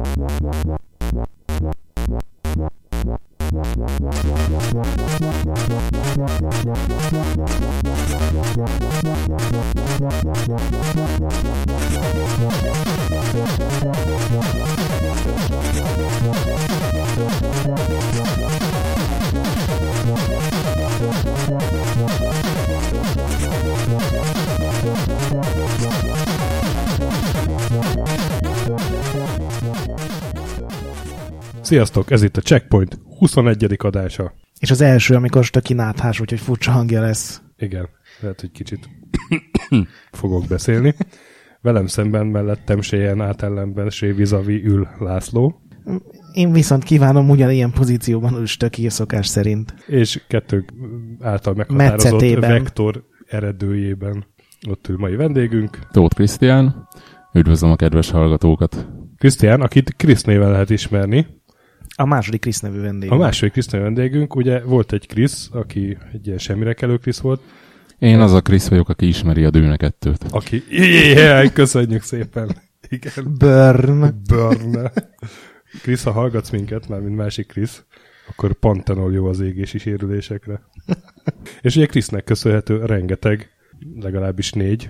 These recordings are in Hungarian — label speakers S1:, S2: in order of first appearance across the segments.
S1: Sziasztok, ez itt a Checkpoint 21. adása.
S2: És az első, amikor Stöki náthás, úgyhogy furcsa hangja lesz.
S1: Igen, lehet, hogy kicsit fogok beszélni. Velem szemben, mellettem Séjen átellenben Vizavi ül László.
S2: Én viszont kívánom ugyanilyen pozícióban ül Stöki szokás szerint.
S1: És kettők által meghatározott
S2: Metszetében.
S1: vektor eredőjében ott ül mai vendégünk.
S3: Tóth Krisztián, üdvözlöm a kedves hallgatókat.
S1: Krisztián, akit Krisz néven lehet ismerni.
S2: A második Krisz nevű vendég.
S1: A második Krisz nevű vendégünk, ugye volt egy Krisz, aki egy ilyen semmire kelő Krisz volt.
S3: Én az a Krisz vagyok, aki ismeri a Dűne 2-t.
S1: Aki, köszönjük szépen. Igen.
S2: Burn.
S1: Krisz, ha hallgatsz minket, már mint másik Krisz, akkor pantenol jó az égési sérülésekre. És ugye Krisznek köszönhető rengeteg, legalábbis 4,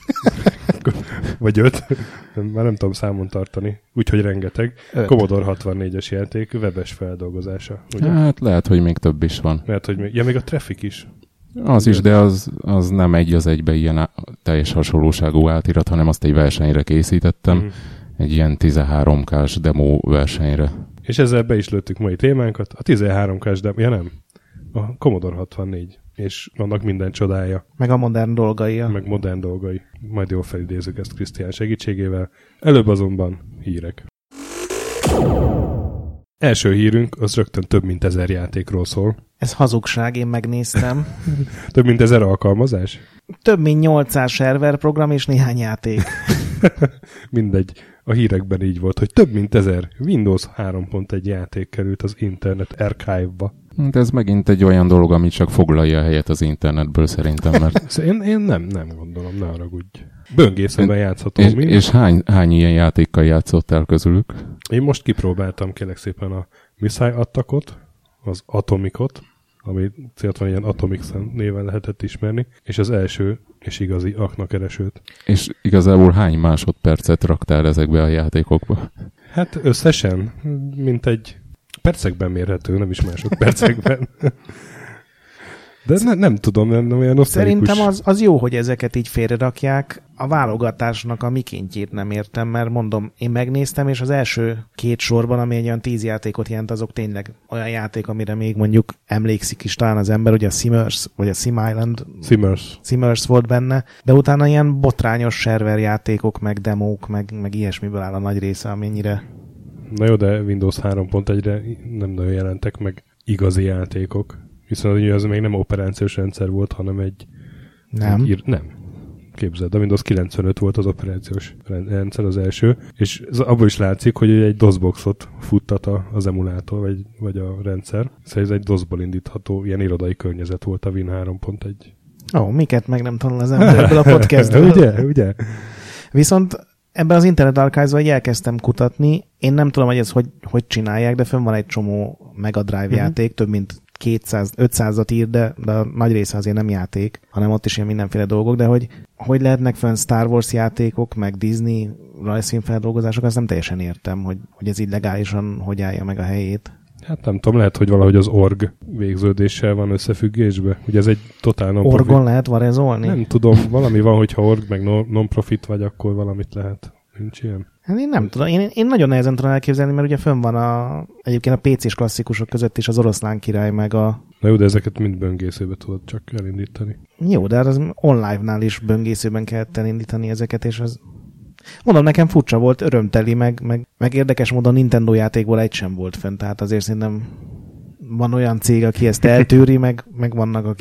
S1: vagy 5, már nem tudom számon tartani, úgyhogy rengeteg.
S2: 5.
S1: Commodore 64-es játék webes feldolgozása. Ugye?
S3: Hát lehet, hogy még több is van.
S1: Lehet, hogy még a Traffic is.
S3: Az is, de az nem egy az egybe ilyen teljes hasonlóságú átirat, hanem azt egy versenyre készítettem. Egy ilyen 13K-s demo versenyre.
S1: És ezzel be is lőttük mai témánkat. A 13K-s demo, ja nem, a Commodore 64. És vannak minden csodája.
S2: Meg a modern dolgaia.
S1: Meg modern dolgai. Majd jól felidézzük ezt Krisztián segítségével. Előbb azonban hírek. Első hírünk az rögtön több mint 1000 játékról szól.
S2: Ez hazugság, én megnéztem.
S1: Több mint 1000 alkalmazás?
S2: Több mint 800 serverprogram és néhány játék.
S1: Mindegy. A hírekben így volt, hogy több mint 1000 Windows 3.1 játék került az Internet Archive-ba.
S3: De ez megint egy olyan dolog, ami csak foglalja a helyet az internetből szerintem, mert...
S1: Én nem gondolom, ne haragudj. Böngészőben játszható.
S3: És hány ilyen játékkal játszottál közülük?
S1: Én most kipróbáltam kérlek szépen a Missile Attackot, az Atomicot, ami célt van ilyen Atomics néven lehetett ismerni, és az első és igazi aknakeresőt.
S3: És igazából hány másodpercet raktál ezekbe a játékokba?
S1: Hát összesen, mint egy percekben mérhető, nem is másodpercekben. De nem tudom, nem olyan nosztalikus.
S2: Szerintem az jó, hogy ezeket így félrerakják. A válogatásnak a mikéntjét nem értem, mert mondom, én megnéztem, és az első 2 sorban, ami egy olyan 10 játékot jelent, azok tényleg olyan játék, amire még mondjuk emlékszik is talán az ember, ugye a Simmers, vagy a Sim Island. Simmers volt benne, de utána ilyen botrányos server játékok, meg demók, meg ilyesmiből áll a nagy része, amennyire...
S1: Na jó, de Windows 3.1-re nem nagyon jelentek meg igazi játékok. Viszont az még nem operációs rendszer volt, hanem egy...
S2: Nem.
S1: Nem. Képzeld, a Windows 95 volt az operációs rendszer az első, és abból is látszik, hogy egy DOS-boxot futtat az emulátor, vagy a rendszer. Szóval ez egy DOS-ból indítható, ilyen irodai környezet volt a Win 3.1.
S2: Ó, miket meg nem tanul az ember ebből a podcastből.
S1: Ugye?
S2: Viszont ebben az Internet Archives-ban elkezdtem kutatni. Én nem tudom, hogy ez hogy csinálják, de fönn van egy csomó Mega Drive játék, több mint 500-at ír, de a nagy része azért nem játék, hanem ott is ilyen mindenféle dolgok, de hogy lehetnek fönn Star Wars játékok, meg Disney rajzfilmfeldolgozások, azt nem teljesen értem, hogy ez így legálisan hogy állja meg a helyét.
S1: Hát nem tudom, lehet, hogy valahogy az org végződéssel van összefüggésbe. Ugye ez egy totál non-profit.
S2: Orgon lehet varezolni?
S1: Nem tudom, valami van, hogyha org meg non-profit vagy, akkor valamit lehet. Nincs ilyen?
S2: Hát én nem tudom. Én nagyon nehezen tudom elképzelni, mert ugye fönn van egyébként a PC-s klasszikusok között is az Oroszlán király, meg a...
S1: Na jó, de ezeket mind böngészőbe tudod csak elindítani.
S2: Jó, de az online-nál is böngészőben kellett elindítani ezeket, és az... Mondom, nekem furcsa volt, örömteli, meg érdekes módon Nintendo játékból egy sem volt fönn, tehát azért szerintem van olyan cég, aki ezt eltűri, meg vannak,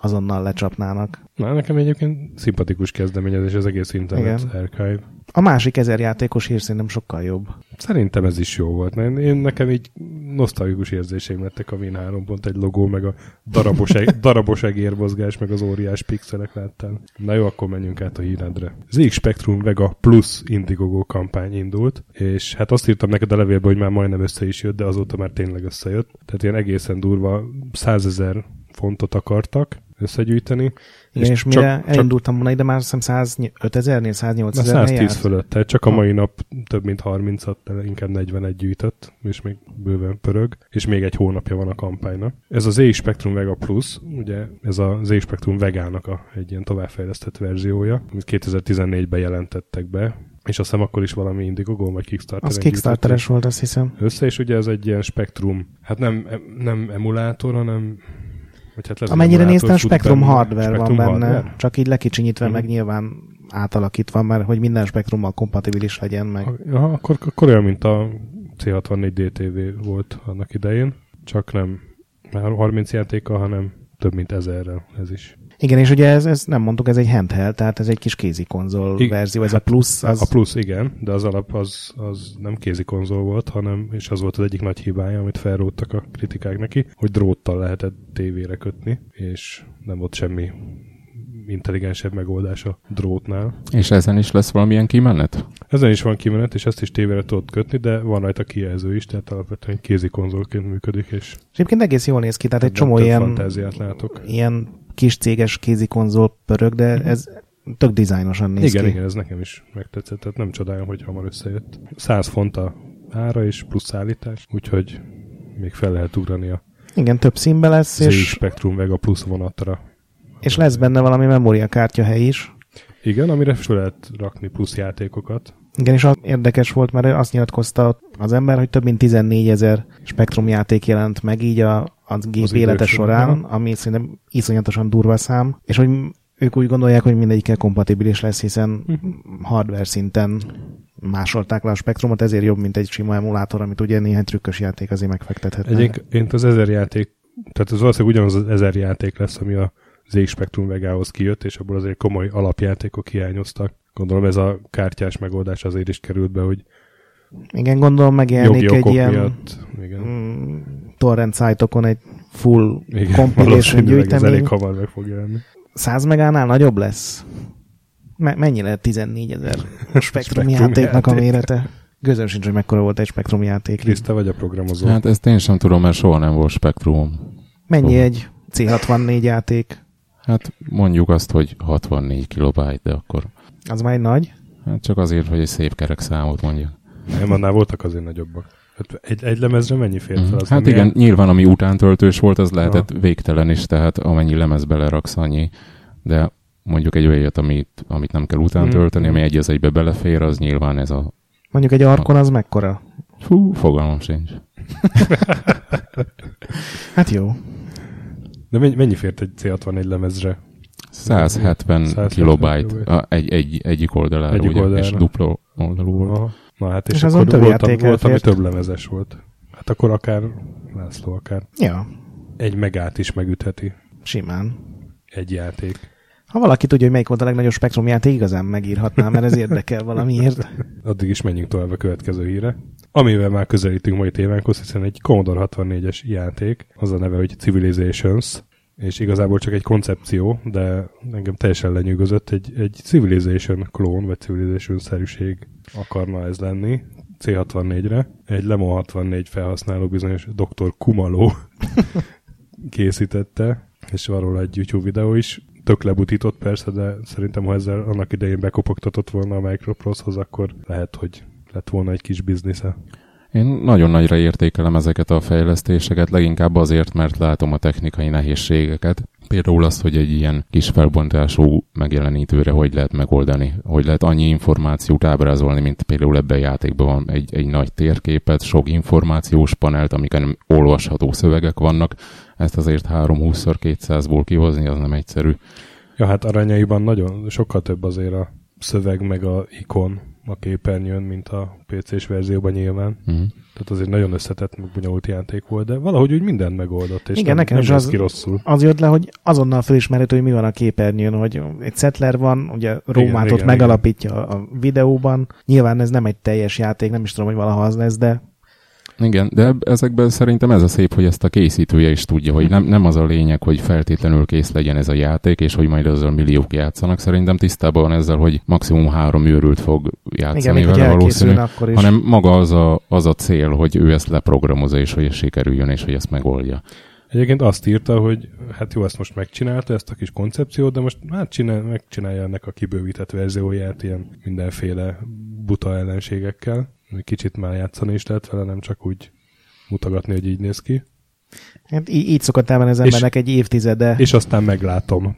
S2: azonnal lecsapnának.
S1: Na, nekem egyébként szimpatikus kezdeményezés az egész Internet
S2: Igen.
S1: Archive.
S2: A másik 1000 játékos hír szerintem sokkal jobb.
S1: Szerintem ez is jó volt. Nekem így nosztalgikus érzéseim lettek a Win 3.1 logó, meg a darabos egérmozgás, meg az óriás pixelek láttál. Na jó, akkor menjünk át a híredre. ZX Spectrum Vega Plus Indiegogo kampány indult, és hát azt írtam neked a levélben, hogy már majdnem össze is jött, de azóta már tényleg összejött. Tehát ilyen egészen durva 100 000 fontot akartak összegyűjteni.
S2: És mire elindultam volna ide, már azt hiszem 105 000-nél, 108 000-nél
S1: 110
S2: járt?
S1: fölött, tehát csak a mai nap több mint 30-at, inkább 41 gyűjtött, és még bőven pörög, és még egy hónapja van a kampánynak. Ez az ZX Spectrum Vega Plus, ugye ez a ZX Spectrum Vegának egy ilyen továbbfejlesztett verziója, amit 2014-ben jelentettek be, és azt hiszem akkor is valami Indiegogo vagy Kickstarter.
S2: Az Kickstarteres volt, azt hiszem.
S1: Össze, és ugye ez egy ilyen Spectrum, hát nem emulátor, hanem hát
S2: amennyire néztem, Spectrum hardware van benne,
S1: hardware?
S2: Csak így lekicsinyítve, meg nyilván átalakítva, mert hogy minden Spectrummal kompatibilis legyen meg.
S1: Akkor olyan, mint a C64 DTV volt annak idején, csak nem már 30 játékkal, hanem több mint 1000-rel ez is.
S2: Igen, és ugye ez nem mondtuk, ez egy handheld, tehát ez egy kis kézikonzol verzió, ez a plusz.
S1: A plusz igen, de az alap az nem kézikonzol volt, hanem, és az volt az egyik nagy hibája, amit felróttak a kritikák neki, hogy dróttal lehetett tévére kötni, és nem volt semmi intelligensebb megoldás a drótnál.
S3: És ezen is lesz valamilyen kimenet?
S1: Ezen is van kimenet, és ezt is tévére tudod kötni, de van rajta kijelző is, tehát alapvetően egy kézikonzolként működik, és
S2: egyébként egész jól néz ki, tehát egy csomó ilyen kis céges kézikonzol pörög, de ez tök dizájnosan néz ki.
S1: Igen, ez nekem is megtetszett, tehát nem csodálom, hogy hamar összejött. 100 font a ára és plusz szállítás, úgyhogy még fel lehet ugrani a
S2: igen, több színbe lesz,
S1: ZX Spectrum Vega plusz vonatra.
S2: És lesz benne valami memóriakártyahely is.
S1: Igen, amire fel lehet rakni plusz játékokat.
S2: Igen, és az érdekes volt, mert azt nyilatkozta az ember, hogy több mint 14 000 Spectrum játék jelent meg így a gép élete során, ami szerintem iszonyatosan durva szám, és hogy ők úgy gondolják, hogy mindegyikkel kompatibilis lesz, hiszen hardware szinten másolták le a Spectrumot, ezért jobb, mint egy sima emulátor, amit ugye néhány trükkös játék azért megfektethetnek.
S1: Egyébként az 1000 játék, tehát az valószínűleg ugyanaz az 1000 játék lesz, ami a ZX Spectrum Vegához kijött, és abból azért komoly alapjátékok hiányoztak. Gondolom ez a kártyás megoldás azért is került be, hogy
S2: igen, gondolom megjelenik egy ilyen
S1: miatt,
S2: torrent szájtokon egy full compilation gyűjtemény.
S1: Ez elég hamar meg fog jelenni.
S2: 100 megánál nagyobb lesz? Mennyi lehet 14 000 Spectrum játéknak a mérete? Gőzöm sincs, hogy mekkora volt egy Spectrum játék.
S1: Krisz, te vagy a programozó.
S3: Hát ezt én sem tudom, mert soha nem volt Spectrumom.
S2: Mennyi egy C64 játék?
S3: Hát mondjuk azt, hogy 64 kilobájt, de akkor...
S2: Az már egy nagy?
S3: Hát csak azért, hogy egy szép kerek számot mondjak.
S1: Nem, annál voltak azért nagyobbak. Hát egy lemezre mennyi fér fel?
S3: Hát igen, nyilván ami utántöltős volt, az lehetett végtelen is, tehát amennyi lemez beleraksz annyi, de mondjuk egy olyat, amit nem kell utántölteni, ami egy az egybe belefér, az nyilván ez a...
S2: Mondjuk egy Arkon az mekkora?
S3: Fú, fogalmam sincs.
S2: Hát jó.
S3: De
S1: mennyi fért egy C64 lemezre?
S3: 170 kilobájt egyik oldalára, ugye, és dupla oldalú volt.
S1: Aha. Na hát és akkor volt, ami több lemezes volt. Hát akkor akár László, akár egy megát is megütheti.
S2: Simán.
S1: Egy játék.
S2: Ha valaki tudja, hogy melyik volt a legnagyobb Spectrum játék, igazán megírhatná, mert ez érdekel valamiért.
S1: Addig is menjünk tovább a következő híre. Amivel már közelítünk mai témánkhoz, hiszen egy Commodore 64-es játék, az a neve, hogy Civilizations, és igazából csak egy koncepció, de engem teljesen lenyűgözött, egy Civilization klón, vagy Civilization-szerűség akarna ez lenni, C64-re. Egy Lemon 64 felhasználó bizonyos Dr. Kumalo készítette, és van róla egy YouTube videó is. Tök lebutított persze, de szerintem, ha ezzel annak idején bekopogtatott volna a Microprose-hoz, akkor lehet, hogy lett volna egy kis biznisze.
S3: Én nagyon nagyra értékelem ezeket a fejlesztéseket, leginkább azért, mert látom a technikai nehézségeket. Például azt, hogy egy ilyen kis felbontású megjelenítőre hogy lehet megoldani, hogy lehet annyi információt ábrázolni, mint például ebben a játékban van egy nagy térképet, sok információs panelt, amiken olvasható szövegek vannak. Ezt azért 320x200-ból kihozni, az nem egyszerű.
S1: Ja, hát arányaiban nagyon, sokkal több azért a szöveg meg a ikon a képernyőn, mint a PC-s verzióban nyilván. Tehát azért nagyon összetett, meg bonyolult játék volt, de valahogy úgy mindent megoldott, és
S2: igen, nekem
S1: nem
S2: is
S1: ki rosszul.
S2: Az jött le, hogy azonnal felismerhető, hogy mi van a képernyőn, hogy egy settler van, ugye Rómát ott megalapítja a videóban. Nyilván ez nem egy teljes játék, nem is tudom, hogy valaha az lesz, de
S3: igen, de ezekben szerintem ez a szép, hogy ezt a készítője is tudja, hogy nem az a lényeg, hogy feltétlenül kész legyen ez a játék, és hogy majd azzal milliók játszanak. Szerintem tisztában van ezzel, hogy maximum 3 őrült fog játszani
S2: igen,
S3: vele valószínűleg,
S2: hanem
S3: maga az a cél, hogy ő ezt leprogramozza, és hogy ez sikerüljön, és hogy ezt megoldja.
S1: Egyébként azt írta, hogy hát jó, ezt most megcsinálta, ezt a kis koncepciót, de most hát megcsinálja ennek a kibővített verzióját ilyen mindenféle buta ellenségekkel. Kicsit már játszani is lehet vele, nem csak úgy mutogatni, hogy így néz ki.
S2: Hát így szokott elmenni az embernek egy évtizede.
S1: És aztán meglátom,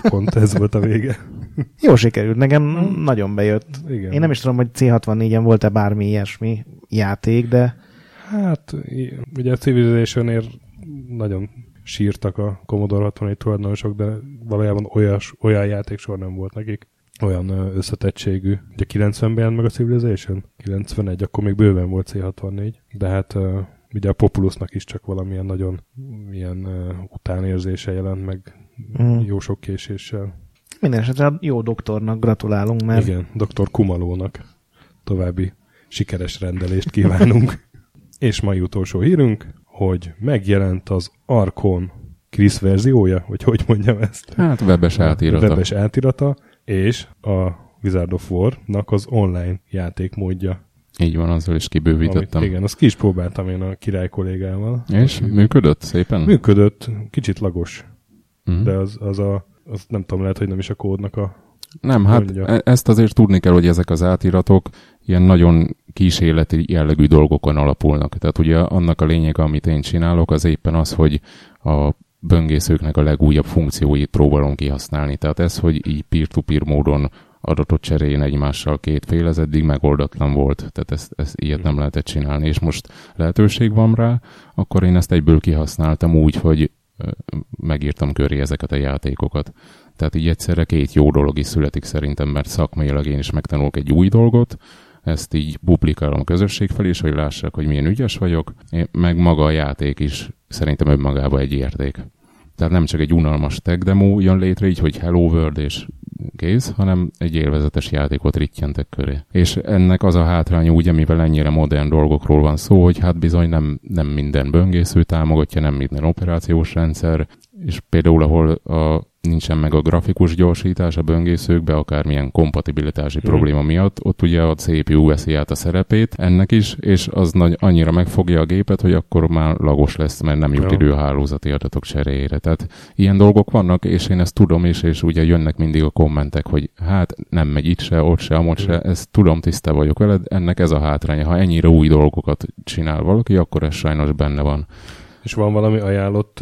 S1: ez volt a vége.
S2: Jó sikerült, nekem nagyon bejött.
S1: Igen.
S2: Én nem is tudom, hogy C64-en volt-e bármi ilyesmi játék, de...
S1: Hát, ugye a Civilization-ért nagyon sírtak a Commodore 64 tulajdonosok, de valójában olyan játék soha nem volt nekik. Olyan összetettségű. Ugye 90-ben jelent meg a Civilization? 91, akkor még bőven volt C64. De hát ugye a Populusnak is csak valamilyen nagyon ilyen utánérzése jelent meg jó sok késéssel.
S2: Mindenesetre jó doktornak gratulálunk, mert...
S1: Igen, Dr. Kumalónak további sikeres rendelést kívánunk. És mai utolsó hírünk, hogy megjelent az Archon Chris verziója, vagy hogy mondjam ezt?
S3: Hát webes átirata.
S1: Webes átirata, és a Wizard of War-nak az online játékmódja.
S3: Így van, azzal is kibővítettem.
S1: Igen, azt ki is próbáltam én a király kollégával.
S3: És működött szépen?
S1: Működött, kicsit lagos. De az nem tudom, lehet, hogy nem is a kódnak a
S3: nem, hát ezt azért tudni kell, hogy ezek az átiratok ilyen nagyon kísérleti jellegű dolgokon alapulnak. Tehát ugye annak a lényege, amit én csinálok, az éppen az, hogy a böngészőknek a legújabb funkcióit próbálom kihasználni. Tehát ez, hogy így peer-to-peer módon adatot cseréljen egymással két fél, ez eddig megoldatlan volt. Tehát ezt ilyet nem lehetett csinálni, és most lehetőség van rá, akkor én ezt egyből kihasználtam úgy, hogy megírtam köré ezeket a játékokat. Tehát így egyszerre két jó dolog is születik szerintem, mert szakmailag én is megtanulok egy új dolgot, ezt így publikálom a közösség felé, és hogy lássák, hogy milyen ügyes vagyok, meg maga a játék is szerintem önmagában egy érték. Tehát nem csak egy unalmas tech demo jön létre, így, hogy Hello World és kész, hanem egy élvezetes játékot rittyentek köré. És ennek az a hátránya, ugye, mivel ennyire modern dolgokról van szó, hogy hát bizony nem minden böngésző támogatja, nem minden operációs rendszer, és például ahol nincsen meg a grafikus gyorsítás a böngészőkbe, akármilyen kompatibilitási probléma miatt, ott ugye a CPU veszi át a szerepét ennek is, és az annyira megfogja a gépet, hogy akkor már lagos lesz, mert nem jut idő a hálózati adatok cseréjére. Tehát ilyen dolgok vannak, és én ezt tudom is, és ugye jönnek mindig a kommentek, hogy hát nem megy itt se, ott se, amott se, ezt tudom, tiszta vagyok veled, ennek ez a hátránya. Ha ennyire új dolgokat csinál valaki, akkor ez sajnos benne van.
S1: És van valami ajánlott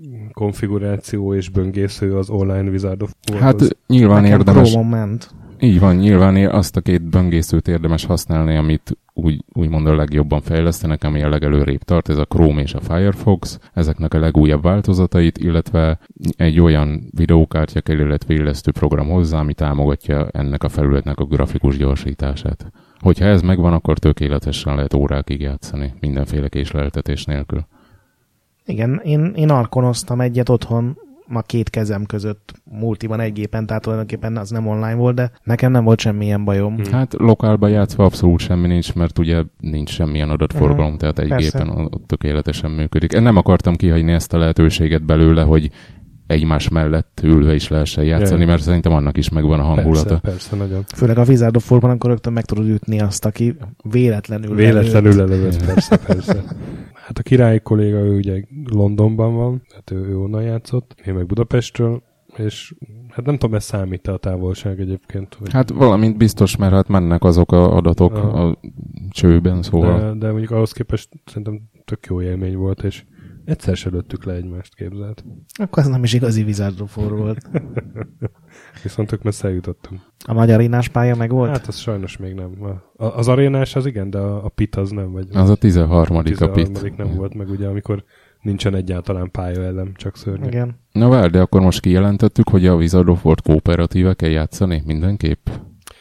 S1: konfiguráció és böngésző az online Wizard of War-hoz?
S3: Hát nyilván
S2: nekem
S3: érdemes.
S2: ment.
S3: Így van, nyilván azt a két böngészőt érdemes használni, amit úgymond a legjobban fejlesztenek, ami a legelőrébb tart, ez a Chrome és a Firefox, ezeknek a legújabb változatait, illetve egy olyan videókártya kell, illetve illesztő program hozzá, ami támogatja ennek a felületnek a grafikus gyorsítását. Hogyha ez megvan, akkor tökéletesen lehet órákig játszani, mindenféle késleltetés nélkül.
S2: Igen, én arkonoztam egyet otthon, ma két kezem között multiban egy gépen, tehát tulajdonképpen az nem online volt, de nekem nem volt semmilyen bajom.
S3: Hát lokálban játszva abszolút semmi nincs, mert ugye nincs semmilyen adatforgalom, tehát egy gépen ott tökéletesen működik. Én nem akartam kihagyni ezt a lehetőséget belőle, hogy egymás mellett ülve is lehessen játszani, mert szerintem annak is megvan a hangulata.
S1: Persze, nagyon.
S2: Főleg a Wizard of War-ban akkor rögtön meg tudod ütni azt, aki véletlenül
S1: lelőtt. Persze. Hát a király kolléga, ő ugye Londonban van, hát ő onnan játszott, én meg Budapestről, és hát nem tudom, ez számít-e a távolság egyébként? Hogy...
S3: Hát valamint biztos, mert hát mennek azok a adatok a csőben, szóval.
S1: De mondjuk ahhoz képest szerintem tök jó élmény volt, és egyszer se lőttük le egymást, képzelt.
S2: Akkor ez nem is igazi Wizard of War volt.
S1: Viszont tök messze eljutottunk.
S2: A nagy arénás pálya meg volt?
S1: Hát az sajnos még nem. Az arénás az igen, de a pit az nem. Vagy
S3: az a 13. a pit.
S1: nem volt meg, ugye, amikor nincsen egyáltalán pálya ellen, csak szörnyű.
S2: Igen.
S3: Na várj, de akkor most kijelentettük, hogy a Wizard of War kooperatíve kell játszani mindenképp?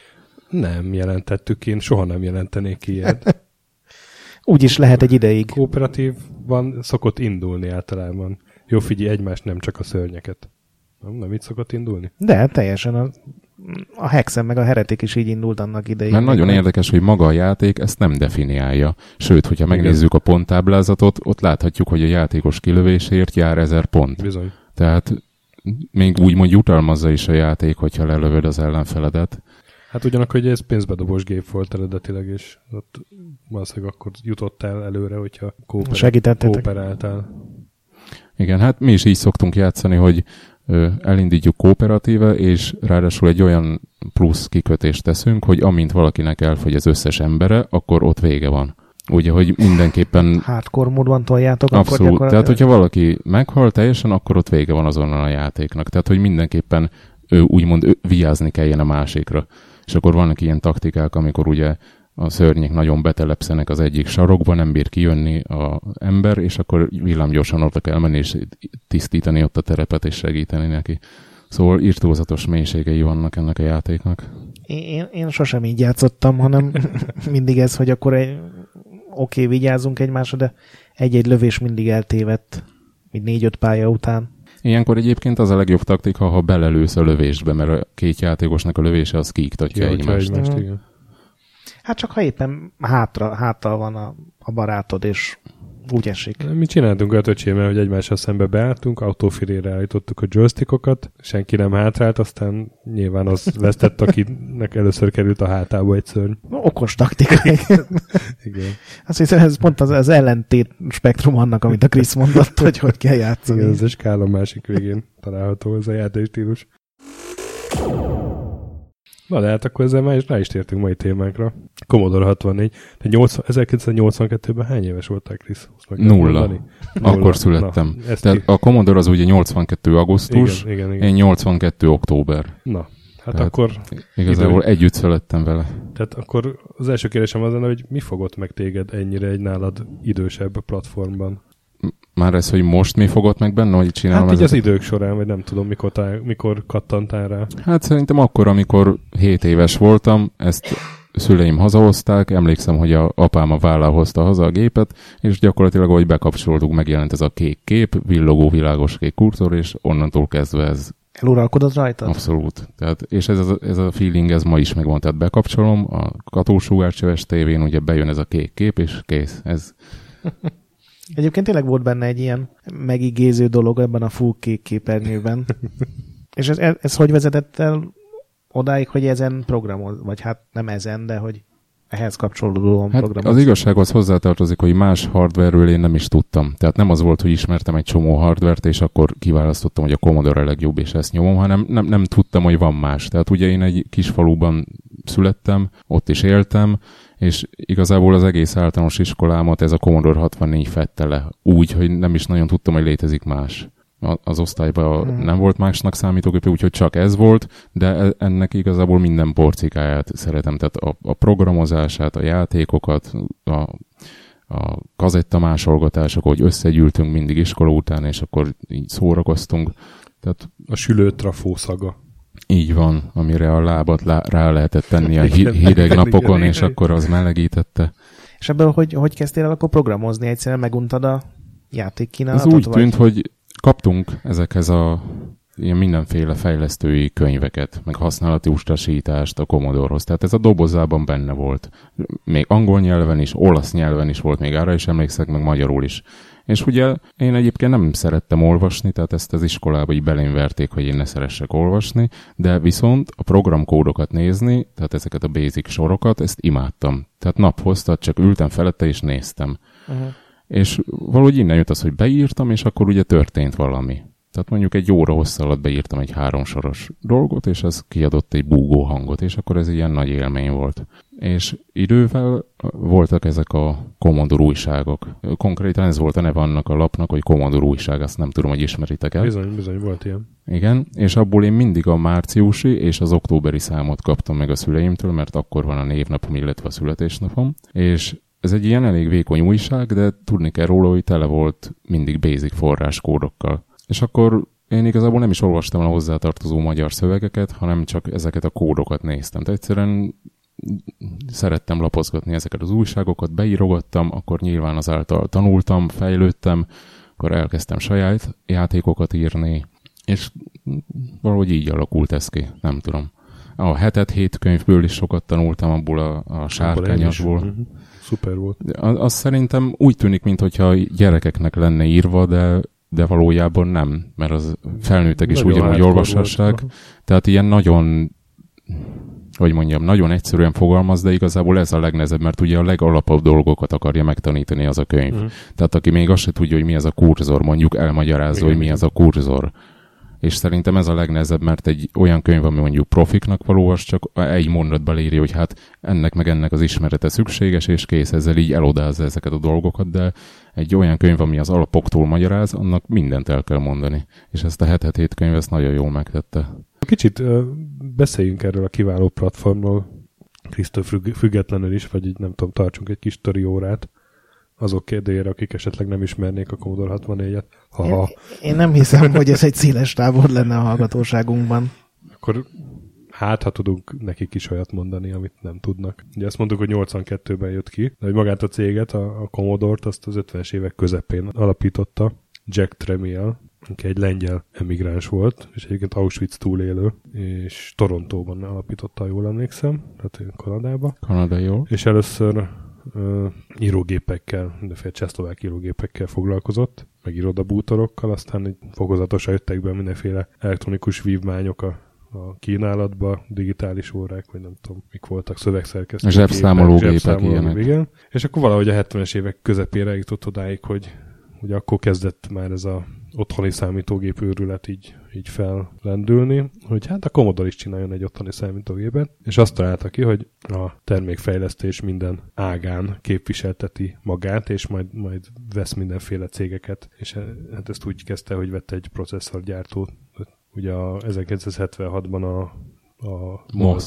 S1: Nem jelentettük ki, én soha nem jelentenék ki ilyet.
S2: Úgy is lehet egy ideig.
S1: Kooperatívban szokott indulni általában. Jó, figyelj, egymást, nem csak a szörnyeket. Nem így szokott indulni?
S2: De teljesen a Hexen meg a Heretik is így indult annak idején.
S3: Mert nagyon érdekes, hogy maga a játék ezt nem definiálja. Sőt, hogyha megnézzük a ponttáblázatot, ott láthatjuk, hogy a játékos kilövésért jár 1000 pont.
S1: Bizony.
S3: Tehát még úgymond jutalmazza is a játék, hogyha lelövöd az ellenfeledet.
S1: Hát ugyanakkor, hogy ez pénzbedobós gép volt eredetileg, és ott valószínűleg akkor jutottál előre, hogyha kooperáltál.
S3: Igen, hát mi is így szoktunk játszani, hogy elindítjuk kooperatíve, és ráadásul egy olyan plusz kikötést teszünk, hogy amint valakinek elfogy az összes embere, akkor ott vége van. Ugye, hogy mindenképpen...
S2: Hardcore módban toljátok.
S3: Abszolút. Akkor tehát, hogyha valaki meghal teljesen, akkor ott vége van azonnal a játéknak. Tehát, hogy mindenképpen úgymond vigyázni kelljen a másikra. És akkor vannak ilyen taktikák, amikor ugye a szörnyek nagyon betelepszenek az egyik sarokba, nem bír kijönni az ember, és akkor villámgyorsan oda kell menni, és tisztítani ott a terepet, és segíteni neki. Szóval irtózatos mélységei vannak ennek a játéknak.
S2: Én sosem így játszottam, hanem mindig ez, hogy akkor oké, vigyázzunk egymásra, de egy-egy lövés mindig eltévedt, így 4-5 pálya után.
S3: Ilyenkor egyébként az a legjobb taktika, ha belelősz a lövésbe, mert a két játékosnak a lövése az kiiktatja egymást. Igen.
S2: Hát csak ha éppen háttal van a barátod, és úgy esik.
S1: Mi csináltunk olyat, öcsémmel, hogy egymással szembe beálltunk, autófirére állítottuk a joystickokat, senki nem hátrált, aztán nyilván az vesztett, akinek először került a hátába egy szörny.
S2: Okos taktika.
S1: Igen.
S2: Azt hiszem, ez pont az ellentét spektrum annak, amit a Krisz mondott, hogy kell játszani.
S1: Igen, ez a skála másik végén található ez a játékstílus. Na de hát akkor ezzel már is rá is tértünk mai témánkra. Commodore 64. 1982-ben hány éves voltál, Krisz?
S3: 0. Akkor születtem. Na, tehát a Commodore az ugye 82. augusztus, igen. Én 82. október.
S1: Na, hát tehát akkor...
S3: Igazából együtt születtem vele.
S1: Tehát akkor az első kérdésem az lenne, hogy mi fogott meg téged ennyire egy nálad idősebb platformban?
S3: Már ez, hogy most mi fogott meg benne, hogy csinálom?
S1: Hát így az idők során, vagy nem tudom, mikor kattantál rá.
S3: Hát szerintem akkor, amikor 7 éves voltam, ezt szüleim hazahozták, emlékszem, hogy a apám a vállal hozta haza a gépet, és gyakorlatilag, ahogy bekapcsoltuk, megjelent ez a kék kép, villogó világos kék kurzor, és onnantól kezdve ez...
S2: Eluralkodott rajtad?
S3: Abszolút. Tehát, és ez a feeling, ez ma is megvan. Tehát bekapcsolom, a katósugárcsöves tévén ugye bejön ez a kék kép, és kész. Ez...
S2: Egyébként tényleg volt benne egy ilyen megigéző dolog ebben a full kék képernyőben. És ez hogy vezetett el odáig, hogy ezen programoz, vagy hát nem ezen, de hogy ehhez kapcsolódóan programoz?
S3: Az igazsághoz hozzátartozik, hogy más hardware-ről én nem is tudtam. Tehát nem az volt, hogy ismertem egy csomó hardware-t, és akkor kiválasztottam, hogy a Commodore a legjobb, és ezt nyomom, hanem nem tudtam, hogy van más. Tehát ugye én egy kis faluban születtem, ott is éltem, és igazából az egész általános iskolámat ez a Commodore 64 fedte le. Úgy, hogy nem is nagyon tudtam, hogy létezik más. Az osztályban nem volt másnak számítógép, úgyhogy csak ez volt, de ennek igazából minden porcikáját szeretem. Tehát a programozását, a játékokat, a kazettamásolgatások, hogy összegyűltünk mindig iskola után, és akkor így szórakoztunk. Tehát
S1: a sülőtrafó szaga.
S3: Így van, amire a lábat rá lehetett tenni a hideg napokon, és akkor az melegítette.
S2: És ebből hogy kezdtél el akkor programozni? Egyszerűen meguntad a játékkínálatot?
S3: Ez úgy tűnt, hogy kaptunk ezekhez a ilyen mindenféle fejlesztői könyveket, meg használati utasítást a Commodorehoz. Tehát ez a dobozában benne volt. Még angol nyelven is, olasz nyelven is volt, még arra is emlékszek, meg magyarul is. És ugye én egyébként nem szerettem olvasni, tehát ezt az iskolába így belém verték, hogy én ne szeressek olvasni, de viszont a programkódokat nézni, tehát ezeket a basic sorokat, ezt imádtam. Tehát naphoztat, csak ültem felette és néztem. Uh-huh. És valahogy innen jött az, hogy beírtam, és akkor ugye történt valami. Tehát mondjuk egy óra hossz alatt beírtam egy 3 soros dolgot, és az kiadott egy búgó hangot, és akkor ez ilyen nagy élmény volt. És idővel voltak ezek a Commodore újságok. Konkrétan ez volt a neve annak a lapnak, hogy Commodore újság, azt nem tudom, hogy ismeritek el.
S1: Bizony volt ilyen.
S3: Igen, és abból én mindig a márciusi és az októberi számot kaptam meg a szüleimtől, mert akkor van a névnapom, illetve a születésnapom, és ez egy ilyen elég vékony újság, de tudni kell róla, hogy tele volt mindig basic forráskódokkal. És akkor én igazából nem is olvastam a hozzátartozó magyar szövegeket, hanem csak ezeket a kódokat néztem. Tehát egyszerűen szerettem lapozgatni ezeket az újságokat, beírogattam, akkor nyilván azáltal tanultam, fejlődtem, akkor elkezdtem saját játékokat írni, és valahogy így alakult ez ki, nem tudom. A 7 könyvből is sokat tanultam, abból a sárkányosból.
S1: Szuper volt.
S3: Az szerintem úgy tűnik, mintha gyerekeknek lenne írva, de valójában nem, mert az felnőttek is ugyanúgy olvashassák. Tehát ilyen nagyon, hogy mondjam, nagyon egyszerűen fogalmaz, de igazából ez a legnehezebb, mert ugye a legalapabb dolgokat akarja megtanítani az a könyv. Tehát aki még azt se tudja, hogy mi ez a kurzor, mondjuk elmagyarázza, hogy mi ez a kurzor. És szerintem ez a legnehezebb, mert egy olyan könyv, ami mondjuk profiknak való, az csak egy mondatba írja, hogy hát ennek meg ennek az ismerete szükséges, és kész, ezzel így elodázza ezeket a dolgokat, de egy olyan könyv, ami az alapoktól magyaráz, annak mindent el kell mondani. És ezt a 7 könyv ezt nagyon jól megtette.
S1: Kicsit beszéljünk erről a kiváló platformról, Krisztől függetlenül is, vagy így nem tudom, tartsunk egy kis órát azok kérdőjére, akik esetleg nem ismernék a Commodore 64-et.
S2: Én nem hiszem, hogy ez egy széles tábor lenne a hallgatóságunkban.
S1: Akkor ha tudunk nekik is olyat mondani, amit nem tudnak. Ugye azt mondtuk, hogy 82-ben jött ki, de hogy magát a céget, a Commodore-t azt az 50-es évek közepén alapította Jack Tramiel, aki egy lengyel emigráns volt, és egyébként Auschwitz túlélő, és Torontóban alapította, jól emlékszem, tehát Kanadában.
S3: Kanada, jó.
S1: És először írógépekkel, mindenféle csehszlovák írógépekkel foglalkozott, meg irodabútorokkal, aztán fokozatosan jöttek be mindenféle elektronikus vívmányok a kínálatba, digitális órák, vagy nem tudom, mik voltak, szövegszerkesztő
S3: zsebszámológépek, ilyenek.
S1: Igen. És akkor valahogy a 70-es évek közepére jutott odáig, hogy ugye akkor kezdett már ez a otthoni számítógép őrület így fellendülni, hogy hát a Commodore is csináljon egy otthoni számítógépet, és azt találta ki, hogy a termékfejlesztés minden ágán képviselteti magát, és majd vesz mindenféle cégeket, és hát ezt úgy kezdte, hogy vett egy processzorgyártót. Ugye 1976-ban a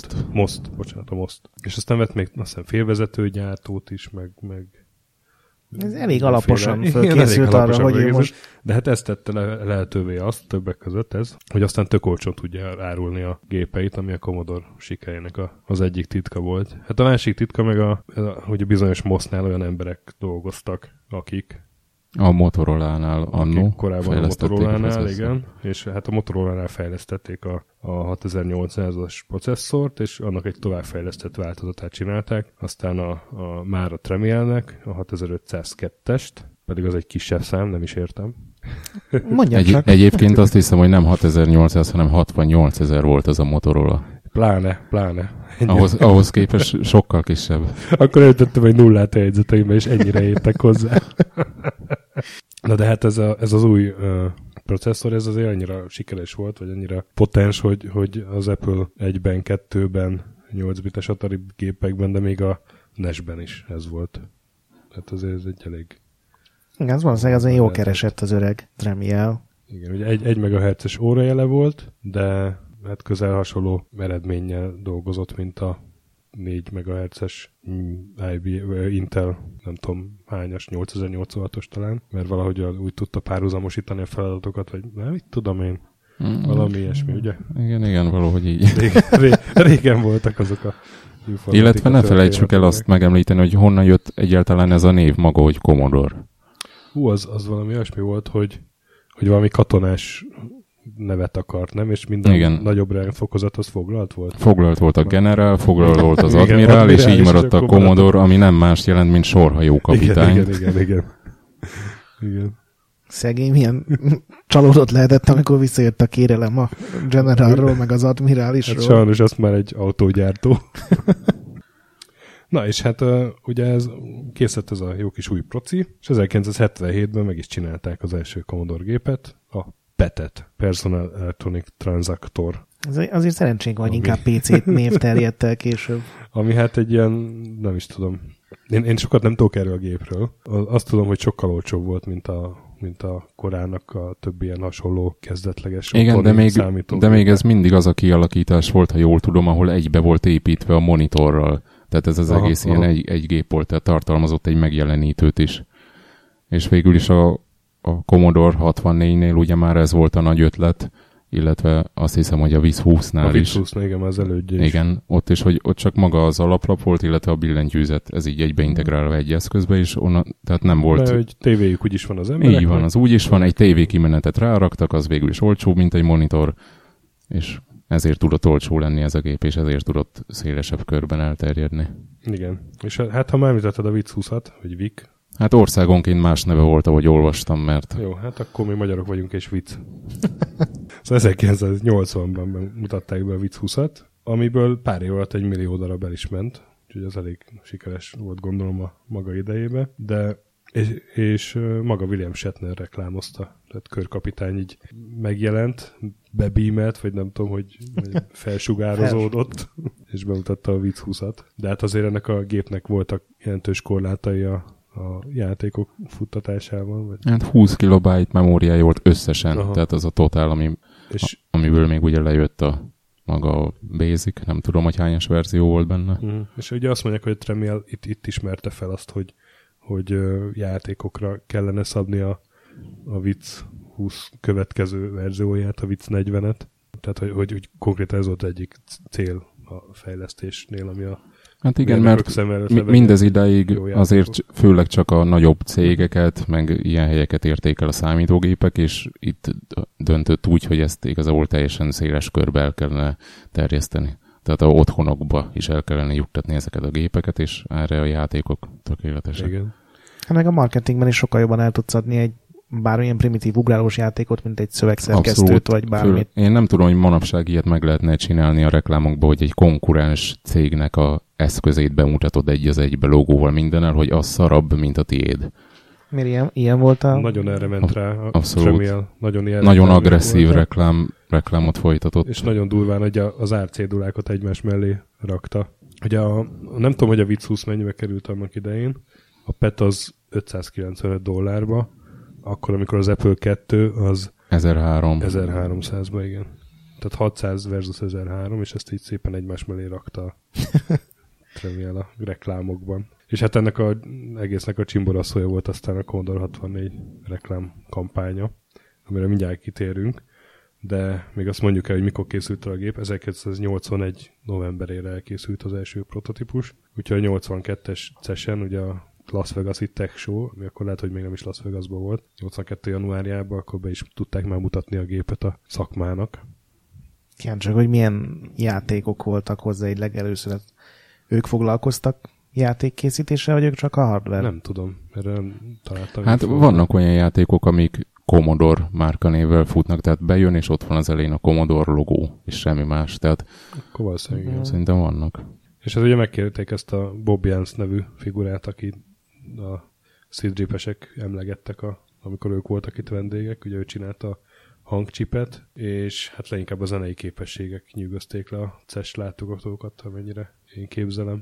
S1: MOST. És aztán vett még azt hiszem félvezetőgyártót is, meg
S2: ez elég alaposan fölkészült arra, hogy ő most...
S1: De hát ezt tette lehetővé azt, többek között ez, hogy aztán tök olcsón tudja árulni a gépeit, ami a Commodore sikerének az egyik titka volt. Hát a másik titka meg hogy a bizonyos MOST-nál olyan emberek dolgoztak, akik
S3: a Motorola-nál annó.
S1: Korábban a Motorola-nál, igen. És hát a Motorola-nál fejlesztették a 6800-as processzort, és annak egy továbbfejlesztett változatát csinálták. Aztán már a Tramielnek a 6502-est, pedig az egy kisebb szám, nem is értem.
S2: Csak.
S3: Egyébként azt hiszem, hogy nem 6800, hanem 68000 volt az a Motorola.
S1: Pláne.
S3: Ahhoz képest sokkal kisebb.
S1: Akkor elütöttem egy nullát a jegyzeteimbe, és ennyire értek hozzá. Na de hát ez az új processzor, ez azért annyira sikeres volt, vagy annyira potens, hogy az Apple 1-ben, 2-ben, 8 bites Atari gépekben, de még a NES-ben is ez volt. Tehát azért ez egy elég...
S2: Igen, az valószínűleg azért jól keresett az öreg Tramiel.
S1: Igen, ugye 1 MHz-es órajele volt, de hát közel hasonló eredménnyel dolgozott, mint a 4 MHz-es Intel, nem tudom hányas, 8086-os talán, mert valahogy úgy tudta párhuzamosítani a feladatokat, vagy nem, itt tudom én, valami ilyesmi, ugye?
S3: Igen, valahogy így.
S1: Régen voltak azok a
S3: illetve ne felejtsük el azt megemlíteni, hogy honnan jött egyáltalán ez a név maga, hogy Commodore.
S1: Az valami olyasmi volt, hogy valami katonás nevet akart, nem? És minden nagyobb fokozathoz foglalt volt?
S3: Foglalt volt a generál, foglalt volt az admirál, és így maradt a Commodore, ami nem más jelent, mint sorhajó kapitány.
S1: Igen.
S2: Szegény milyen csalódott lehetett, amikor visszajött a kérelem a generálról, meg az admirálisról.
S1: Hát sajnos azt már egy autógyártó. Na és hát ugye készült ez a jó kis új proci, és 1977-ben meg is csinálták az első Commodore gépet, a PET-et, Personal Electronic Transactor.
S2: Azért szerencsénk van, hogy inkább PC név terjedt el később.
S1: Ami hát egy ilyen, nem is tudom. Én sokat nem tudok erről a gépről. Azt tudom, hogy sokkal olcsóbb volt, mint a korának a több ilyen hasonló kezdetleges.
S3: Igen, de még ez mindig az a kialakítás volt, ha jól tudom, ahol egybe volt építve a monitorral. Tehát ez az egész ilyen egy gép volt, tehát tartalmazott egy megjelenítőt is. És végül is a Commodore 64-nél ugye már ez volt a nagy ötlet, illetve azt hiszem, hogy a Viz 20-nál is.
S1: A Viz 20-nál, igen, az elődje is.
S3: Igen, ott is, hogy ott csak maga az alaplap volt, illetve a billentyűzet, ez így egybeintegrálva egy eszközbe is, onnan, tehát nem volt...
S1: De hogy tévéjük úgyis van az emberek.
S3: Így van, az úgy is van, egy tévé kimenetet ráraktak, az végül is olcsóbb, mint egy monitor, és ezért tudott olcsó lenni ez a gép, és ezért tudott szélesebb körben elterjedni.
S1: Igen, és hát ha már említetted a Viz 20-at, vagy VIC.
S3: Hát országonként más neve volt, ahogy olvastam, mert...
S1: Jó, hát akkor mi magyarok vagyunk, és Vic. Szóval 1980-ban mutatták be a Viz 20-at, amiből pár év alatt 1 millió darab el is ment, úgyhogy ez elég sikeres volt, gondolom, a maga idejébe, de és maga William Shatner reklámozta, tehát körkapitány így megjelent, bebímelt, vagy nem tudom, hogy felsugározódott, és bemutatta a Viz 20-at. De hát azért ennek a gépnek voltak jelentős korlátai a játékok futtatásával. Vagy...
S3: Hát 20 kilobájt memóriája volt összesen,
S1: aha.
S3: Tehát az a totál, amiből még ugye lejött a maga Basic, nem tudom, hogy hányas verzió volt benne.
S1: És ugye azt mondják, hogy Tramiel itt ismerte fel azt, hogy játékokra kellene szabni a Viz 20 következő verzióját, a Viz 40-et. Tehát, hogy konkrétan ez volt egyik cél a fejlesztésnél, ami a
S3: hát igen, mert mindez idáig azért főleg csak a nagyobb cégeket, meg ilyen helyeket érték el a számítógépek, és itt döntött úgy, hogy ezt igazából teljesen széles körbe el kellene terjeszteni. Tehát a otthonokba is el kellene juttatni ezeket a gépeket, és erre a játékok tökéletesek.
S1: Igen.
S2: Hát meg a marketingben is sokkal jobban el tudsz adni egy bármilyen primitív ugrálós játékot, mint egy szövegszerkesztőt, vagy bármit.
S3: Én nem tudom, hogy manapság ilyet meg lehetne csinálni a reklámokba, hogy egy konkurens cégnek a eszközét bemutatod egy az egybe logóval mindennel, hogy az szarabb, mint a tiéd.
S2: Miért ilyen volt a...
S1: Nagyon erre ment rá a
S3: Tramiel.
S1: Nagyon
S3: agresszív reklámot folytatott.
S1: És nagyon durván hogy az árcédulákat egymás mellé rakta. Ugye nem tudom, hogy a Viz 20 mennyibe került annak idején. A PET az $595, akkor, amikor az Apple 2 az 1300-ba, igen. Tehát 600 versus 1003, és ezt így szépen egymás mellé rakta Tramiel a reklámokban. És hát ennek az egésznek a csimboraszója volt aztán a Commodore 64 reklám kampánya, amire mindjárt kitérünk, de még azt mondjuk el, hogy mikor készült el a gép. 1981 novemberére elkészült az első prototípus, úgyhogy a 82-es CES-en, ugye a Las Vegas-i Tech Show, ami akkor lehet, hogy még nem is Las Vegasban volt, 82. januárjában, akkor be is tudták már mutatni a gépet a szakmának.
S2: Igen, csak hogy milyen játékok voltak hozzá így legelőször. Ők foglalkoztak játékkészítéssel, vagy ők csak a hardware?
S1: Nem tudom, erre nem találtam.
S3: Hát vannak olyan játékok, amik Commodore márkanévvel futnak, tehát bejön, és ott van az elején a Commodore logó, és semmi más, tehát
S1: akkor valószínűleg
S3: szerintem vannak.
S1: És ez ugye megkérték ezt a Bob Jans nevű figurát, aki a Seedripesek emlegettek, amikor ők voltak itt vendégek, ugye ő csinálta a hangcsipet, és hát leginkább a zenei képességek nyűgözték le a CES látogatókat, amennyire én képzelem.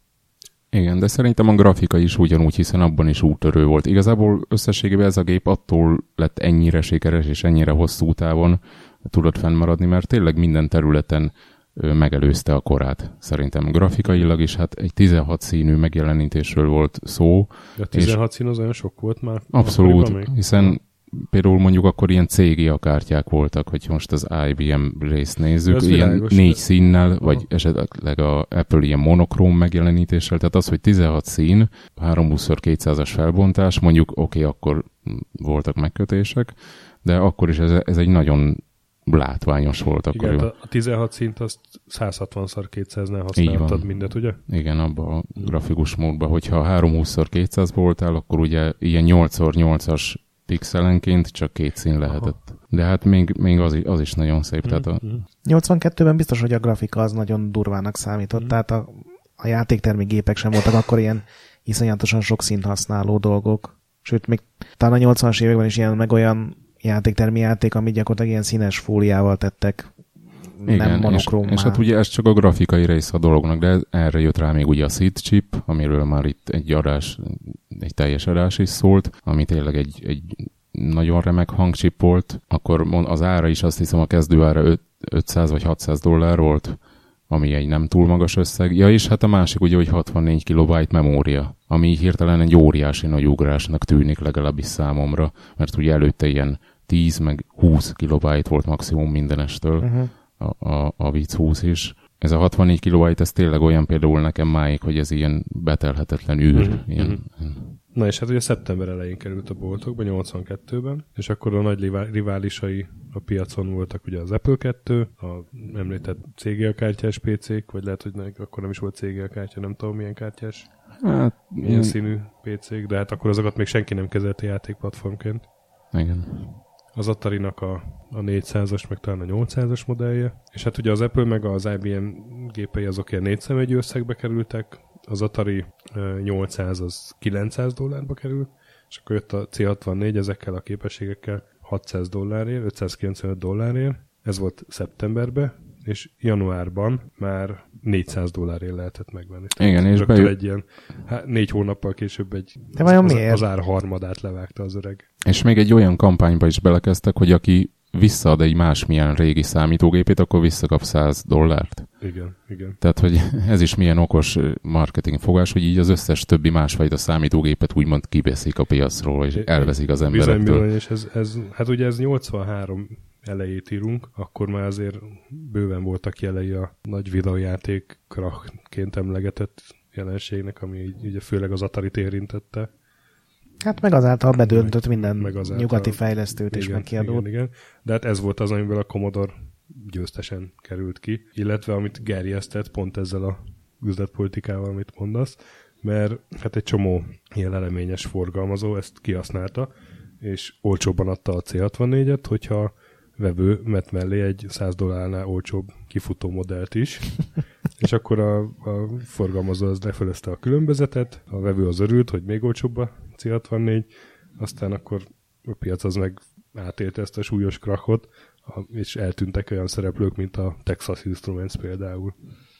S3: Igen, de szerintem a grafika is ugyanúgy, hiszen abban is úttörő volt. Igazából összességében ez a gép attól lett ennyire sikeres és ennyire hosszú távon tudott fennmaradni, mert tényleg minden területen megelőzte a korát. Szerintem grafikailag is, hát egy 16 színű megjelenítésről volt szó.
S1: De a 16 szín az olyan sok volt már?
S3: Abszolút, hiszen például mondjuk akkor ilyen CGA kártyák voltak, hogy most az IBM részt nézzük, ilyen világos, 4 színnel, vagy esetleg a Apple ilyen monokróm megjelenítéssel, tehát az, hogy 16 szín, 320x200-as felbontás, mondjuk oké, akkor voltak megkötések, de akkor is ez egy nagyon látványos volt akkor.
S1: Igen, a 16 színt azt 160x200-nál használtad mindet, ugye?
S3: Igen, abban a grafikus módban, hogyha 320x200 voltál, akkor ugye ilyen 8x8-as pixelenként csak 2 szín lehetett. Aha. De hát még az is nagyon szép. Tehát
S2: 82-ben biztos, hogy a grafika az nagyon durvának számított, tehát a játéktermi gépek sem voltak akkor ilyen iszonyatosan sok színt használó dolgok. Sőt, még talán a 80-as években is ilyen meg olyan játéktermi játék, amit gyakorlatilag ilyen színes fóliával tettek,
S3: igen,
S2: nem monokrómmá.
S3: És hát ugye ez csak a grafikai része a dolognak, de erre jött rá még ugye a Seed chip, amiről már itt egy teljes adás is szólt, ami tényleg egy nagyon remek hangchip volt, akkor az ára is azt hiszem a kezdő ára $500 vagy $600 volt, ami egy nem túl magas összeg. Ja, és hát a másik ugye, hogy 64 kilobájt memória, ami hirtelen egy óriási nagy ugrásnak tűnik legalábbis számomra, mert ugye előtte ilyen 10 meg 20 kilobájt volt maximum mindenestől, a Vic 20 is. Ez a 64 kilobájt, ez tényleg olyan például nekem máig, hogy ez ilyen betelhetetlen űr.
S1: Na és hát ugye szeptember elején került a boltokba, 82-ben, és akkor a nagy riválisai a piacon voltak ugye az Apple 2, a említett CGA kártyás PC-k, vagy lehet, hogy akkor nem is volt CGA kártya, nem tudom milyen kártyás, milyen színű PC-k, de hát akkor azokat még senki nem kezelte játékplatformként.
S3: Igen.
S1: Az Atari-nak a 400-as, meg talán a 800-as modellje, és hát ugye az Apple meg az IBM gépei azok ilyen 4 szemegyű összegbe kerültek, az Atari 800 az $900 kerül, és akkor jött a C64 ezekkel a képességekkel $600, $595. Ez volt szeptemberben, és januárban már $400 lehetett megvenni.
S3: Igen, és
S1: egy ilyen 4 hónappal később
S2: de vajon miért?
S1: Az ár harmadát levágta az öreg.
S3: És még egy olyan kampányba is belekezdtek, hogy aki visszaad egy másmilyen régi számítógépét, akkor visszakap $100.
S1: Igen.
S3: Tehát, hogy ez is milyen okos marketing fogás, hogy így az összes többi másfajta számítógépet úgymond kiveszik a piacról, és elveszik az emberektől.
S1: Bizony, és hát ugye ez 83 elejét írunk, akkor már azért bőven voltak jelei a nagy videójáték krachként emlegetett jelenségnek, ami ugye főleg az Atarit érintette.
S2: Hát meg azáltal bedöntött minden nyugati fejlesztőt és megkiadót.
S1: Igen. De hát ez volt az, amiből a Commodore győztesen került ki, illetve amit gerjesztett pont ezzel a üzletpolitikával, amit mondasz, mert hát egy csomó ilyen eleményes forgalmazó ezt kihasználta, és olcsóbban adta a C64-et, hogyha vevő met mellé egy $100 olcsóbb kifutó modellt is, és akkor a forgalmazó az lefölözte a különbözetet, a vevő az örült, hogy még olcsóbb a C64, aztán akkor a piac az meg átélte ezt a súlyos krachot, és eltűntek olyan szereplők, mint a Texas Instruments például.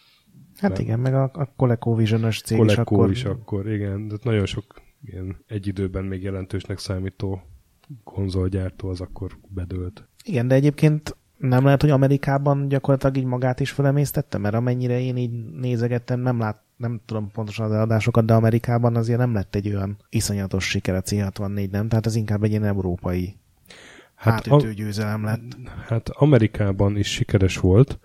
S2: Hát igen, meg a ColecoVision-ös cég
S1: is akkor, igen, de nagyon sok ilyen egy időben még jelentősnek számító konzolgyártó az akkor bedőlt.
S2: Igen, de egyébként nem lehet, hogy Amerikában gyakorlatilag így magát is felemésztette, mert amennyire én így nézegettem, nem tudom pontosan az eladásokat, de Amerikában azért nem lett egy olyan iszonyatos siker a C64, nem? Tehát ez inkább egy ilyen európai hátütő győzelem lett.
S1: Hát Amerikában is sikeres volt,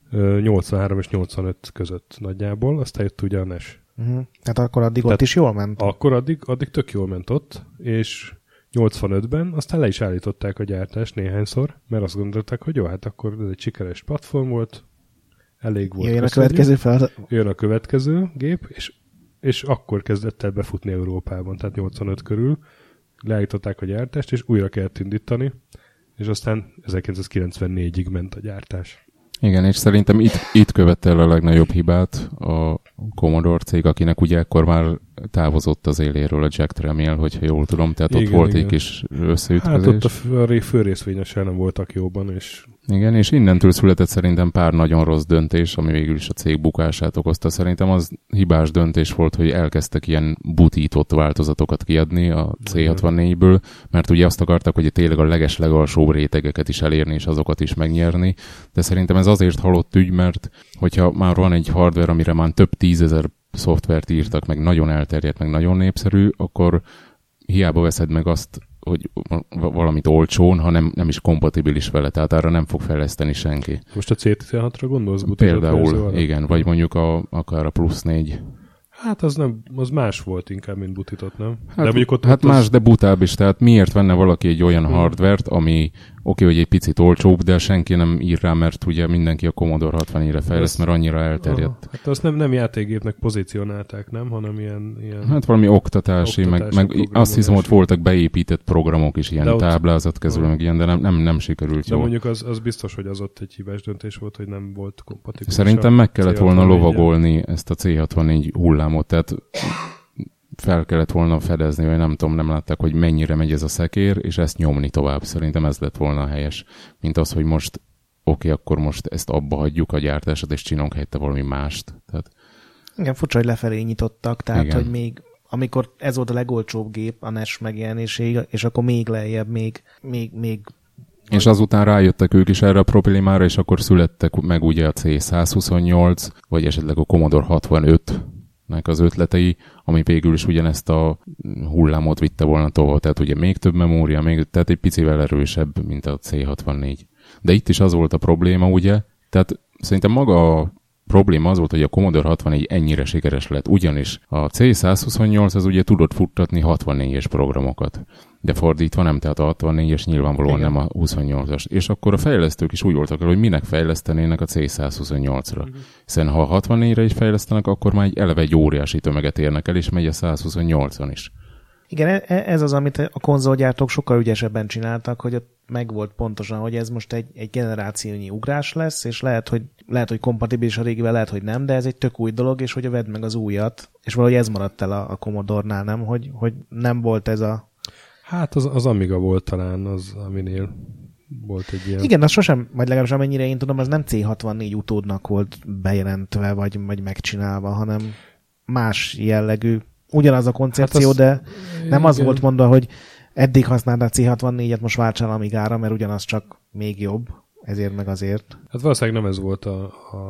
S1: 83 és 85 között nagyjából, aztán jött ugye a NES.
S2: Hát akkor addig ott is jól ment?
S1: Akkor addig tök jól ment ott, és 85-ben aztán le is állították a gyártást néhányszor, mert azt gondolták, hogy jó, hát akkor ez egy sikeres platform volt, elég volt.
S2: Jön a következő feladat.
S1: Jön a következő gép, és akkor kezdett el befutni Európában, tehát 85 körül. Leállították a gyártást, és újra kellett indítani, és aztán 1994-ig ment a gyártás.
S3: Igen, és szerintem itt követte el a legnagyobb hibát a Commodore cég, akinek ugye ekkor már távozott az éléről a Jack Tramiel, hogyha jól tudom, tehát ott volt egy kis összeütközés.
S1: Hát ott a főrészvényesen nem voltak jóban, és...
S3: Igen, és innentől született szerintem pár nagyon rossz döntés, ami végül is a cég bukását okozta. Szerintem az hibás döntés volt, hogy elkezdtek ilyen butított változatokat kiadni a C64-ből, mert ugye azt akartak, hogy tényleg a legalsóbb rétegeket is elérni, és azokat is megnyerni. De szerintem ez azért halott ügy, mert hogyha már van egy hardware, amire már több 10 000 szoftvert írtak, meg nagyon elterjedt, meg nagyon népszerű, akkor hiába veszed meg azt, hogy valamit olcsón, ha nem is kompatibilis vele, tehát arra nem fog fejleszteni senki.
S1: Most a C16-ra gondolsz?
S3: Például, igen, vagy mondjuk akár a plusz 4.
S1: Hát az más volt inkább, mint butított, nem?
S3: Hát, de ott más, de butább is, tehát miért venne valaki egy olyan hardvert, ami oké, hogy egy picit olcsóbb, de senki nem ír rá, mert ugye mindenki a Commodore 64-re fejleszt, mert annyira elterjedt.
S1: Hát azt nem játékgépnek pozícionálták, nem? Hanem ilyen...
S3: Hát valami oktatási meg azt hiszem, ott voltak beépített programok is, ilyen táblázatkezelő, meg ilyen, de nem sikerült
S1: de
S3: jól.
S1: mondjuk az biztos, hogy az ott egy hibás döntés volt, hogy nem volt kompatibilis.
S3: Szerintem meg kellett volna lovagolni ezt a C64 hullámot, tehát fel kellett volna fedezni, vagy nem tudom, nem látták, hogy mennyire megy ez a szekér, és ezt nyomni tovább. Szerintem ez lett volna helyes, mint az, hogy most akkor most ezt abba hagyjuk a gyártását, és csinálunk helyette valami mást. Tehát...
S2: Igen, furcsa, hogy lefelé nyitottak, tehát, igen. Hogy még amikor ez volt a legolcsóbb gép, a NES megjelenéséig, és akkor még lejjebb, még
S3: és azután rájöttek ők is erre a problémára, és akkor születtek meg ugye a C128, vagy esetleg a Commodore 65, nek az ötletei, ami végül is ugyanezt a hullámot vitte volna tovább. Tehát ugye még több memória, tehát egy picivel erősebb, mint a C64. De itt is az volt a probléma, ugye? Tehát szerintem maga a probléma az volt, hogy a Commodore 64 ennyire sikeres lett, ugyanis a C128 az ugye tudott futtatni 64-es programokat. De fordítva nem, tehát a 64-es nyilvánvalóan nem a 28-as. És akkor a fejlesztők is úgy voltak el, hogy minek fejlesztenének a C128-ra. Hiszen ha a 64-re is fejlesztenek, akkor már eleve egy óriási tömeget érnek el, és megy a 128-on is.
S2: Igen, ez az, amit a konzolgyártók sokkal ügyesebben csináltak, hogy ott megvolt pontosan, hogy ez most egy generációnyi ugrás lesz, és lehet, hogy kompatibilis a régivel, lehet, hogy nem, de ez egy tök új dolog, és hogy vedd meg az újat, és valahogy ez maradt el a Commodore-nál, nem? Hogy nem volt ez a...
S1: Hát az Amiga volt talán az, aminél volt egy ilyen...
S2: Igen, az sosem, vagy legalábbis amennyire én tudom, az nem C64 utódnak volt bejelentve, vagy megcsinálva, hanem más jellegű. Ugyanaz a koncepció, hát de nem igen. Az volt mondva, hogy eddig használd a C64-et, most váltsál Amigára, mert ugyanaz csak még jobb, ezért meg azért.
S1: Hát valószínűleg nem ez volt a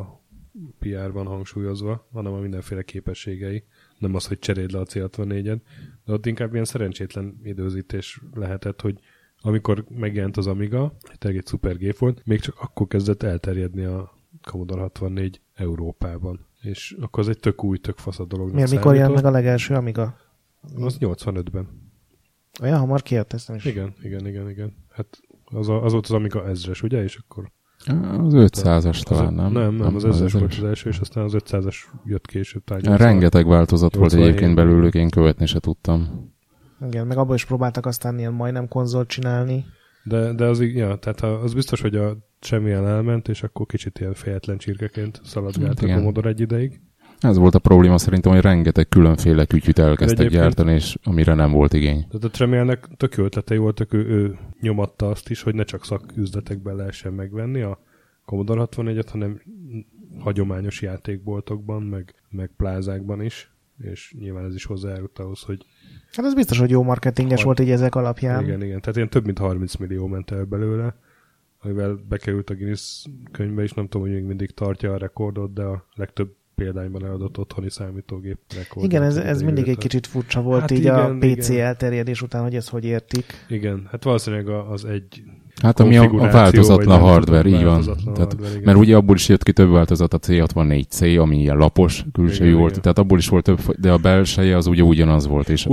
S1: PR-ban hangsúlyozva, hanem a mindenféle képességei. Nem az, hogy cseréld le a C64-et, de ott inkább ilyen szerencsétlen időzítés lehetett, hogy amikor megjelent az Amiga, tényleg egy szuper gép volt, még csak akkor kezdett elterjedni a Commodore 64 Európában. És akkor az egy tök új, tök fasz a dolognak
S2: számított. Mikor jelent meg a legelső Amiga?
S1: Az 85-ben.
S2: Olyan hamar kijött, ezt nem is.
S1: Igen. Hát az volt az Amiga 1000-es, ugye? És akkor...
S3: Az 500-as talán, nem?
S1: Nem, az 1000-es volt az első, és aztán az 500-as jött később.
S3: Rengeteg változat volt egyébként belőlük, én követni se tudtam.
S2: Igen, meg abban is próbáltak aztán ilyen majdnem konzolt csinálni.
S1: De az, ja, tehát az biztos, hogy a semmilyen elment, és akkor kicsit ilyen fejetlen csirkeként szaladgált a Commodore egy ideig.
S3: Ez volt a probléma szerintem, hogy rengeteg különféle kütyüt elkezdtek gyártani, és amire nem volt igény.
S1: Tehát a Tremélnek tök jó ötletei voltak, ő nyomatta azt is, hogy ne csak szaküzletekben lehessen megvenni a Commodore 64-et, hanem hagyományos játékboltokban, meg plázákban is, és nyilván ez is hozzájárult ahhoz, hogy...
S2: Hát ez biztos, hogy jó marketinges volt így ezek alapján.
S1: Igen, tehát ilyen több mint 30 millió ment el belőle, amivel bekerült a Guinness könyvbe is, nem tudom, hogy még mindig tartja a rekordot, de a legtöbb példányban eladott otthoni számítógép rekordot.
S2: Igen, ez mindig egy kicsit furcsa volt hát így igen, a PC elterjedés után, hogy ezt hogy értik.
S1: Igen, hát valószínűleg az egy
S3: hát ami a változatlan hardware, így van. Tehát, mert ugye abból is jött ki több változat, a C64C, ami ilyen lapos külsejű volt, tehát abból is volt több, de a belseje az ugye ugyanaz volt. És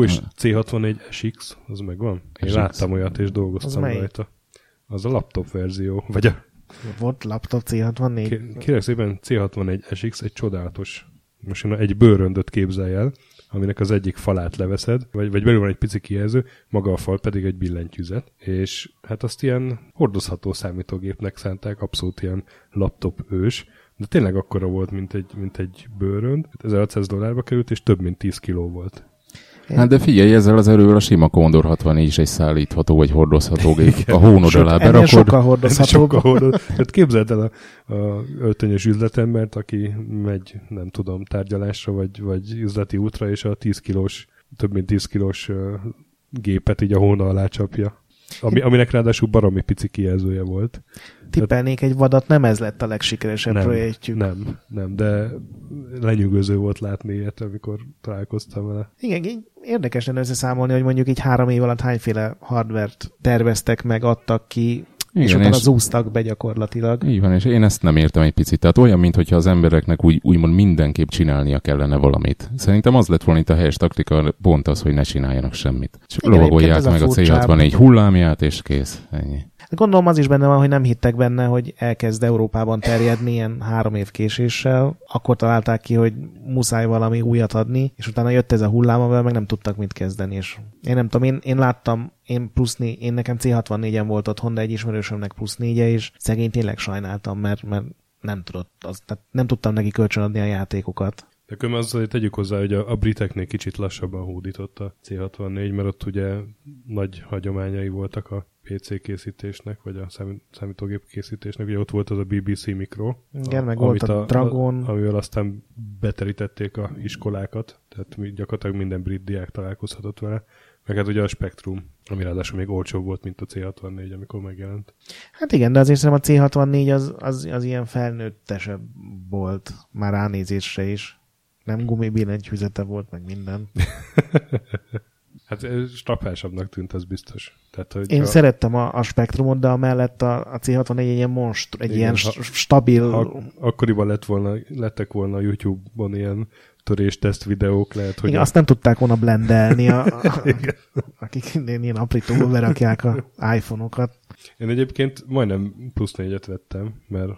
S1: C64SX, az megvan? Én láttam olyat, és dolgoztam rajta. Az a laptop verzió, vagy a...
S2: Volt laptop C64?
S1: Kérlek szépen, C64SX egy csodálatos, most egy bőröndöt képzelj el, aminek az egyik falát leveszed, vagy belül van egy pici kijelző, maga a fal pedig egy billentyűzet, és hát azt ilyen hordozható számítógépnek szánták, abszolút ilyen laptop ős, de tényleg akkora volt, mint egy bőrönd, $1600 került, és több mint 10 kiló volt.
S3: Hát de figyelj, ezzel az erővel a sima Commodore 64 is egy szállítható vagy hordozható gép. A hónod alá berakod.
S2: Sokkal hordozhatóbb.
S1: Tehát képzeld el a öltönyös üzletembert, aki megy, nem tudom, tárgyalásra vagy üzleti útra, és a 10 kilós, több mint 10 kilós gépet így a hóna alá csapja. Aminek ráadásul baromi pici kijelzője volt.
S2: Tippelnék egy vadat, nem ez lett a legsikeresebb projektjük.
S1: Nem, de lenyűgöző volt látni ilyet, amikor találkoztam vele.
S2: Igen, érdekes lenne összeszámolni, hogy mondjuk így 3 év alatt hányféle hardvert terveztek meg, adtak ki, igen, és utána zúztak be gyakorlatilag.
S3: Így van, és én ezt nem értem egy picit. Tehát olyan, mintha az embereknek úgymond mindenképp csinálnia kellene valamit. Szerintem az lett volna itt a helyes taktika, pont az, hogy ne csináljanak semmit. Csak lovagolják meg a C64 hullámját, és kész. Ennyi.
S2: Gondolom az is benne van, hogy nem hittek benne, hogy elkezd Európában terjedni ilyen 3 év késéssel. Akkor találták ki, hogy muszáj valami újat adni, és utána jött ez a hullám, amivel meg nem tudtak mit kezdeni. És én nem tudom, én láttam, én nekem C64-en volt otthon, de egy ismerősömnek +4-e, és szegény tényleg sajnáltam, mert nem tudott, tehát nem tudtam neki kölcsönadni a játékokat.
S1: De különben azzal tegyük hozzá, hogy a briteknél kicsit lassabban hódított a C64, mert ott ugye nagy hagyományai voltak a PC készítésnek, vagy a számítógép készítésnek. Ugye ott volt az a BBC Micro.
S2: Igen, meg volt a Dragon.
S1: Amivel aztán beterítették a iskolákat, tehát gyakorlatilag minden brit diák találkozhatott vele. Meg hát ugye a Spectrum, ami ráadásul még olcsóbb volt, mint a C64, amikor megjelent.
S2: Hát igen, de azért szerintem a C64 az ilyen felnőttesebb volt, már ránézésre is. nem gumibillentyűzete volt, meg minden.
S1: Hát strapásabbnak tűnt, az biztos. Tehát, hogy
S2: én szerettem a Spektrumot, de amellett a C64 egy ilyen monstrum, egy ilyen stabil...
S1: Akkoriban lettek volna a YouTube-on ilyen törésteszt videók, lehet, hogy...
S2: Igen, azt nem tudták volna blendelni, akik ilyen aprítóba berakják az iPhone-okat.
S1: Én egyébként majdnem +4-et vettem, mert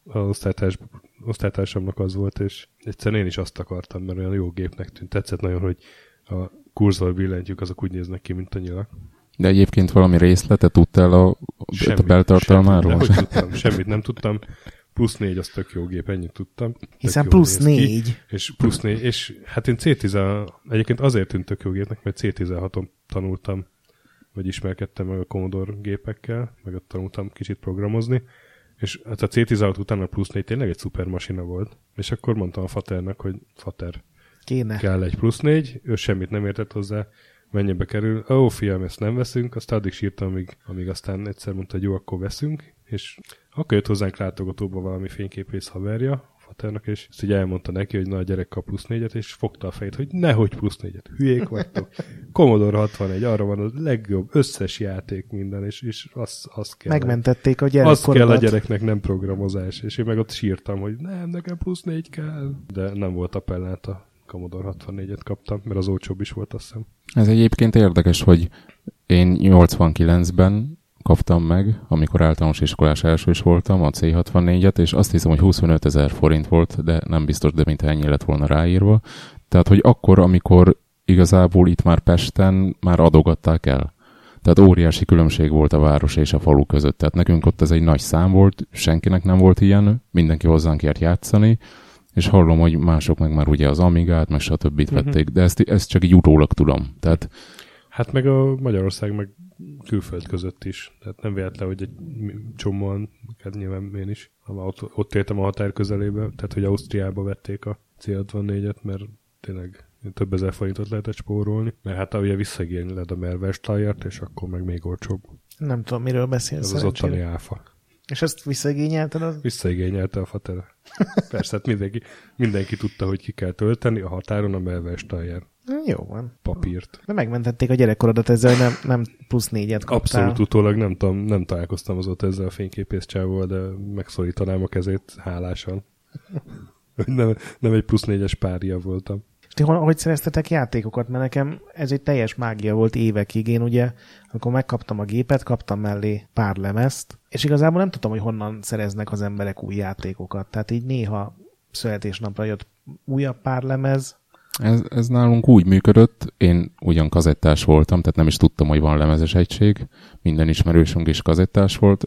S1: az osztálytársamnak az volt, és egyszerűen én is azt akartam, mert olyan jó gépnek tűnt. Tetszett nagyon, hogy a kurzor billentyűk azok úgy néznek ki, mint a nyilak.
S3: De egyébként valami részletet tudtál a beltartalmáról?
S1: Semmit nem tudtam. +4 az tök jó gép, ennyit tudtam.
S2: Hiszen +4.
S1: És +4, és hát én egyébként azért tűnt tök jó gépnek, mert C16-on tanultam, vagy ismerkedtem meg a Commodore gépekkel, meg ott tanultam kicsit programozni, és hát a C16 után a +4 tényleg egy szuper masina volt. És akkor mondtam a faternak, hogy fater, kell egy +4, ő semmit nem értett hozzá, mennyibe kerül. Ó, fiam, ezt nem veszünk, azt addig sírtam, amíg aztán egyszer mondta, hogy jó, akkor veszünk, és akkor jött hozzánk látogatóba valami fényképész haverja, faternak, és ezt így elmondta neki, hogy na, a gyerek kap +4-et, és fogta a fejét, hogy nehogy +4-et, hülyék vagytok. Commodore 61, arra van a legjobb összes játék minden, és az kell.
S2: Megmentették a gyerekkorodat.
S1: Az kell a gyereknek, nem programozás. És én meg ott sírtam, hogy nem, nekem +4 kell. De nem volt appellát, a Commodore 64-et kaptam, mert az olcsóbb is volt, azt hiszem.
S3: Ez egyébként érdekes, hogy én 89-ben kaptam meg, amikor általános iskolás elsős voltam, a C64-et, és azt hiszem, hogy 25 000 forint volt, de nem biztos, de mintha ennyi lett volna ráírva. Tehát, hogy akkor, amikor igazából itt már Pesten már adogatták el. Tehát óriási különbség volt a város és a falu között. Tehát nekünk ott ez egy nagy szám volt, senkinek nem volt ilyen, mindenki hozzánk járt játszani, és hallom, hogy mások meg már ugye az Amigát, meg stb. Vették, de ezt csak így utólag tudom. Tehát...
S1: Hát meg a Magyarország meg külföld között is. Tehát nem véletlen, hogy egy csomóan, hát nyilván én is, ott éltem a határ közelébe, tehát hogy Ausztriába vették a C64-et, mert tényleg több ezer forintot lehetett spórolni, mert hát ugye visszaigényled a Mervers-Taljart, és akkor meg még olcsóbb.
S2: Nem tudom, miről beszélsz.
S1: Ez az ottani áfa.
S2: És ezt visszaigényelted?
S1: Visszaigényelte a fater. Persze, hát mindenki tudta, hogy ki kell tölteni a határon a Mervers-Taljár.
S2: Jó van.
S1: Papírt.
S2: De megmentették a gyerekkorodat ezzel, hogy nem +4-et kaptál.
S1: Abszolút utólag nem találkoztam azóta ezzel a fényképész csávval, de megszorítanám a kezét hálásan. nem egy +4-es párja voltam.
S2: Ti hogy szereztetek játékokat? Mert nekem ez egy teljes mágia volt évekig. Én ugye, akkor megkaptam a gépet, kaptam mellé pár lemezt, és igazából nem tudtam, hogy honnan szereznek az emberek új játékokat. Tehát így néha születésnapra jött újabb pár lemez.
S3: Ez nálunk úgy működött, én ugyan kazettás voltam, tehát nem is tudtam, hogy van lemezes egység, minden ismerősünk is kazettás volt.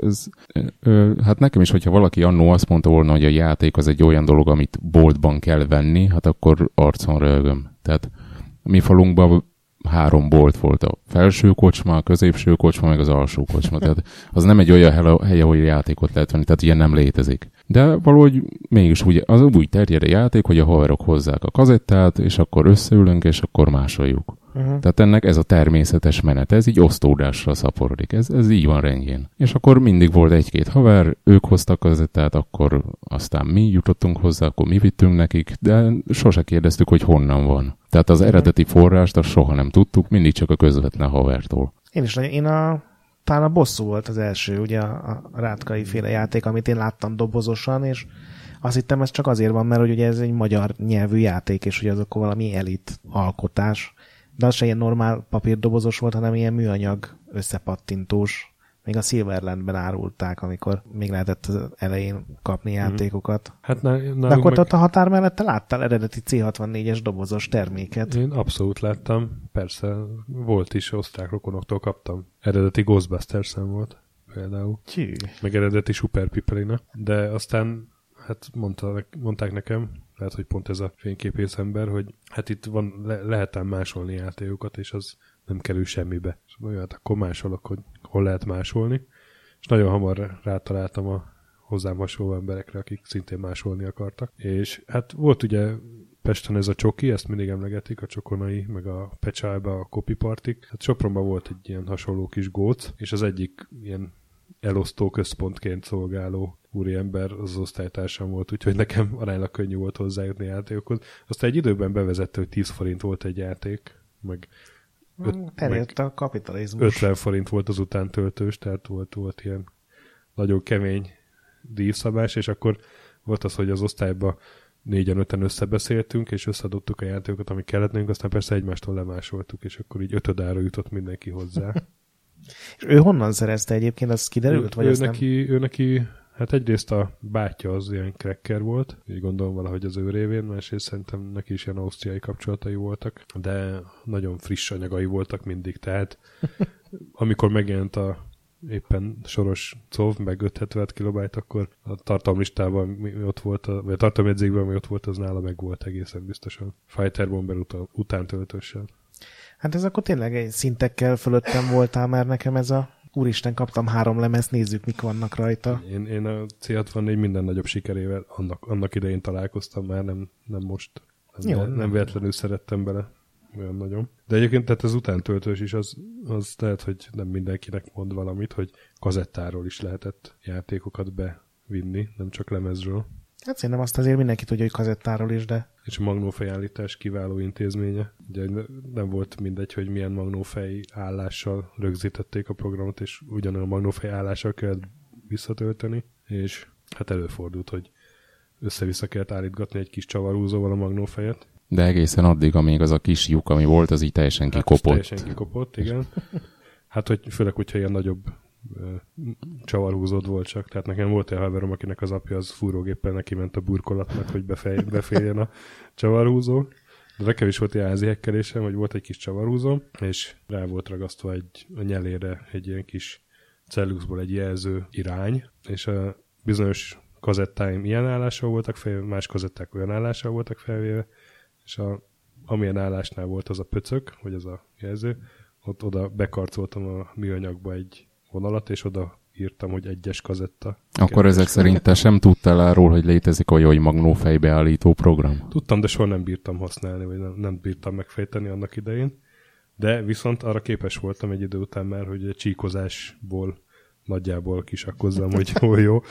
S3: Hát nekem is, hogyha valaki annó azt mondta volna, hogy a játék az egy olyan dolog, amit boltban kell venni, hát akkor arcon röhögöm. Tehát mi falunkban 3 bolt volt, a felső kocsma, a középső kocsma, meg az alsó kocsma. Tehát az nem egy olyan hely, ahol játékot lehet venni, tehát ilyen nem létezik. De valahogy mégis úgy terjed a játék, hogy a haverok hozzák a kazettát, és akkor összeülünk, és akkor másoljuk. Tehát ennek ez a természetes menet, ez így osztódásra szaporodik, ez így van rendjén. És akkor mindig volt 1-2 haver, ők hoztak kazettát, akkor aztán mi jutottunk hozzá, akkor mi vittünk nekik, de sose kérdeztük, hogy honnan van. Tehát az eredeti forrást azt soha nem tudtuk, mindig csak a közvetlen havertól.
S2: Talán a Bosszú volt az első, ugye a Rátkai féle játék, amit én láttam dobozosan, és azt hittem, ez csak azért van, mert ugye ez egy magyar nyelvű játék, és ugye az akkor valami elit alkotás. De az se ilyen normál papírdobozos volt, hanem ilyen műanyag összepattintós. Még a Silverlandben árulták, amikor még lehetett az elején kapni játékokat. Hát de akkor ott a határ mellett te láttál eredeti C64-es dobozos terméket?
S1: Én abszolút láttam. Persze, volt is, osztrák rokonoktól kaptam. Eredeti Ghostbusters-en volt például.
S2: Csű.
S1: Meg eredeti Super Pipelina. De aztán hát mondták nekem, lehet, hogy pont ez a fényképész ember, hogy hát itt van, lehet másolni játékokat, és az nem kerül semmibe. És mondja, hát akkor másolok, hogy hol lehet másolni. És nagyon hamar rátaláltam a hozzám hasonló emberekre, akik szintén másolni akartak. És hát volt ugye Pesten ez a csoki, ezt mindig emlegetik, a csokonai, meg a Pecsába a kopipartik. Hát Sopronban volt egy ilyen hasonló kis góc, és az egyik ilyen elosztó központként szolgáló úriember az osztálytársam volt, úgyhogy nekem aránylag könnyű volt hozzájutni játékokhoz. Aztán egy időben bevezette, hogy 10 forint volt egy játék, meg
S2: terjedt a kapitalizmus.
S1: 50 forint volt az utántöltős, tehát volt ilyen nagyon kemény díjszabás, és akkor volt az, hogy az osztályban 4-5-en összebeszéltünk, és összeadottuk a játékokat, ami kellett nekünk, aztán persze egymástól lemásoltuk, és akkor így 5 jutott mindenki hozzá.
S2: És ő honnan szerezte egyébként, az kiderült? Vagy
S1: ő neki, hát egyrészt a bátyja az ilyen cracker volt, így gondolom valahogy az ő révén, másrészt szerintem neki is ilyen ausztriai kapcsolatai voltak, de nagyon friss anyagai voltak mindig, tehát amikor megjelent a éppen soros COV, meg 576 kilobájt, akkor a tartalomlistában mi ott volt, vagy a tartalomjegyzékben mi ott volt, az nála meg volt egészen biztosan. Fighter Bomber után töltőssel.
S2: Hát ez akkor tényleg egy szintekkel fölöttem voltál, mert nekem ez a úristen, kaptam 3 lemezt, nézzük, mik vannak rajta.
S1: Én a C64 minden nagyobb sikerével annak idején találkoztam már, nem most. Nem véletlenül szerettem bele olyan nagyon. De egyébként tehát az utántöltős is az lehet, hogy nem mindenkinek mond valamit, hogy kazettáról is lehetett játékokat bevinni, nem csak lemezről.
S2: Hát szerintem azt azért mindenki tudja, hogy kazettáról is, de...
S1: És a magnófejállítás kiváló intézménye. Ugye nem volt mindegy, hogy milyen magnófej állással rögzítették a programot, és ugyanolyan magnófej állással kellett visszatölteni, és hát előfordult, hogy össze-vissza kellett állítgatni egy kis csavarhúzóval a magnófejet.
S3: De egészen addig, amíg az a kis lyuk, ami volt, az így teljesen kikopott.
S1: Teljesen kikopott, igen. Hát, hogy főleg, hogyha ilyen nagyobb csavarhúzód volt csak. Tehát nekem volt egy haverom, akinek az apja az fúrógéppel neki ment a burkolatnak, hogy beférjen a csavarhúzó. De nekem is volt ilyen házi hekkelésem, hogy volt egy kis csavarhúzó, és rá volt ragasztva a nyelére egy ilyen kis celluxból egy jelző irány, és a bizonyos kazettáim ilyen állással voltak felvéve, más kazetták olyan állással voltak felvéve, és amilyen állásnál volt az a pöcök, vagy az a jelző, ott oda bekarcoltam a műanyagba egy vonalat, és oda írtam, hogy 1-es kazetta.
S3: Akkor ezek szerint te sem tudtál arról, hogy létezik olyan, hogy magnófejbeállító program?
S1: Tudtam, de soha nem bírtam használni, vagy nem bírtam megfejteni annak idején. De viszont arra képes voltam egy idő után már, hogy a csíkozásból nagyjából kisakkozzam, hogy hol jó.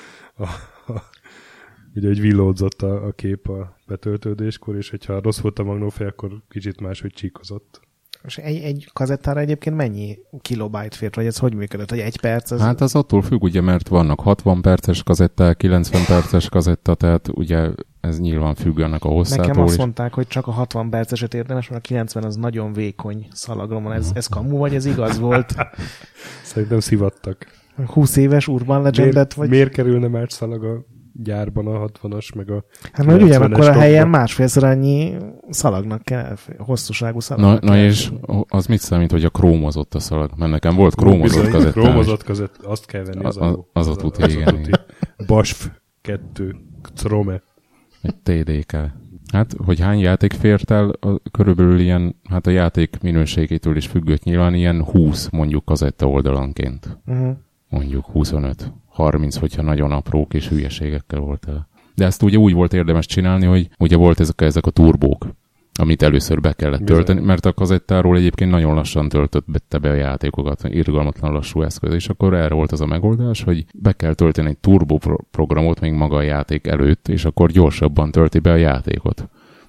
S1: Ugye, hogy villódzott a kép a betöltődéskor, és hogyha rossz volt a magnófej, akkor kicsit máshogy csíkozott.
S2: És egy kazettára egyébként mennyi kilobájt fért, vagy ez hogy működött? Hogy 1 perc? Az...
S3: Hát az attól függ, ugye, mert vannak 60 perces kazetták, 90 perces kazetta, tehát ugye ez nyilván függ annak a hosszától.
S2: Nekem azt mondták, hogy csak a 60 perceset érdemes, mert a 90 az nagyon vékony szalagról van. Ez kamu, vagy ez igaz volt?
S1: Szerintem szivattak.
S2: 20 éves Urban Legendet, vagy...
S1: Miért kerülne más szalag a gyárban a 60-as, meg a
S2: hát mert ugye akkor a helyen másfélszer annyi szalagnak kell, hosszúságú szalagnak
S3: Na és az mit számít, hogy a krómozott a szalag? Mert nekem volt krómozott kazettám.
S1: Krómozott kazett, azt kell venni,
S3: az a tuti, igen.
S1: BASF 2 Trome.
S3: Egy TDK. Hát, hogy hány játék fért el, körülbelül ilyen, hát a játék minőségétől is függött nyilván, ilyen 20 mondjuk kazetta oldalanként. Mondjuk 25. 30, hogyha nagyon apró kis hülyeségekkel volt el. De ezt ugye úgy volt érdemes csinálni, hogy ugye volt ezek a turbók, amit először be kellett tölteni, mert a kazettáról egyébként nagyon lassan töltötte be a játékokat, irgalmatlan lassú eszköz, és akkor erre volt az a megoldás, hogy be kell tölteni egy turbó programot még maga a játék előtt, és akkor gyorsabban tölti be a játékot.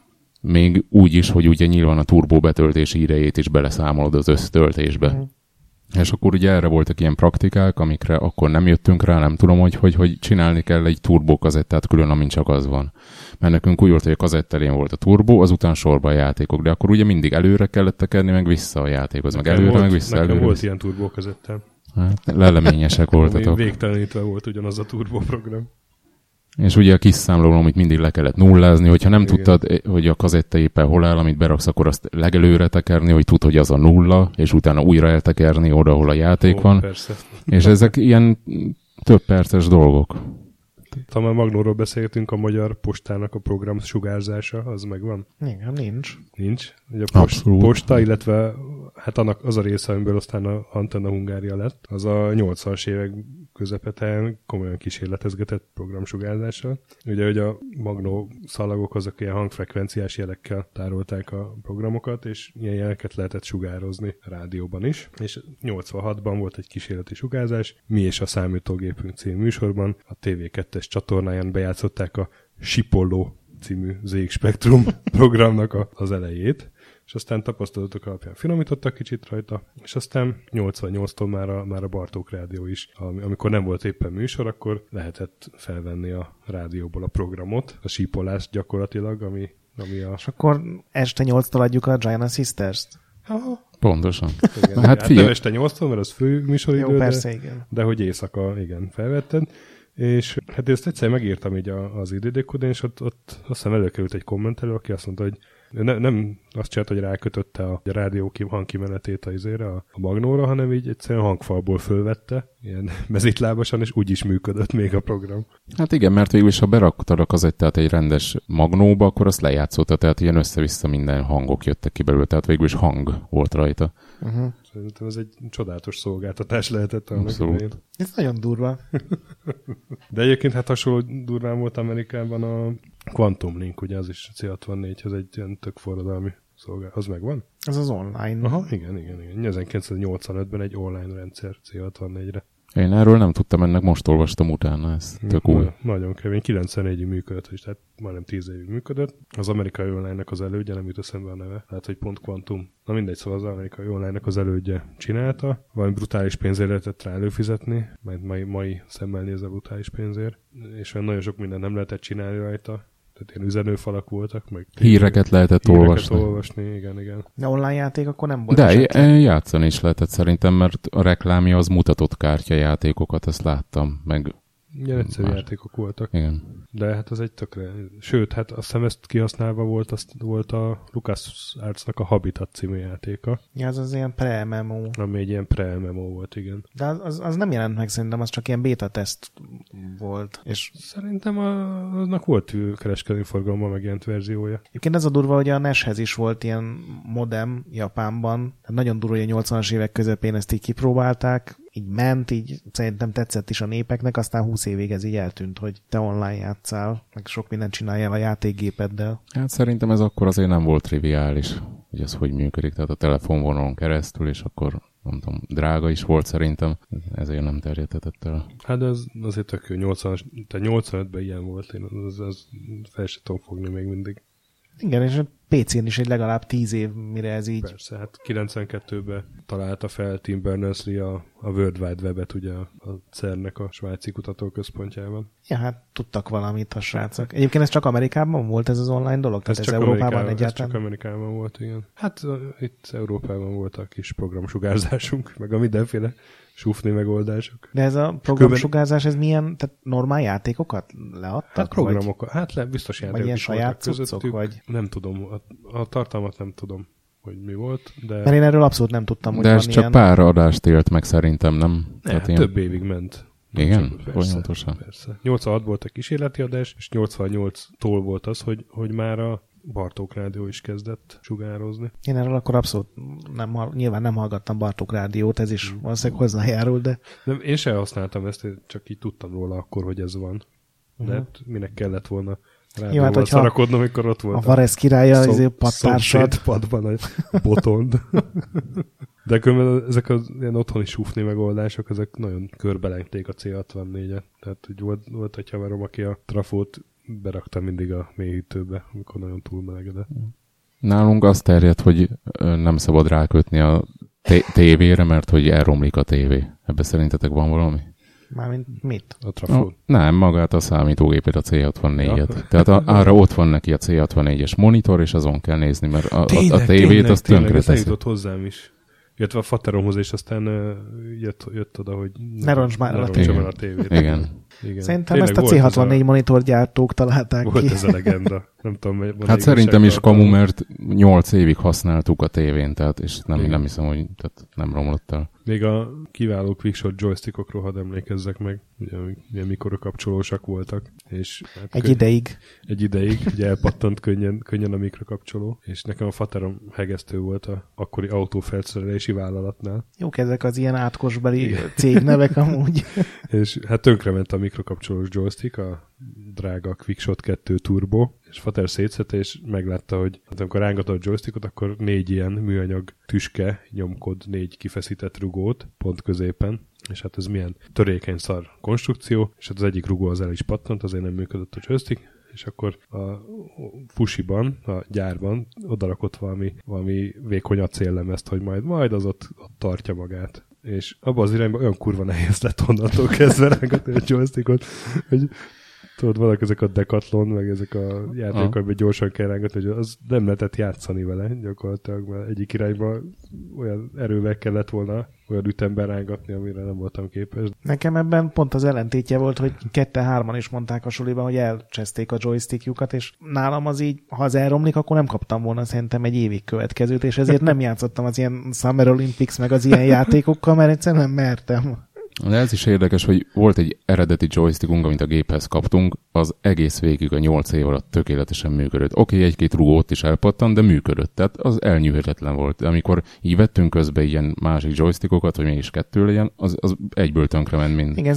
S3: Még úgy is, hogy ugye nyilván a turbó betöltési idejét is beleszámolod az össztöltésbe. És akkor ugye erre voltak ilyen praktikák, amikre akkor nem jöttünk rá, nem tudom, hogy csinálni kell egy turbókazettát külön, amin csak az van. Mert nekünk úgy volt, hogy a kazett elén volt a turbó, azután sorban a játékok, de akkor ugye mindig előre kellett tekerni, meg vissza a játékhoz, meg előre, meg vissza.
S1: Nekem
S3: előre,
S1: volt ilyen turbókazettám.
S3: Hát, leleményesek voltatok.
S1: Végtelenítve volt ugyanaz a turbóprogram.
S3: És ugye a kis számlón, amit mindig le kellett nullázni, hogyha nem tudtad, hogy a kazetta éppen hol áll, amit beraksz, akkor azt legelőre tekerni, hogy tudd, hogy az a nulla, és utána újra eltekerni oda, ahol a játék van.
S1: Persze.
S3: És ezek ilyen több perces dolgok.
S1: Ha már Magnóról beszéltünk, a Magyar Postának a program sugárzása, az megvan?
S2: Igen, nincs.
S1: Nincs. Ugye a posta, illetve hát annak az a része, amiből aztán a Antenna Hungária lett, az a 80-as évek közepeten komolyan kísérletezgetett programsugárzással. Ugye, hogy a magnó szalagok azok ilyen hangfrekvenciás jelekkel tárolták a programokat, és ilyen jeleket lehetett sugározni a rádióban is. És 86-ban volt egy kísérleti sugárzás, Mi és a számítógépünk című műsorban a TV2-es csatornáján bejátszották a Sipolló című ZX Spectrum programnak az elejét, és aztán tapasztalatok alapján finomítottak kicsit rajta, és aztán 88-tól már a Bartók Rádió is, amikor nem volt éppen műsor, akkor lehetett felvenni a rádióból a programot, a sípolást gyakorlatilag, ami a...
S2: És akkor este 8-tól adjuk a Giant Sisters-t?
S3: Pontosan.
S1: Igen, hát nem este 8-tól, mert az fő műsoridő,
S2: jó, persze, igen.
S1: De hogy éjszaka, igen, felvetted. És hát ezt egyszer megírtam így az IDD-kódon, és ott azt hiszem előkerült egy kommentelő, aki azt mondta, hogy nem azt csinált, hogy rákötötte a rádió hangkimenetét a magnóra, hanem így egyszerűen hangfalból fölvette, ilyen mezítlábasan, és úgy is működött még a program.
S3: Hát igen, mert végül is, ha beraktad a kazettát egy rendes magnóba, akkor azt lejátszotta, tehát ilyen össze-vissza minden hangok jöttek ki belőle, tehát végül is hang volt rajta.
S2: Uh-huh.
S1: Szerintem ez egy csodálatos szolgáltatás lehetett annak idején.
S2: Ez nagyon durva.
S1: De egyébként hát hasonló durván volt Amerikában a Quantum Link, ugye az is C64, az egy ilyen tök forradalmi szolgáltatás. Az megvan?
S2: Ez az online.
S1: Aha, igen. 1985-ben egy online rendszer C64-re.
S3: Én erről nem tudtam, ennek most olvastam utána, ez tök új.
S1: Nagyon kemény, 94-ig működött, és tehát majdnem 10 évig működött. Az amerikai online-nek az elődje, nem jut eszembe a neve, tehát hogy pont Quantum. Na mindegy, szóval az amerikai online-nek az elődje csinálta, valami brutális pénzért lehetett rá előfizetni, majd mai szemmel nézve brutális pénzért, és olyan nagyon sok mindent nem lehetett csinálni rajta. Tehát ilyen üzenőfalak voltak, meg
S3: híreket lehetett olvasni.
S1: Igen.
S2: De online játék akkor nem volt.
S3: De játszani is lehetett szerintem, mert a reklámja az mutatott kártyajátékokat, ezt láttam, meg...
S1: Ilyen egyszerű játékok voltak.
S3: Igen.
S1: De hát az egy tökre... Sőt, hát azt hiszem ezt kihasználva volt a LucasArts-nak a Habitat című játéka.
S2: Ja, az ilyen pre-MMO.
S1: Ami egy ilyen pre-MMO volt, igen.
S2: De az nem jelent meg szerintem, az csak ilyen beta-teszt volt. És
S1: szerintem aznak volt kereskedelmi forgalomban megjelent verziója.
S2: Egyébként ez a durva, hogy a NES-hez is volt ilyen modem Japánban. Tehát nagyon durva, hogy a 80-as évek közepén ezt így kipróbálták, így ment, így szerintem tetszett is a népeknek, aztán 20 évig ez így eltűnt, hogy te online játszál, meg sok mindent csináljál a játékgépeddel.
S3: Hát szerintem ez akkor azért nem volt triviális, hogy ez hogy működik, tehát a telefonvonalon keresztül, és akkor nem tudom, drága is volt szerintem, ezért nem terjedhetett el.
S1: Hát ez azért tök jó, 85-ben ilyen volt, én az fel se tudom fogni még mindig.
S2: Igen, és a PC-n is egy legalább 10 év, mire ez így...
S1: Persze, hát 92-ben találta fel Tim Berners-Lee a World Wide Web-et ugye a CERN-nek a svájci kutatóközpontjában.
S2: Ja, hát tudtak valamit a srácok. Egyébként ez csak Amerikában volt ez az online dolog? Tehát ez Európában egyáltalán?
S1: Ez csak Amerikában volt, igen. Hát itt Európában volt a kis programsugárzásunk, meg a mindenféle sufni megoldások.
S2: De ez a programsugárzás, ez milyen, tehát normál játékokat leadtak?
S1: Hát programokat, biztos játékok
S2: ilyen saját cuccok, vagy?
S1: Nem tudom, a tartalmat nem tudom, hogy mi volt, de...
S2: Mert én erről abszolút nem tudtam, hogy
S3: de ez
S2: van
S3: csak
S2: ilyen...
S3: pár adást élt meg szerintem, nem?
S1: Hát ilyen... több évig ment.
S3: Igen? Folyamatosan.
S1: Persze. 86 volt a kísérleti adás, és 88-tól volt az, hogy már a Bartók Rádió is kezdett sugározni.
S2: Én erről akkor abszolút nyilván nem hallgattam Bartók Rádiót, ez is valószínűleg hozzájárul, de...
S1: Nem, én sem használtam ezt, csak így tudtam róla akkor, hogy ez van. De minek kellett volna rádióval hát, szarakodnom, amikor ott volt
S2: a Varesz királya, az pattársad.
S1: Padban a botond. De különben ezek az ilyen otthoni sufni megoldások, ezek nagyon körbelengték a C64-et. Tehát úgy volt egy haverom, aki a trafót berakta mindig a mélyhűtőbe, amikor nagyon túlmelegedett.
S3: Nálunk azt terjedt, hogy nem szabad rákötni a tévére, mert hogy elromlik a tévé. Ebben szerintetek van valami?
S2: Mármint mit?
S1: A trafót?
S3: Nem, magát a számítógépet, a C64-et. Ja. Tehát arra ott van neki a C64-es monitor, és azon kell nézni, mert a tévét azt tönkre teszi.
S1: Ez eljutott hozzám is. Illetve a fateromhoz, és aztán jött oda, hogy
S2: ne roncs már el
S3: a tévét. Igen.
S2: Szerintem tényleg ezt a C64 monitorgyártók találták
S1: volt ki. Volt ez a legenda. Nem tudom,
S3: hát szerintem is kamu, mert 8 évig használtuk a tévén, tehát, és nem hiszem, hogy tehát nem romlott el.
S1: Még a kiváló quickshot joystickokról hadd emlékezzek meg, ugye mikrokapcsolósak voltak. És hát
S2: Egy ideig, ugye elpattant könnyen a mikrokapcsoló, és nekem a faterom hegesztő volt a akkori autófelszerelési vállalatnál. Jók ezek az ilyen átkosbeli cégnevek amúgy.
S1: És hát tönkrement a mikrokapcsolós joystick, a drága Quickshot 2 Turbo, és fater szétszette, és meglátta, hogy hát amikor rángatta a joystickot, akkor 4 ilyen műanyag tüske nyomkod 4 kifeszített rugót pont középen, és hát ez milyen törékeny szar konstrukció, és hát az egyik rugó az el is pattant, azért nem működött a joystick, és akkor a fusiban, a gyárban odarakott valami vékony acéllemezt, hogy majd az ott tartja magát. És abban az irányban olyan kurva nehéz lett onnantól kezdve rángatni a joystickot, hogy tudod, vannak ezek a Decathlon, meg ezek a játékok, amiben gyorsan kell rángatni, hogy az nem lehetett játszani vele gyakorlatilag, mert egyik irányban olyan erővel kellett volna olyan ütemben rángatni, amire nem voltam képes.
S2: Nekem ebben pont az ellentétje volt, hogy 2-3-an is mondták a suliban, hogy elcseszték a joystickjukat, és nálam az így, ha az elromlik, akkor nem kaptam volna szerintem egy évig következőt, és ezért nem játszottam az ilyen Summer Olympics meg az ilyen játékokkal, mert egyszerűen nem mertem.
S3: De ez is érdekes, hogy volt egy eredeti joystickunk, amit a géphez kaptunk, az egész végig a 8 év alatt tökéletesen működött. Oké, egy-két rugót is elpattant, de működött, tehát az elnyűhetetlen volt. De amikor így vettünk közbe ilyen másik joystickokat, hogy mégis 2 legyen, az egyből tönkrement mind.
S2: Igen, ez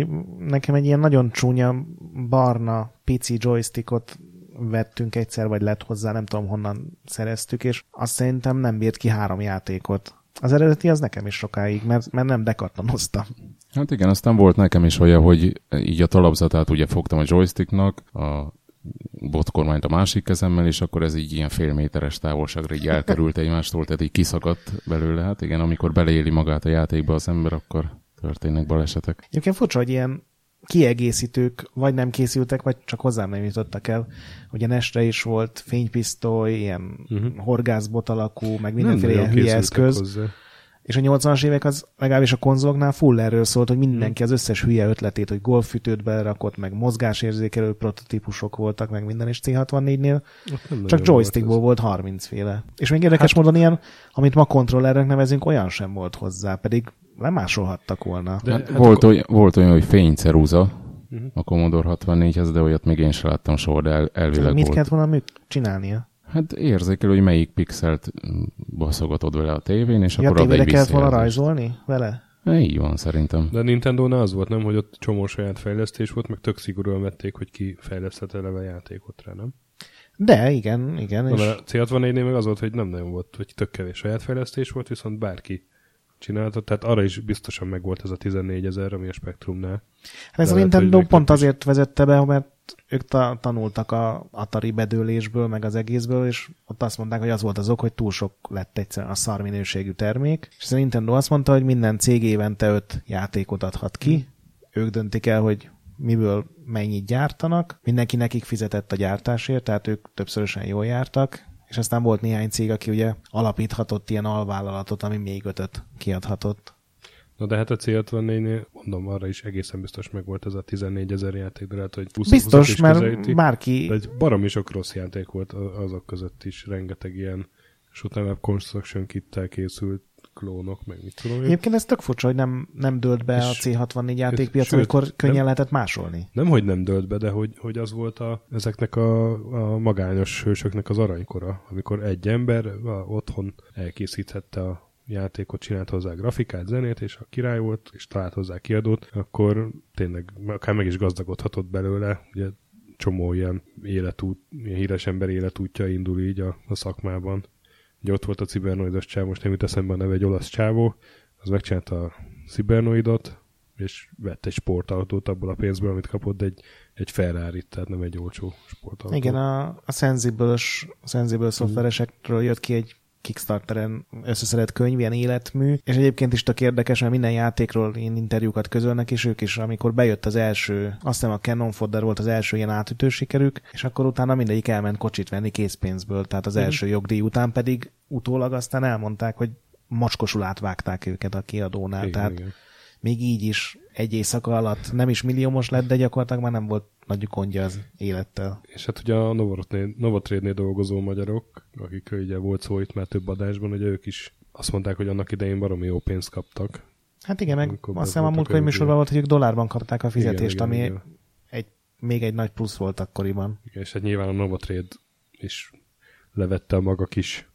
S2: nekem egy ilyen nagyon csúnya, barna, pici joystickot vettünk egyszer, vagy lett hozzá, nem tudom honnan szereztük, és azt szerintem nem bírt ki 3 játékot. Az eredeti az nekem is sokáig, mert nem dekatlanoztam.
S3: Hát igen, aztán volt nekem is olyan, hogy így a talapzatát ugye fogtam a joysticknak, a botkormányt a másik kezemmel, és akkor ez így ilyen félméteres távolságra így elkerült egymástól, tehát így kiszakadt belőle. Hát igen, amikor beleéli magát a játékba az ember, akkor történnek balesetek.
S2: Egyébként furcsa, hogy ilyen kiegészítők vagy nem készültek, vagy csak hozzám nem jutottak el. Ugye Nestre is volt fénypisztoly, ilyen horgászbot alakú, meg mindenféle ilyen hülye eszköz. Hozzá. És a 80-as évek az legalábbis a konzoloknál full erről szólt, hogy mindenki az összes hülye ötletét, hogy golfütőt belerakott, meg mozgásérzékelő prototípusok voltak, meg minden, és C64-nél csak joystickból volt 30 féle. És még érdekes módon ilyen, amit ma kontrollernek nevezünk, olyan sem volt hozzá, pedig lemásolhattak volna.
S3: Volt olyan, hogy fényceruza a Commodore 64-hez, de olyat még én sem láttam soha, de elvileg
S2: mit
S3: volt.
S2: kellett volna csinálnia?
S3: Hát érzékel, hogy melyik pixelt baszogatod vele a tévén, és akkor ad egy
S2: visszajelzést. Kellett volna rajzolni vele?
S3: Így van, szerintem.
S1: De a Nintendo-nál az volt, nem? Hogy ott csomó saját fejlesztés volt, meg tök szigorúan vették, hogy ki fejlesztett eleve játékot rá, nem?
S2: De, igen.
S1: Na,
S2: és...
S1: a C64-nél meg az volt, hogy nem nagyon volt, hogy tök kevés saját fejlesztés volt, viszont bárki csinálta, tehát arra is biztosan megvolt ez a 14 000, ami a Spectrumnál.
S2: Hát ez a Nintendo pont azért vezette be, mert ők tanultak a Atari bedőlésből, meg az egészből, és ott azt mondták, hogy az volt az ok, hogy túl sok lett egyszerűen a szar minőségű termék, és a Nintendo azt mondta, hogy minden cég évente 5 játékot adhat ki, ők döntik el, hogy miből mennyit gyártanak, mindenki nekik fizetett a gyártásért, tehát ők többszörösen jól jártak, és aztán volt néhány cég, aki ugye alapíthatott ilyen alvállalatot, ami még 5-öt kiadhatott.
S1: Na de hát a C64-nél, mondom, arra is egészen biztos megvolt ez a 14 000 játék, de lehet, hogy 20
S2: biztos, mert bárki...
S1: De egy baromi sok rossz játék volt azok között is, rengeteg ilyen shoot'em-up construction kittel készült klónok, meg mit tudom én.
S2: Egyébként ez tök furcsa, hogy nem dőlt be a C64 játékpiac, amikor könnyen lehetett másolni.
S1: Nem, hogy nem dőlt be, de hogy az volt ezeknek a magányos hősöknek az aranykora, amikor egy ember otthon elkészíthette a játékot, csinált hozzá grafikát, zenét, és ha király volt, és talált hozzá kiadót, akkor tényleg akár meg is gazdagodhatott belőle. Ugye csomó ilyen híres ember életútja indul így a szakmában. Ugye ott volt a Cybernoidos csávó, most nem jut eszembe a neve, egy olasz csávó, az megcsinálta a Cybernoidot, és vett egy sportautót abból a pénzből, amit kapott, de egy Ferrari-t, tehát nem egy olcsó sportautó.
S2: Igen, a Sensible szoftveresekről jött ki egy Kickstarteren összeszedett könyv, ilyen életmű, és egyébként is tök érdekes, mert minden játékról ilyen interjúkat közölnek, és ők is, amikor bejött az első, azt hiszem a Cannon Fodder volt az első ilyen átütő sikerük, és akkor utána mindegyik elment kocsit venni készpénzből, tehát az első jogdíj után pedig utólag aztán elmondták, hogy mocskosul átvágták őket a kiadónál, tehát még így is egy éjszaka alatt nem is milliómos lett, de gyakorlatilag már nem volt nagy gondja az élettel.
S1: És hát ugye a Novotrade-nél dolgozó magyarok, akikről ugye volt szó itt már több adásban, ugye ők is azt mondták, hogy annak idején baromi jó pénzt kaptak.
S2: Hát igen, meg azt hiszem a múltkori műsorban volt, hogy ők dollárban kapták a fizetést, igen, ami
S1: igen.
S2: Még egy nagy plusz volt akkoriban.
S1: Igen, és hát nyilván a Novotrade is levette a maga kis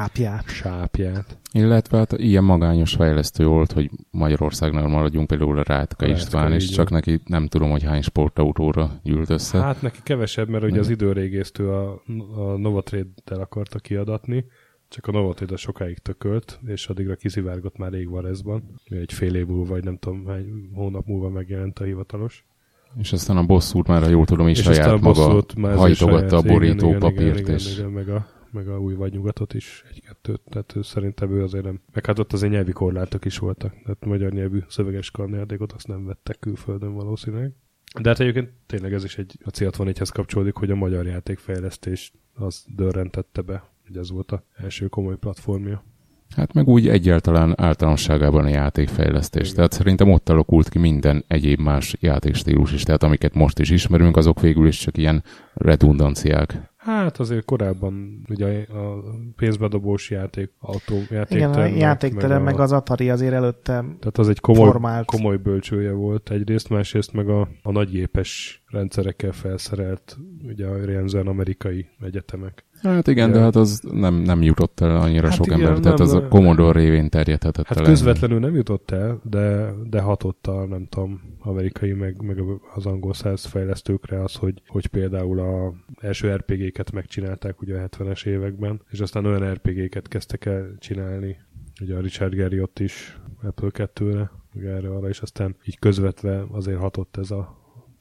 S1: sápját.
S3: Illetve hát ilyen magányos fejlesztő volt, hogy Magyarországnál maradjunk, például a Rátka István is, csak neki nem tudom, hogy hány sportautóra gyűlt össze.
S1: Hát neki kevesebb, mert ugye az időrégésztő a Novotrade-tel akarta kiadatni, csak a Novotrade sokáig tökölt, és addigra kiszivárgott már rég Varezban. Egy fél év múlva, vagy nem tudom, hány hónap múlva megjelent a hivatalos.
S3: És aztán a bosszút már, ha jól tudom, is saját maga hajtogatta a borítópapírt.
S1: Igen, meg a új vagy nyugatot is egy-kettőt, tehát szerintem ő azért nem. Meg hát ott azért nyelvi korlátok is voltak, tehát magyar nyelvű szöveges karnjátékot azt nem vettek külföldön valószínűleg. De hát egyébként tényleg ez is a C64-hez kapcsolódik, hogy a magyar játékfejlesztés az dörrentette be, hogy ez volt az első komoly platformja.
S3: Hát meg úgy egyáltalán általánosságában a játékfejlesztés. Igen. Tehát szerintem ott alakult ki minden egyéb más játékstílus is. Tehát amiket most is ismerünk, azok végül is csak ilyen redundanciák.
S1: Hát azért korábban ugye a pénzbedobós játékterem.
S2: Igen, a játékterem meg az Atari azért előtte
S1: tehát az egy komoly bölcsője volt egyrészt, másrészt meg a nagygépes rendszerekkel felszerelt, ugye jellemzően amerikai egyetemek.
S3: Hát igen, de hát az nem jutott el annyira sok ember, tehát az a Commodore révén terjedhetett el.
S1: Hát közvetlenül nem jutott el, de hatott a, nem tudom, amerikai meg az angol száz fejlesztőkre az, hogy például az első RPG-ket megcsinálták ugye a 70-es években, és aztán olyan RPG-ket kezdtek el csinálni, ugye a Richard Garriott is Apple 2-re, ugye erre arra, és aztán így közvetve azért hatott ez a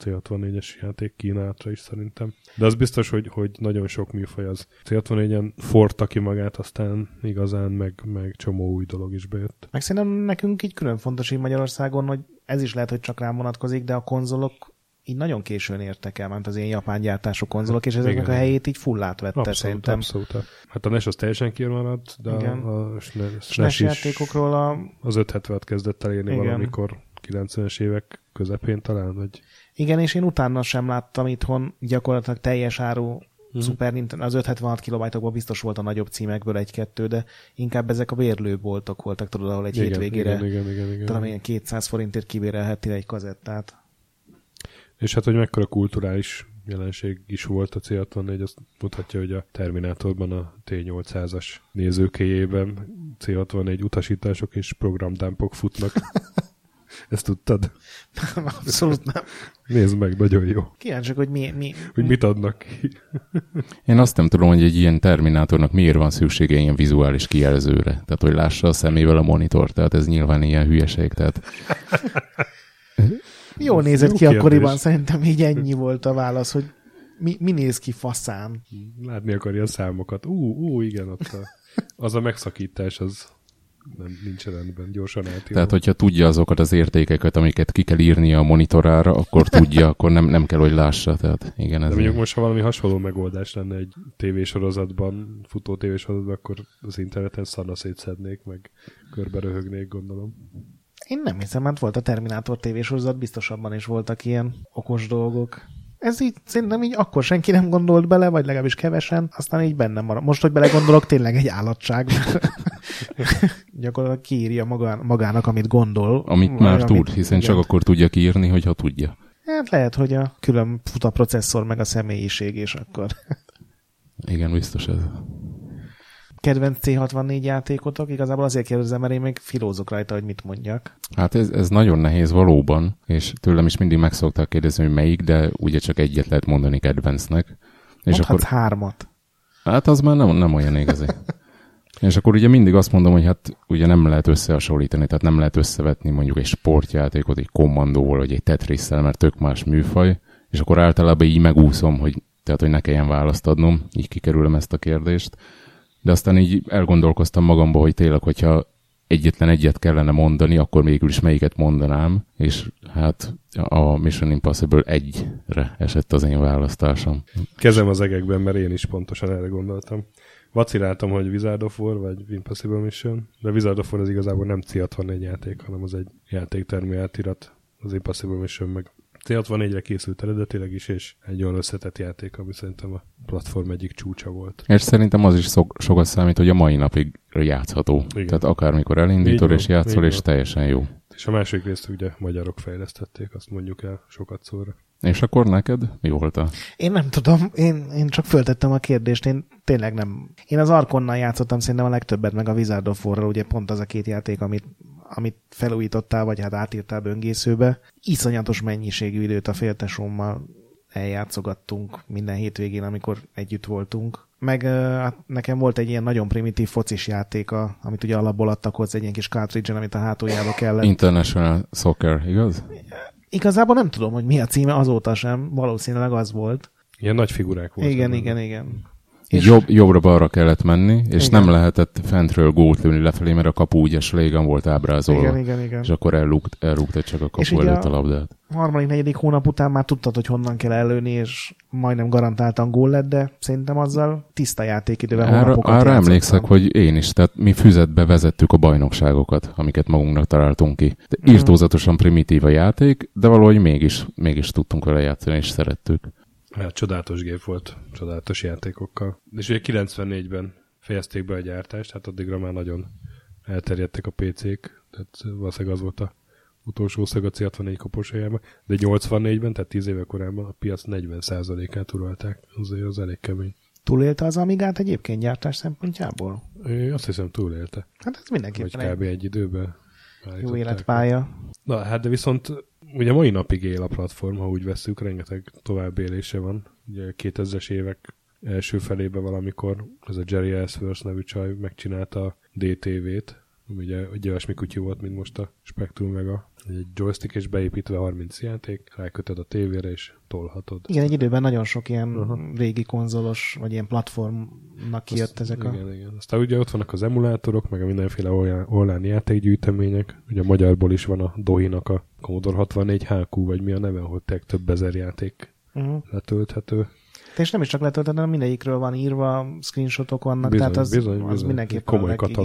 S1: C64-es játék kínálatra is szerintem. De az biztos, hogy nagyon sok műfaj az C64-en forrta ki magát, aztán igazán meg csomó új dolog is bejött.
S2: Meg szerintem nekünk így külön fontos így Magyarországon, hogy ez is lehet, hogy csak rám vonatkozik, de a konzolok így nagyon későn értek el, ment az ilyen japán gyártású konzolok, és ezeknek igen. A helyét így full átvette abszolút, szerintem.
S1: Abszolút. Hát a NES az teljesen kimaradt, de
S2: igen.
S1: A
S2: SNES játékokról
S1: az 570-et kezdett elérni igen. Valamikor 90-es évek közepén talán, vagy...
S2: Igen, és én utána sem láttam itthon gyakorlatilag teljes áru Super Nintendo, az 576 kilobájtokban biztos volt a nagyobb címekből egy-kettő, de inkább ezek a bérlőboltok voltak, tudod, ahol egy igen, hétvégére
S1: igen.
S2: talán ilyen 200 forintért kibérelhettél egy kazettát.
S1: És hát, hogy mekkora kulturális jelenség is volt a C64, azt mutatja, hogy a Terminátorban a T800-as nézőkéjében C64 utasítások és programdámpok futnak. Ezt tudtad?
S2: Nem, abszolút nem.
S1: Nézd meg, nagyon jó.
S2: Kíváncsiak, hogy
S1: hogy mit adnak ki.
S3: Én azt nem tudom, hogy egy ilyen Terminátornak miért van szüksége ilyen vizuális kijelzőre. Tehát, hogy lássa a szemével a monitor. Tehát ez nyilván ilyen hülyeség. Tehát...
S2: Jó nézett ki kérdés. Akkoriban, szerintem így ennyi volt a válasz, hogy mi néz ki faszán.
S1: Látni akarja a számokat. Igen, ott az a megszakítás, az nincs rendben, gyorsan átírva.
S3: Tehát, hogyha tudja azokat az értékeket, amiket ki kell írnia a monitorára, akkor tudja, akkor nem kell, hogy lássa. Tehát, igen, ez
S1: de mondjuk most, ha valami hasonló megoldás lenne egy tévésorozatban, futó tévésorozatban, akkor az interneten szarra szétszednék, meg körbe röhögnék, gondolom.
S2: Én nem hiszem, mert volt a Terminátor tévésorozat, biztosabban is voltak ilyen okos dolgok. Ez így szerintem így akkor senki nem gondolt bele, vagy legalábbis kevesen, aztán így bennem marad. Most, hogy belegondolok, tényleg egy állatság. Gyakorlatilag kiírja magának, amit gondol.
S3: Amit már tud, hiszen igen. Csak akkor tudja kiírni, hogyha tudja.
S2: Hát lehet, hogy a külön fut a processzor, meg a személyiség, és akkor...
S3: Igen, biztos ez.
S2: Kedvenc C64 játékotok? Igazából azért kérdezem, mert én még filózok rajta, hogy mit mondjak.
S3: Hát ez nagyon nehéz valóban, és tőlem is mindig meg szokták kérdezni, hogy melyik, de ugye csak egyet lehet mondani kedvencnek.
S2: Mondhatsz akkor... 3-at.
S3: Hát az már nem olyan igazi. És akkor ugye mindig azt mondom, hogy hát ugye nem lehet összehasonlítani, tehát nem lehet összevetni mondjuk egy sportjátékot, egy kommandóval, vagy egy Tetris-szel, mert tök más műfaj, és akkor általában így megúszom, hogy ne kelljen választ adnom, így kikerülöm ezt a kérdést. De aztán így elgondolkoztam magamba, hogy tényleg, hogyha egyetlen egyet kellene mondani, akkor végül is melyiket mondanám, és hát a Mission Impossible 1-re esett az én választásom.
S1: Kezem az egekben, mert én is pontosan erre gondoltam. vaciláltam, hogy Wizard of War vagy Impossible Mission, de Wizard of War az igazából nem C64 játék, hanem az egy játéktermű átirat, az Impossible Mission meg C64-re készült eredetileg is, és egy olyan összetett játék, ami szerintem a platform egyik csúcsa volt.
S3: És szerintem az is sokat számít, hogy a mai napig játszható. Igen. Tehát akármikor elindítod és játszol, és teljesen jó.
S1: És a második részt ugye magyarok fejlesztették, azt mondjuk el sokat szóra.
S3: És akkor neked mi volt a...
S2: Én nem tudom, én csak föltettem a kérdést, én tényleg nem. Én az Arkonnal játszottam szerintem a legtöbbet, meg a Wizard of War-ral, ugye pont az a két játék, amit felújítottál, vagy hát átírtál böngészőbe. Iszonyatos mennyiségű időt a féltesómmal eljátszogattunk minden hétvégén, amikor együtt voltunk. Meg nekem volt egy ilyen nagyon primitív focis játéka, amit ugye alapból adtak hozzá egy ilyen kis cartridge-en, amit a hátuljába kellett.
S3: International Soccer, igaz?
S2: Igazából nem tudom, hogy mi a címe, azóta sem. Valószínűleg az volt.
S1: Ilyen nagy figurák voltak.
S2: Igen.
S3: Jobbra-balra kellett menni, és igen. Nem lehetett fentről gólt lőni lefelé, mert a kapu ugye slégen volt ábrázolva.
S2: Igen.
S3: És akkor elrúgtad csak a kapu előtt a labdát.
S2: A harmadik, negyedik hónap után már tudtad, hogy honnan kell előni, és majdnem garantáltan gól lett, de szerintem azzal tiszta játékidővel hónapokat
S3: arra emlékszek, hogy én is, tehát mi füzetbe vezettük a bajnokságokat, amiket magunknak találtunk ki. De irtózatosan primitív a játék, de valahogy mégis tudtunk vele játszani, és szerettük.
S1: Hát csodálatos gép volt, csodálatos játékokkal. És ugye 94-ben fejezték be a gyártást, hát addigra már nagyon elterjedtek a PC-k, tehát valószínűleg az volt a utolsó szög a C64 koporsójában, de 84-ben, tehát 10 éve korábban a piac 40%-át uralták, azért az elég kemény.
S2: Túlélte az Amigát egyébként gyártás szempontjából?
S1: Azt hiszem túlélte.
S2: Hát ez mindenképpen
S1: vagy kb. Egy időben.
S2: Jó életpálya.
S1: Na hát de viszont ugye mai napig él a platform, ha úgy vesszük, rengeteg továbbélése van. Ugye 2000-es évek első felében valamikor ez a Jerry Ellsworth nevű csaj megcsinálta a DTV-t, ami ugye egy olyasmi kutyú volt, mint most a Spectrum meg egy joystick, és beépítve 30 játék, rákötöd a tévére, és tolhatod.
S2: Igen, egy időben nagyon sok ilyen régi konzolos, vagy ilyen platformnak kijött ezek
S1: Igen. Aztán ugye ott vannak az emulátorok, meg a mindenféle online játékgyűjtemények. Ugye a magyarból is van a Dohi-nak a Commodore 64 HQ, vagy mi a neve, ahol több ezer játék letölthető.
S2: És nem is csak letölthető, hanem mindegyikről van írva, screenshotok vannak,
S1: bizony,
S2: tehát az mindenképpen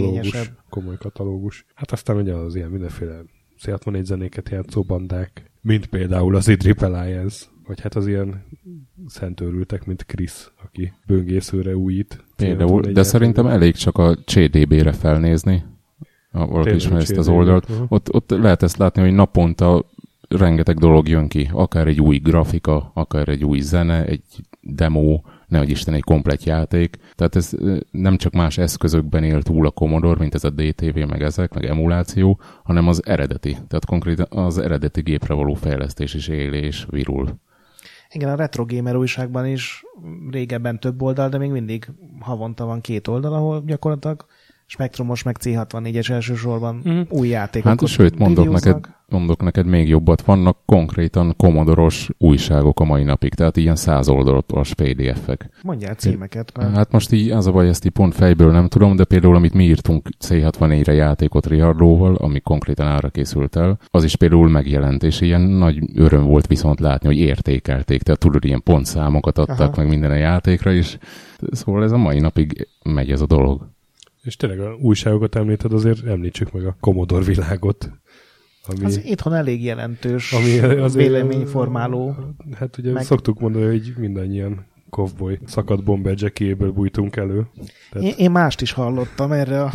S1: komoly katalógus. Hát aztán ugye az ilyen mindenféle C64 zenéket játszó bandák, mint például az Idrip Alliance, vagy hát az ilyen szentőrültek, mint Chris, aki böngészőre újít.
S3: Például, de szerintem elég csak a CDB-re felnézni, valaki ismer ezt az oldalt. Ott lehet ezt látni, hogy naponta rengeteg dolog jön ki, akár egy új grafika, akár egy új zene, egy demo, nehogy Isten, egy komplett játék. Tehát ez nem csak más eszközökben él túl a Commodore, mint ez a DTV, meg ezek, meg emuláció, hanem az eredeti. Tehát konkrétan az eredeti gépre való fejlesztés is él és virul.
S2: Igen, a Retro Gamer újságban is régebben több oldal, de még mindig havonta van 2 oldal, ahol gyakorlatilag Spektrumos, meg C64-es elsősorban új játékokat.
S3: Hát sőt, mondok neked még jobbat, vannak konkrétan Commodore-os újságok a mai napig, tehát ilyen 100 oldalas PDF-ek.
S2: Mondjál címeket.
S3: Hát most így az a baj, ezt így pont fejből nem tudom, de például amit mi írtunk C64-re játékot Richardóval, ami konkrétan arra készült el, az is például megjelent, és ilyen nagy öröm volt viszont látni, hogy értékelték, tehát tudod, ilyen pontszámokat adtak meg minden a játékra is. Szóval ez a mai napig megy ez a dolog.
S1: És tényleg a újságokat említed, azért említsük meg a Commodore világot.
S2: Ami, az itthon elég jelentős véleményformáló.
S1: Hát ugye szoktuk mondani, hogy mindannyian cowboy szakadt bomber jackiéből bújtunk elő.
S2: Tehát... Én mást is hallottam erre.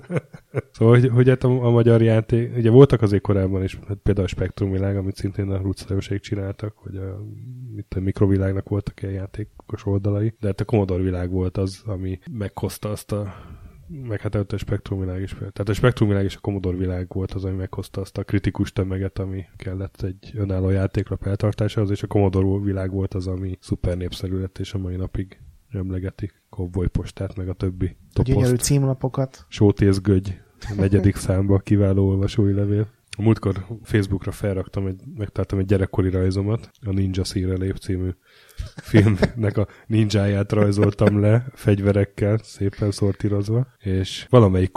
S1: Szóval, hogy hát a magyar játék, ugye voltak azért korábban is, hát például a Spektrum világ, amit szintén a Rucleosék csináltak, vagy a Mikrovilágnak voltak ilyen játékos oldalai, de hát a Commodore világ volt az, ami meghozta azt meg hát a Spektrum világ is. Tehát a Spektrum világ és a Commodore világ volt az, ami meghozta azt a kritikus tömeget, ami kellett egy önálló játékra feltartásához, és a Commodore világ volt az, ami szuper népszerű lett, és a mai napig emlegeti Cowboy postát, meg a többi toposzt.
S2: Gyönyörű címlapokot.
S1: Sótészgögy, a 4. számba kiváló olvasói levél. A múltkor Facebookra megtaláltam egy gyerekkori rajzomat, a Ninja Szírelép című filmnek a ninjáját rajzoltam le fegyverekkel, szépen szortírozva, és valamelyik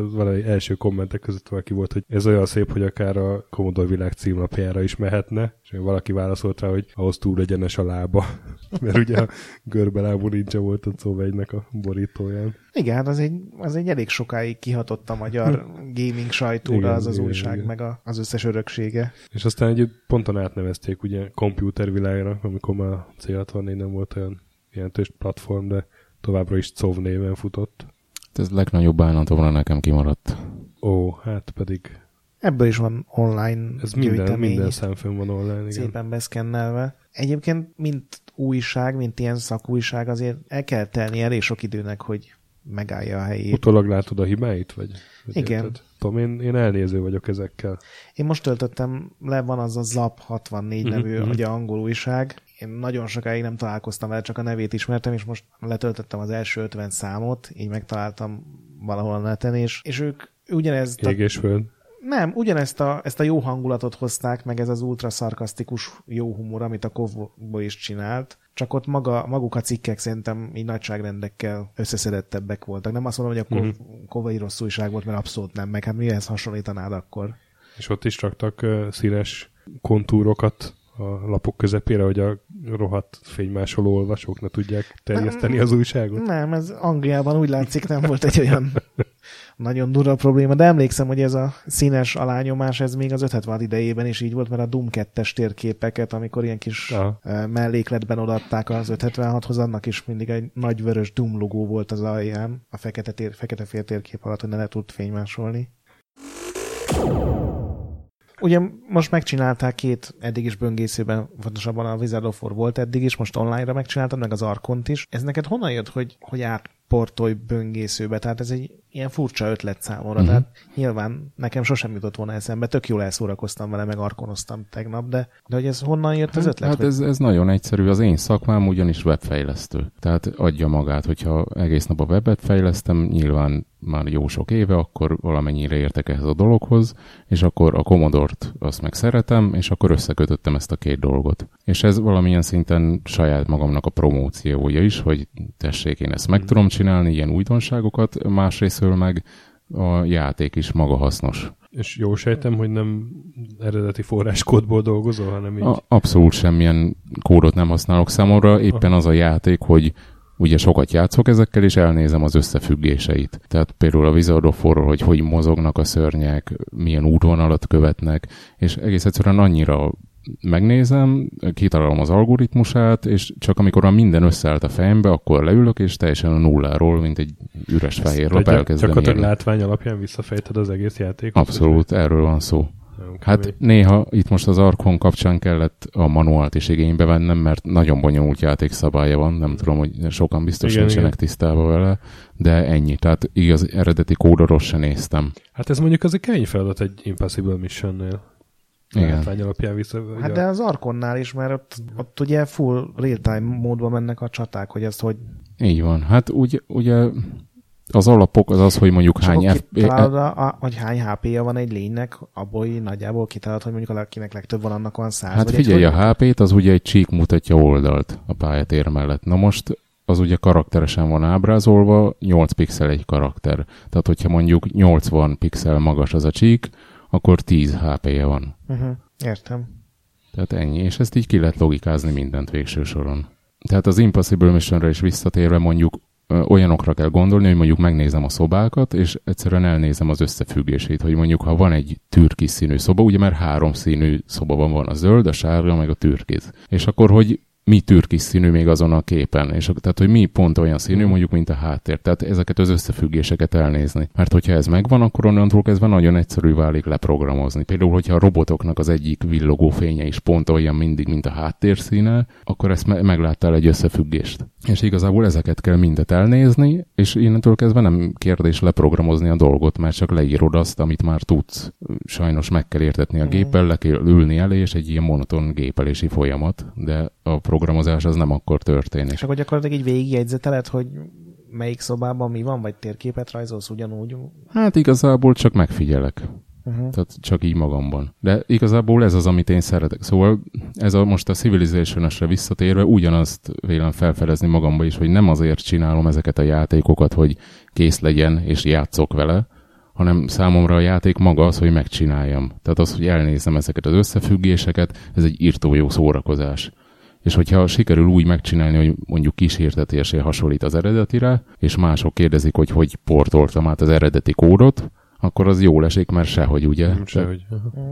S1: első kommentek között valaki volt, hogy ez olyan szép, hogy akár a Commodore világ címlapjára is mehetne, és És valaki válaszolt rá, hogy ahhoz túl egyenes a lába, mert ugye a görbelábú ninja volt a Covegynek a borítóján.
S2: Igen, hát az egy elég sokáig kihatott a magyar gaming sajtóra, igen, az újság, igen. Meg az összes öröksége.
S1: És aztán egy ponton átnevezték ugye komputervilágra, amikor már a C64 nem volt olyan jelentős platform, de továbbra is COV néven futott.
S3: Ez legnagyobb bánatomra nekem kimaradt.
S1: Ó, hát pedig...
S2: Ebből is van online
S1: ez
S2: gyűjtemény.
S1: Minden számfőn van online, igen.
S2: Szépen beszkennelve. Egyébként, mint újság, mint ilyen szakújság, azért el kell telni elég sok időnek, hogy megállja a helyét.
S1: Utólag látod a hibáit? Vagy
S2: igen.
S1: Érted? Tudom, én elnéző vagyok ezekkel.
S2: Én most töltöttem le, van az a ZAP 64 nevű, ugye angol újság. Én nagyon sokáig nem találkoztam vele, csak a nevét ismertem, és most letöltöttem az első 50 számot, így megtaláltam valahol a neten, és ők ugyanezt...
S1: Ég és föld.
S2: Nem, ugyanezt ezt a jó hangulatot hozták, meg ez az ultra szarkasztikus jó humor, amit a Kovból is csinált, csak ott maguk a cikkek szerintem így nagyságrendekkel összeszedettebbek voltak. Nem azt mondom, hogy a Kovai rossz újság volt, mert abszolút nem, meg hát mihez hasonlítanád akkor?
S1: És ott is raktak színes kontúrokat a lapok közepére, hogy a rohadt fénymásoló olvasók ne tudják terjeszteni az újságot?
S2: Nem, ez Angliában úgy látszik nem volt egy olyan nagyon durva probléma, de emlékszem, hogy ez a színes alányomás, ez még az 576 idejében is így volt, mert a Doom 2-es térképeket, amikor ilyen kis mellékletben odaadták az 576-hoz, annak is mindig egy nagy vörös Doom logó volt az alján, a fekete féltérkép alatt, hogy ne tud fénymásolni. Ugye most megcsinálták két eddig is böngészőben, pontosabban a Wizard of War volt eddig is, most online-ra megcsináltad, meg az Arkont is. Ez neked honnan jött, hogy átportolj böngészőbe? Tehát ez egy ilyen furcsa ötlet számomra. Tehát nyilván nekem sosem jutott volna eszembe, tök jól elszórakoztam vele, meg arkonoztam tegnap, de hogy ez honnan jött az ötlet?
S3: Hát ez nagyon egyszerű. Az én szakmám ugyanis webfejlesztő. Tehát adja magát, hogyha egész nap a webet fejlesztem, nyilván már jó sok éve, akkor valamennyire értek ehhez a dologhoz, és akkor a Commodore-t azt meg szeretem, és akkor összekötöttem ezt a két dolgot. És ez valamilyen szinten saját magamnak a promóciója is, hogy tessék, én ezt meg tudom csinálni, ilyen újdonságokat, másrésztől meg a játék is maga hasznos.
S1: És jól sejtem, hogy nem eredeti forráskódból dolgozol, hanem így...
S3: Abszolút semmilyen kódot nem használok számomra, éppen az a játék, hogy ugye sokat játszok ezekkel, és elnézem az összefüggéseit. Tehát például a Wizard of War-ról, hogy mozognak a szörnyek, milyen útvonalat követnek, és egész egyszerűen annyira megnézem, kitalálom az algoritmusát, és csak amikor már minden összeállt a fejembe, akkor leülök, és teljesen a nulláról, mint egy üres fehér lap elkezdem
S1: csak a látvány alapján visszafejted az egész játékot?
S3: Abszolút, erről van szó. Hát néha itt most az Arkon kapcsán kellett a manuált is igénybe vennem, mert nagyon bonyolult játékszabálya van, nem tudom, hogy sokan biztos nincsenek tisztában vele, de ennyi. Tehát igaz, eredeti kódoros se néztem.
S1: Hát ez mondjuk az egy kemény feladat egy Impossible Mission-nél. Látvány alapján
S2: Hát de az Arkonnál is, mert ott ugye full real-time módban mennek a csaták, hogy ezt hogy...
S3: Így van. Hát ugye az alapok az, hogy mondjuk
S2: hogy hány HP-ja van egy lénynek, abból nagyjából kitalálod, hogy mondjuk akinek legtöbb van, annak van 100.
S3: Hát figyelj, a HP-t az ugye egy csík mutatja oldalt a pályatér mellett. Na most az ugye karakteresen van ábrázolva, 8 pixel egy karakter. Tehát hogyha mondjuk 80 pixel magas az a csík, akkor 10 HP-je van.
S2: Értem.
S3: Tehát ennyi, és ezt így ki lehet logikázni mindent végső soron. Tehát az Impossible Mission-re is visszatérve mondjuk olyanokra kell gondolni, hogy mondjuk megnézem a szobákat, és egyszerűen elnézem az összefüggését, hogy mondjuk ha van egy türkisz színű szoba, ugye már 3 színű szoba van a zöld, a sárga, meg a türkisz. És akkor, hogy mi türkisz színű még azon a képen, és tehát, hogy mi pont olyan színű, mondjuk, mint a háttér. Tehát ezeket az összefüggéseket elnézni. Mert hogyha ez megvan, akkor onnantól kezdve nagyon egyszerű válik leprogramozni. Például, hogyha a robotoknak az egyik villogó fénye is pont olyan mindig, mint a háttér színe, akkor ezt megláttál egy összefüggést. És igazából ezeket kell mindet elnézni, és innentől kezdve nem kérdés leprogramozni a dolgot, mert csak leírod azt, amit már tudsz. Sajnos meg kell értetni a géppel, le kell ülni elé, és egy ilyen monoton gépelési folyamat, de a programozás az nem akkor történik.
S2: És akkor gyakorlatilag így végigjegyzeteled, hogy melyik szobában mi van, vagy térképet rajzolsz ugyanúgy?
S3: Hát igazából csak megfigyelek. Tehát csak így magamban. De igazából ez az, amit én szeretek. Szóval ez most a Civilization-ösre visszatérve ugyanazt vélem felfedezni magamba is, hogy nem azért csinálom ezeket a játékokat, hogy kész legyen és játszok vele, hanem számomra a játék maga az, hogy megcsináljam. Tehát az, hogy elnézem ezeket az összefüggéseket, ez egy írtó jó szórakozás. És hogyha sikerül úgy megcsinálni, hogy mondjuk kísértetésre hasonlít az eredetire, és mások kérdezik, hogy portoltam át az eredeti kódot, akkor az jól esik, mert sehogy, ugye?
S1: Nem sehogy.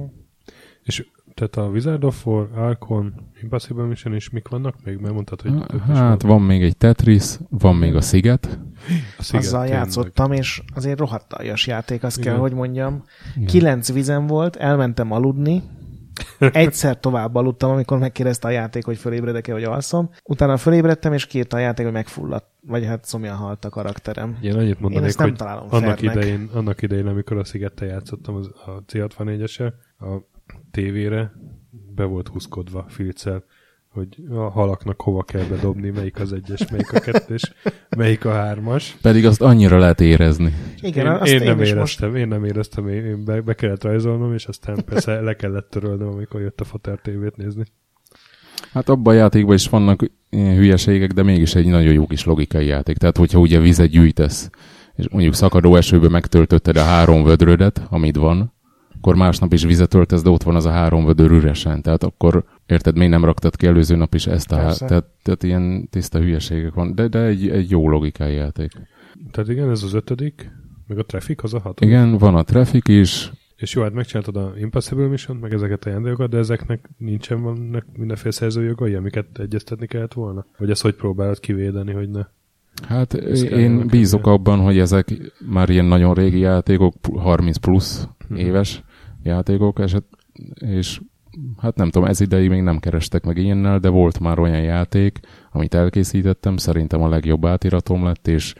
S1: És tehát a Wizard of War, Archon, Impossible Mission is mik vannak még? Mert mondtad, hogy...
S3: Hát van még egy Tetris, van még a Sziget.
S2: Azzal játszottam, és azért rohadt aljas játék, azt kell, hogy mondjam. 9 vizem volt, elmentem aludni, egyszer tovább aludtam, amikor megkérdezte a játék, hogy fölébredek-e, vagy alszom. Utána fölébredtem, és kérte a játék, hogy megfulladt, vagy hát szomjan halt a karakterem.
S1: Én annyit mondanék,
S2: nem
S1: hogy
S2: találom
S1: annak idején, amikor a Szigettel játszottam a C64-esel, a tévére be volt húzkodva filccel, hogy a halaknak hova kell bedobni, melyik az 1-es, melyik a 2-es, melyik a 3-as.
S3: Pedig azt annyira lehet érezni.
S2: Igen,
S1: én nem éreztem, én be kellett rajzolnom, és aztán persze le kellett törölnöm, amikor jött a Fater tévét nézni.
S3: Hát abban a játékban is vannak ilyen hülyeségek, de mégis egy nagyon jó kis logikai játék. Tehát, hogyha ugye vizet gyűjtesz, és mondjuk szakadó esőben megtöltötted a 3 vödrödet, amit van, akkor másnap is vizet töltesz, de ott van az a 3 vödör üresen. Tehát akkor, érted, miért nem raktad ki előző nap is ezt tehát ilyen tiszta hülyeségek van. De egy jó logikai játék.
S1: Tehát igen, ez az 5., meg a Traffic az a 6.
S3: Igen, van a Traffic is.
S1: És jó, hát megcsináltad a Impossible Mission-t, meg ezeket a játékokat, de ezeknek vannak mindenféle szerzőjogai, amiket egyeztetni kellett volna? Vagy ezt hogy próbálod kivédeni, hogy ne?
S3: Hát én bízok abban, hogy ezek már ilyen nagyon régi játékok, 30 plusz éves játékok, és hát nem tudom, ez ideig még nem kerestek meg ilyennel, de volt már olyan játék, amit elkészítettem, szerintem a legjobb átiratom lett, és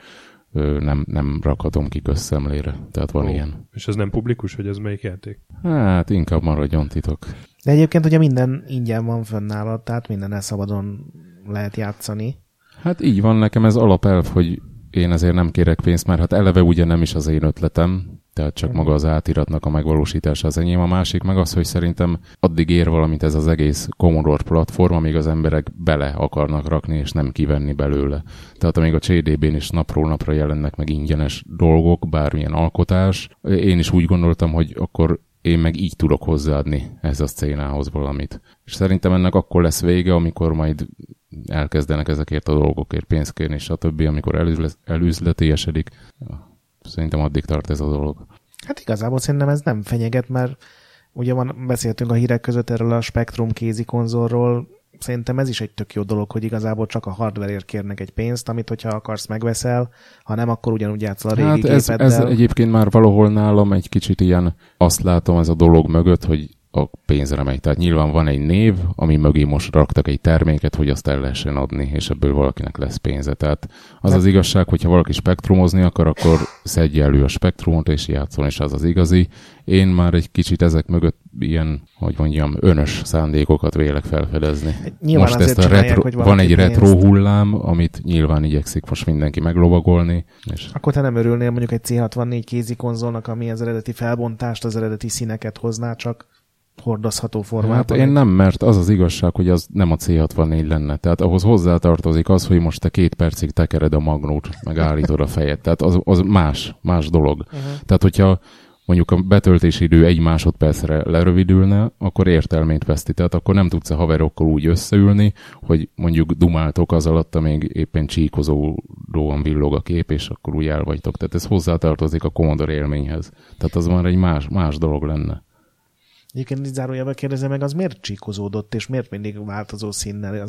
S3: nem rakhatom ki közszemlére. Tehát van ilyen.
S1: És ez nem publikus, hogy ez melyik játék?
S3: Hát inkább maradjon titok.
S2: De egyébként ugye minden ingyen van fönnállad, tehát mindennel szabadon lehet játszani.
S3: Hát így van, nekem ez alapelv, hogy én ezért nem kérek pénzt, mert hát eleve ugye nem is az én ötletem, tehát csak maga az átiratnak a megvalósítása az enyém. A másik meg az, hogy szerintem addig ér valamit ez az egész Commodore platform, amíg az emberek bele akarnak rakni, és nem kivenni belőle. Tehát amíg a CDB-n is napról napra jelennek meg ingyenes dolgok, bármilyen alkotás, én is úgy gondoltam, hogy akkor én meg így tudok hozzáadni ez a szcénához valamit. És szerintem ennek akkor lesz vége, amikor majd elkezdenek ezekért a dolgokért pénzt kérni, stb., amikor elüzletélyesedik. Szerintem addig tart ez a dolog.
S2: Hát igazából szerintem ez nem fenyeget, mert ugye beszéltünk a hírek között erről a Spectrum kézi konzolról, szerintem ez is egy tök jó dolog, hogy igazából csak a hardwareért kérnek egy pénzt, amit hogyha akarsz megveszel, ha nem, akkor ugyanúgy játszol a régi gépeddel.
S3: Ez egyébként már valahol nálam egy kicsit ilyen, azt látom ez a dolog mögött, hogy a pénzre megy. Tehát nyilván van egy név, ami mögé most raktak egy terméket, hogy azt el lehessen adni, és ebből valakinek lesz pénze. Tehát az igazság, hogyha valaki spektrumozni akar, akkor szedje elő a spektrumot, és játszon, és az igazi. Én már egy kicsit ezek mögött ilyen, hogy mondjam, önös szándékokat vélek felfedezni.
S2: Nyilván
S3: most ezt van egy retro hullám, amit nyilván igyekszik most mindenki meglovagolni. És...
S2: Akkor te nem örülnél mondjuk egy C64 kézi konzolnak, ami az eredeti felbontást, az eredeti színeket hozná, csak hordozható formában.
S3: Hát én nem, mert az az igazság, hogy az nem a C64 lenne. Tehát ahhoz hozzátartozik az, hogy most te 2 percig tekered a magnót, meg állítod a fejed. Tehát az más dolog. Tehát hogyha mondjuk a betöltési idő 1 másodpercre lerövidülne, akkor értelmét veszti. Tehát akkor nem tudsz a haverokkal úgy összeülni, hogy mondjuk dumáltok az alatt, amíg éppen csíkozódóan villog a kép, és akkor úgy el vagytok. Tehát ez hozzátartozik a Commodore élményhez. Tehát az már egy más dolog lenne.
S2: Egyébként így zárójelben kérdezem meg, az miért csíkozódott, és miért mindig változó színnel?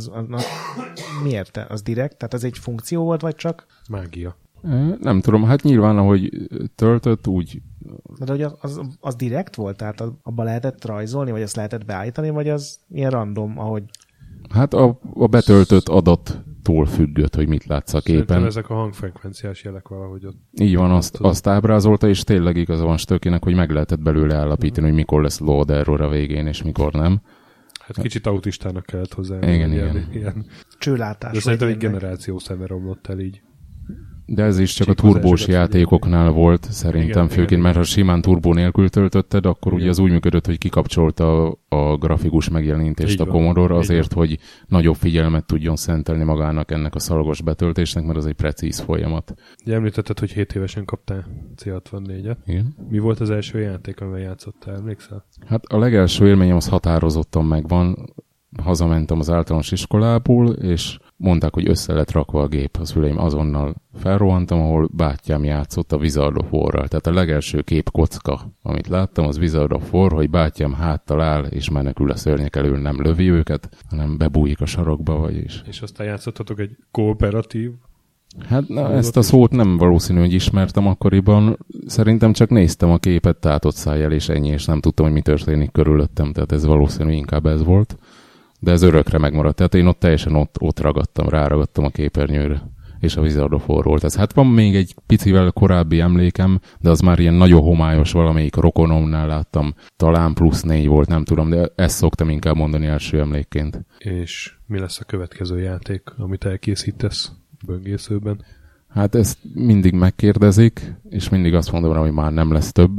S2: Miért? Az direkt? Tehát ez egy funkció volt, vagy csak?
S1: Mágia.
S3: Nem tudom, hát nyilván, ahogy töltött, úgy...
S2: De hogy az direkt volt? Tehát abba lehetett rajzolni, vagy azt lehetett beállítani, vagy az ilyen random, ahogy...
S3: Hát a betöltött adattól függött, hogy mit látsz a képen.
S1: Szerintem ezek a hangfrekvenciás jelek valahogy ott.
S3: Így van, azt ábrázolta, és tényleg igaza van Stökinek, hogy meg lehetett belőle állapítani, hogy mikor lesz load error a végén, és mikor nem.
S1: Hát kicsit autistának kellett hozzá.
S3: Igen.
S2: Csőlátás.
S1: De szerintem egy generáció szeme romlott el így.
S3: De ez is csak a turbós játékoknál volt, szerintem főként, mert ha simán turbó nélkül töltötted, akkor ugye az úgy működött, hogy kikapcsolta a grafikus megjelenítést a Commodore azért, hogy nagyobb figyelmet tudjon szentelni magának ennek a szalagos betöltésnek, mert az egy precíz folyamat.
S1: Ugye említetted, hogy 7 évesen kaptál C64-et.
S3: Igen.
S1: Mi volt az első játék, amivel játszottál, emlékszel?
S3: Hát a legelső élményem az határozottan megvan. Hazamentem az általános iskolából, és mondták, hogy össze lett rakva a gép. A szüleim azonnal felrohantam, ahol bátyám játszott a Wizard of War-ral. Tehát a legelső képkocka, amit láttam, az Wizard of War, hogy bátyám háttal áll, és menekül a szörnyek elől, nem lövi őket, hanem bebújik a sarokba, vagyis.
S1: És aztán játszottatok egy kooperatív?
S3: Hát ezt a szót nem valószínű, hogy ismertem akkoriban. Szerintem csak néztem a képet tátott szájjal, és ennyi, és nem tudtam, hogy mi történik körülöttem. Tehát ez valószínű inkább ez volt. De ez örökre megmaradt. Tehát én ott teljesen ott ragadtam, ráragadtam a képernyőre. És a Wizard of War volt. Ez hát van még egy picivel korábbi emlékem, de az már ilyen nagyon homályos, valamelyik rokonomnál láttam. Talán +4 volt, nem tudom, de ezt szoktam inkább mondani első emlékként.
S1: És mi lesz a következő játék, amit elkészítesz böngészőben?
S3: Hát ezt mindig megkérdezik, és mindig azt mondom rá, hogy már nem lesz több.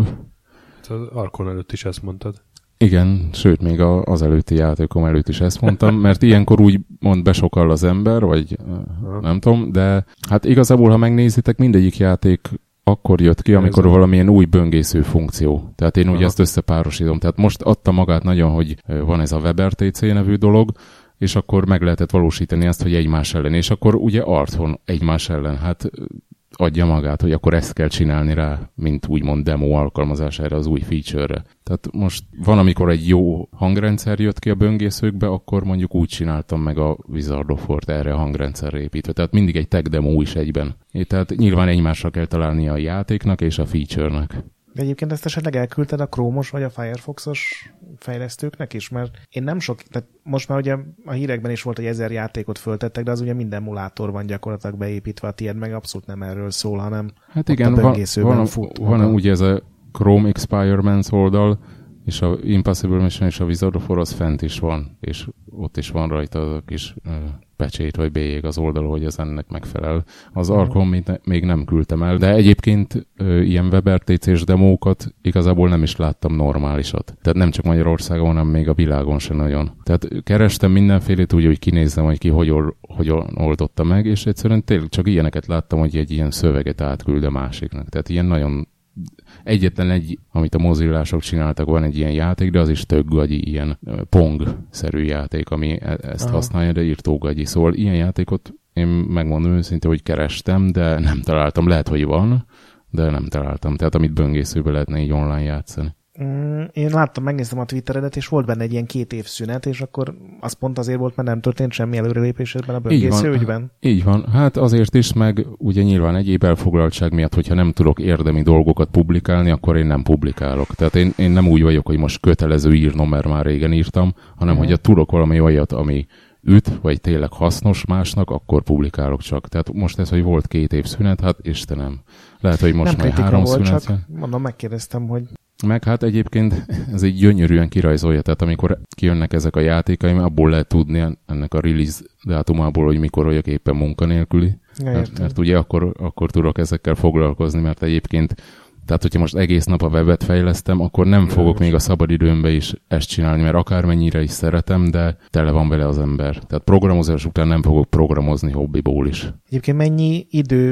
S1: Az Arkon előtt is ezt mondtad.
S3: Igen, sőt, még az előtti játékom előtt is ezt mondtam, mert ilyenkor úgy mond besokal az ember, vagy nem tudom, de hát igazából, ha megnézitek, mindegyik játék akkor jött ki, amikor valamilyen új böngésző funkció. Tehát én úgy ezt összepárosítom. Tehát most adta magát nagyon, hogy van ez a WebRTC nevű dolog, és akkor meg lehetett valósítani azt, hogy egymás ellen. És akkor ugye Arthon egymás ellen, hát adja magát, hogy akkor ezt kell csinálni rá, mint úgymond demo alkalmazás erre az új feature-re. Tehát most van, amikor egy jó hangrendszer jött ki a böngészőkbe, akkor mondjuk úgy csináltam meg a Wizard of War-t erre a hangrendszerre építve. Tehát mindig egy tech demo is egyben. Tehát nyilván egymásra kell találnia a játéknak és a feature-nek.
S2: De egyébként ezt esetleg elküldted a Chrome-os vagy a Firefox-os fejlesztőknek is, mert én nem sok, tehát most már ugye a hírekben is volt, hogy 1000 játékot föltettek, de az ugye minden emulátor van gyakorlatilag beépítve, a tiéd meg abszolút nem erről szól, hanem
S3: hát igen,
S2: a böngészőben fut.
S3: Van ugye ez a Chrome Experiments oldal, és a Impossible Mission és a Wizard of War az fent is van, és ott is van rajta az a kis pecsét vagy bélyeg az oldal, hogy ez ennek megfelel. Az Arkham még nem küldtem el, de egyébként ilyen WebRTC-s demókat igazából nem is láttam normálisat. Tehát nem csak Magyarországon, hanem még a világon sem nagyon. Tehát kerestem mindenfélét úgy, hogy kinézzem, hogy ki hogyan oldotta meg, és egyszerűen tényleg csak ilyeneket láttam, hogy egy ilyen szöveget átküld a másiknak. Tehát ilyen nagyon egyetlen egy, amit a mozillások csináltak, van egy ilyen játék, de az is tök gagyi, ilyen Pong-szerű játék, ami ezt használja, de írtó gagyi. Szóval ilyen játékot én megmondom őszintén, hogy kerestem, de nem találtam. Lehet, hogy van, de nem találtam. Tehát amit böngészőbe lehetne így online játszani.
S2: Én láttam, megnéztem a Twitteredet, és volt benne egy ilyen 2 év szünet, és akkor az pont azért volt, mert nem történt semmi előrelépés ebben a böngésző ügyben.
S3: Így van. Hát azért is, meg ugye nyilván egyéb elfoglaltság miatt, hogyha nem tudok érdemi dolgokat publikálni, akkor én nem publikálok. Tehát én nem úgy vagyok, hogy most kötelező írnom, mert már régen írtam, hanem hogyha tudok valami olyat, ami üt, vagy tényleg hasznos másnak, akkor publikálok csak. Tehát most ez, hogy volt 2 év szünet, hát Istenem. Lehet, hogy most már 3 szünet.
S2: Csak mondom, megkérdeztem, hogy
S3: meg hát egyébként ez egy gyönyörűen kirajzolja, tehát amikor kijönnek ezek a játékaim, abból lehet tudni ennek a release dátumából, hogy mikor vagyok éppen munkanélküli. Mert ugye akkor tudok ezekkel foglalkozni, mert egyébként, tehát hogyha most egész nap a webet fejlesztem, akkor nem fogok még a szabadidőmben is ezt csinálni, mert akármennyire is szeretem, de tele van vele az ember. Tehát programozás után nem fogok programozni hobbiból is.
S2: Egyébként mennyi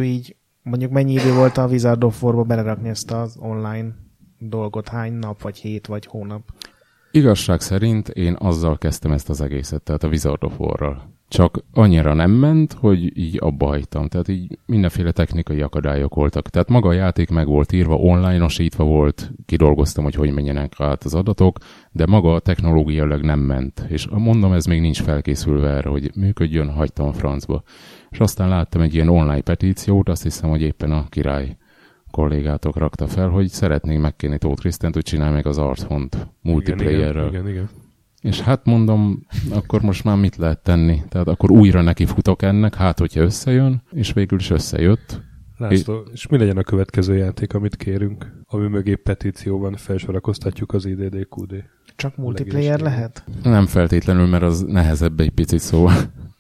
S2: idő volt a Wizard of War-ba belerakni ezt az online dolgot, hány nap, vagy 7, vagy hónap?
S3: Igazság szerint én azzal kezdtem ezt az egészet, tehát a Wizard of War-ral. Csak annyira nem ment, hogy így abba hagytam. Tehát így mindenféle technikai akadályok voltak. Tehát maga a játék meg volt írva, online-osítva volt, kidolgoztam, hogy menjenek át az adatok, de maga technológiailag nem ment. És mondom, ez még nincs felkészülve erre, hogy működjön, hagytam a francba. És aztán láttam egy ilyen online petíciót, azt hiszem, hogy éppen a Király kollégátok rakta fel, hogy szeretnénk megkérni Tóth Krisztent, hogy csinálj meg az Arthont multiplayerrel.
S1: Igen. És
S3: hát mondom, akkor most már mit lehet tenni? Tehát akkor újra neki futok ennek, hát hogyha összejön, és végül is összejött.
S1: László, és mi legyen a következő játék, amit kérünk? Ami mögé petícióban felsorakoztatjuk az IDDQD.
S2: Csak multiplayer lehet?
S3: Nem feltétlenül, mert az nehezebb egy picit, szóval.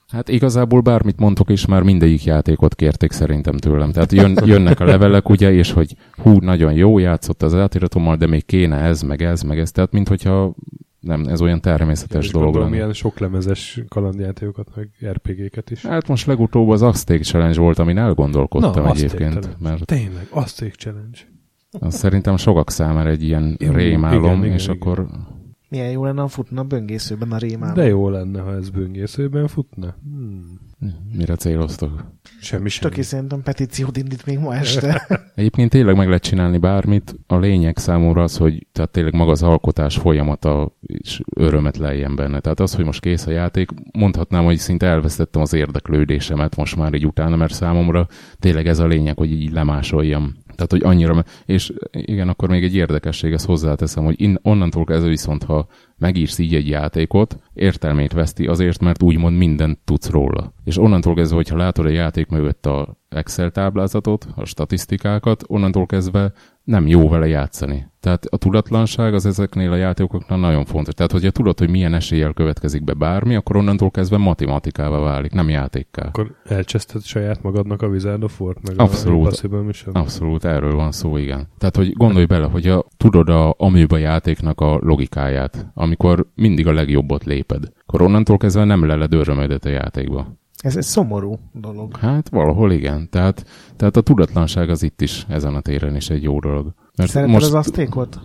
S3: Hát igazából bármit mondtok is, már mindegyik játékot kérték szerintem tőlem. Tehát jönnek a levelek, ugye, és hogy nagyon jó játszott az átiratommal, de még kéne ez, meg ez, meg ez. Tehát minthogyha nem, ez olyan természetes dolog lenne.
S1: Milyen soklemezes kalandjátékokat, meg RPG-ket is.
S3: Hát most legutóbb az Azték Challenge volt, amin elgondolkodtam egyébként. Mert
S1: tényleg, Azték Challenge.
S3: Az szerintem sokak számára egy ilyen rémálom, és igen. Akkor...
S2: Milyen jó lenne, ha futna böngészőben a rémálom.
S1: De jó lenne, ha ez böngészőben futna.
S3: Mire céloztok?
S1: Semmi.
S2: Töké szerintem petíciót indít még ma este.
S3: Egyébként tényleg meg lehet csinálni bármit. A lényeg számomra az, hogy tehát tényleg maga az alkotás folyamata és örömet lejjen benne. Tehát az, hogy most kész a játék, mondhatnám, hogy szinte elvesztettem az érdeklődésemet most már így utána, mert számomra tényleg ez a lényeg, hogy így lemásoljam. Tehát, hogy annyira... És igen, akkor még egy érdekesség, ezt hozzáteszem, hogy onnantól kezdve viszont, ha megírsz így egy játékot, értelmét veszti azért, mert úgymond mindent tudsz róla. És onnantól kezdve, hogyha látod a játék mögött a Excel táblázatot, a statisztikákat, onnantól kezdve nem jó vele játszani. Tehát a tudatlanság az ezeknél a játékoknál nagyon fontos. Tehát, hogyha tudod, hogy milyen eséllyel következik be bármi, akkor onnantól kezdve matematikává válik, nem játékká.
S1: Akkor elcseszted saját magadnak a Wizard of War-t, meg
S3: abszolút,
S1: a Possible Mission?
S3: Abszolút, erről van szó, igen. Tehát, hogy gondolj bele, hogy tudod a Amoeba játéknak a logikáját, amikor mindig a legjobbot léped, akkor onnantól kezdve nem leled örömödet a játékba. Ez egy
S2: szomorú dolog.
S3: Hát valahol igen. Tehát a tudatlanság az itt is, ezen a téren is egy jó dolog.
S2: Szereted most... az Aztékot?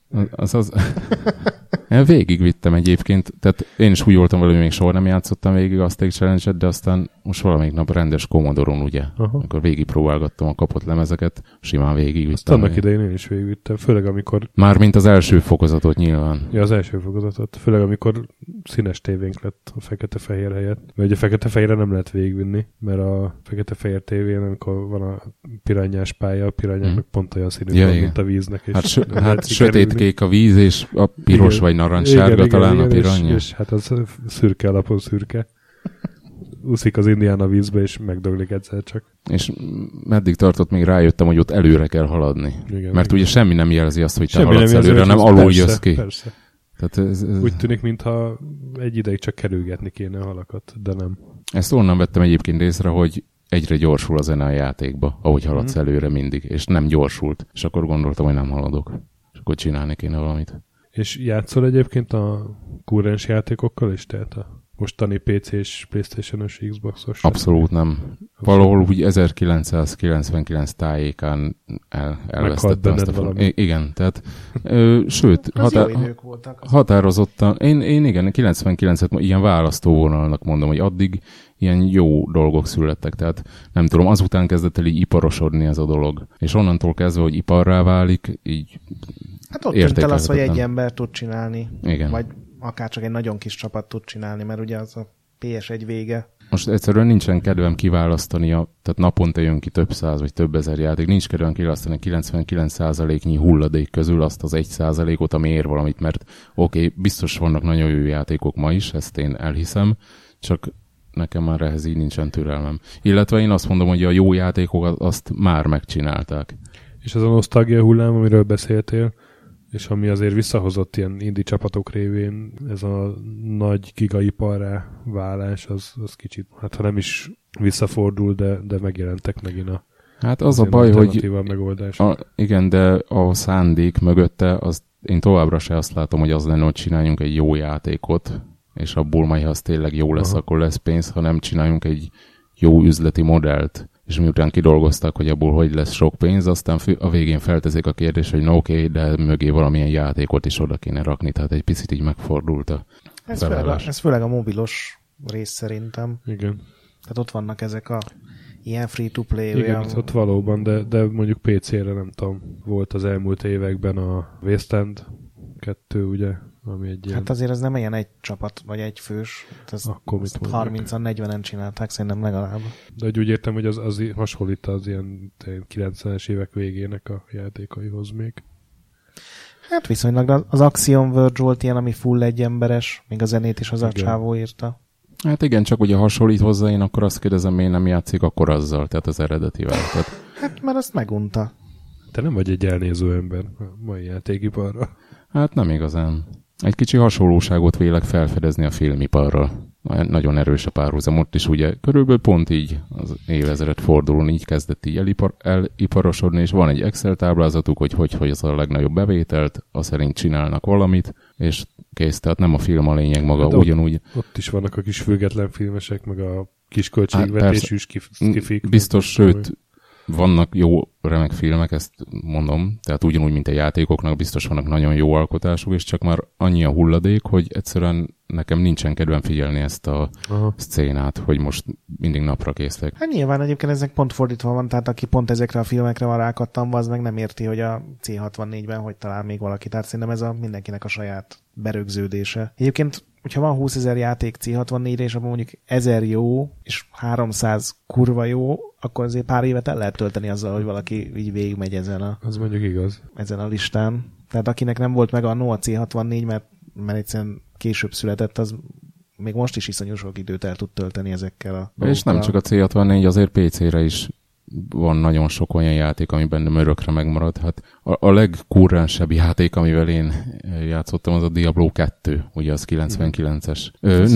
S3: Én végigvittem egyébként, tehát én is úgy voltam vele, hogy még soha nem játszottam végig Azték Challenge-et, de aztán most valamelyik nap rendes Commodore-on, ugye, amikor végigpróbálgattam a kapott lemezeket, simán végigvittem.
S1: Azt annak idején én is végigvittem, főleg amikor...
S3: Mármint az első fokozatot nyilván.
S1: Ja, az első fokozatot. Főleg amikor színes tévénk lett a fekete-fehér helyett. Mert ugye a fekete-fehérre nem lehet végigvinni, mert a fekete-fehér tévén, amikor van a piranyás pálya, a piranyáknak pont olyan színű van, mint a víznek. És
S3: hát sötétkék a víz, és a piros vagy narancssárga talán a piranya.
S1: És hát az szürke alapon szürke. Úszik az Indiana vízbe, és megdöglik egyszer csak.
S3: És meddig tartott, még rájöttem, hogy ott előre kell haladni. Igen, mert ugye semmi nem jelzi azt, hogy te haladsz előre, hanem alul jössz ki.
S1: Persze. Tehát ez... Úgy tűnik, mintha egy ideig csak kerülgetni kéne a halakat, de nem.
S3: Ezt onnan vettem egyébként észre, hogy egyre gyorsul a zene a játékba, ahogy haladsz előre mindig, és nem gyorsult. És akkor gondoltam, hogy nem haladok. És akkor csinálni kéne valamit.
S1: És játszol egyébként a kurrens játékokkal is, tehát a mostani PC és PlayStation-os, Xbox-os?
S3: Abszolút nem. Valahol úgy 1999 tájékán elvesztettem ezt a valami. Igen, tehát sőt, határozottan, én igen, 99-et ilyen választóvonalnak mondom, hogy addig ilyen jó dolgok születtek, tehát nem tudom, azután kezdett el így iparosodni ez a dolog. És onnantól kezdve, hogy iparrá válik, így
S2: hát ott tűnt el az, hogy egy ember tud csinálni.
S3: Igen.
S2: Vagy akár csak egy nagyon kis csapat tud csinálni, mert ugye az a PS1 vége.
S3: Most egyszerűen nincsen kedvem kiválasztani, tehát naponta jön ki több száz vagy több ezer játék, nincs kedvem kiválasztani 99%-nyi hulladék közül azt az 1%-ot, ami ér valamit, mert oké, biztos vannak nagyon jó játékok ma is, ezt én elhiszem, csak nekem már ehhez így nincsen türelmem. Illetve én azt mondom, hogy a jó játékokat azt már megcsinálták.
S1: És az a nosztalgia hullám, amiről beszéltél, és ami azért visszahozott ilyen indie csapatok révén, ez a nagy gigaiparrá válás, az kicsit, hát ha nem is visszafordul, de megjelentek megint a
S3: hát az a baj, hogy
S1: megoldások.
S3: Igen, de a szándék mögötte, én továbbra se azt látom, hogy az lenne, hogy csináljunk egy jó játékot, és abból majd, ha az tényleg jó lesz, akkor lesz pénz, hanem csináljunk egy jó üzleti modellt. És miután kidolgozták, hogy abból hogy lesz sok pénz, aztán a végén feltezik a kérdés, hogy no, oké, de mögé valamilyen játékot is oda kéne rakni, tehát egy picit így megfordult a felállás.
S2: Ez főleg a mobilos rész szerintem.
S1: Igen.
S2: Tehát ott vannak ezek a ilyen free-to-play.
S1: Igen,
S2: olyan...
S1: ott valóban, de mondjuk PC-re nem tudom, volt az elmúlt években a Wasteland 2, ugye, ami egy ilyen...
S2: Hát azért ez nem ilyen egy csapat, vagy egy fős.
S1: Akkor mit
S2: 30-an, 40-en csinálták, szerintem legalább.
S1: De úgy értem, hogy az hasonlít az ilyen 90-es évek végének a játékaihoz még.
S2: Hát viszonylag az Axiom Verge volt ilyen, ami full egyemberes, még a zenét is az a csávó írta.
S3: Hát igen, csak ugye hasonlít hozzá, én akkor azt kérdezem, miért nem játszik akkor azzal, tehát az eredetivel. Tehát...
S2: Hát mert azt megunta.
S1: Te nem vagy egy elnéző ember a mai játékiparra.
S3: Hát nem igazán. Egy kicsi hasonlóságot vélek felfedezni a filmiparral. Nagyon erős a párhuzam. Ott is ugye körülbelül pont így az évezred fordulón így kezdett így eliparosodni, és van egy Excel táblázatuk, hogy az a legnagyobb bevételt, azt szerint csinálnak valamit, és kész, tehát nem a film a lényeg maga,
S1: de
S3: ugyanúgy.
S1: Ott is vannak a kis független filmesek, meg a kis költségvetésű skifik.
S3: Biztos, sőt, vannak jó, remek filmek, ezt mondom, tehát ugyanúgy, mint a játékoknak, biztos vannak nagyon jó alkotások, és csak már annyi a hulladék, hogy egyszerűen nekem nincsen kedvem figyelni ezt a szcénát, hogy most mindig napra késztek.
S2: Hát nyilván egyébként ezek pont fordítva van, tehát aki pont ezekre a filmekre van rákattanva, az meg nem érti, hogy a C64-ben hogy talál még valaki. Tehát szerintem ez mindenkinek a saját berögződése. Egyébként, hogyha van 20 000 játék C64-re, és abban mondjuk 1000 jó, és 300 kurva jó, akkor azért pár évet el lehet tölteni azzal, hogy valaki így végigmegy
S1: az mondjuk igaz.
S2: Ezen a listán. Tehát akinek nem volt meg a C64, mert egyszerűen később született, az még most is iszonyú sok időt el tud tölteni ezekkel a...
S3: És nem csak a C64, azért PC-re is van nagyon sok olyan játék, ami bennem örökre megmarad. Hát a legkurrensebb játék, amivel én játszottam, az a Diablo 2, ugye az 99-es.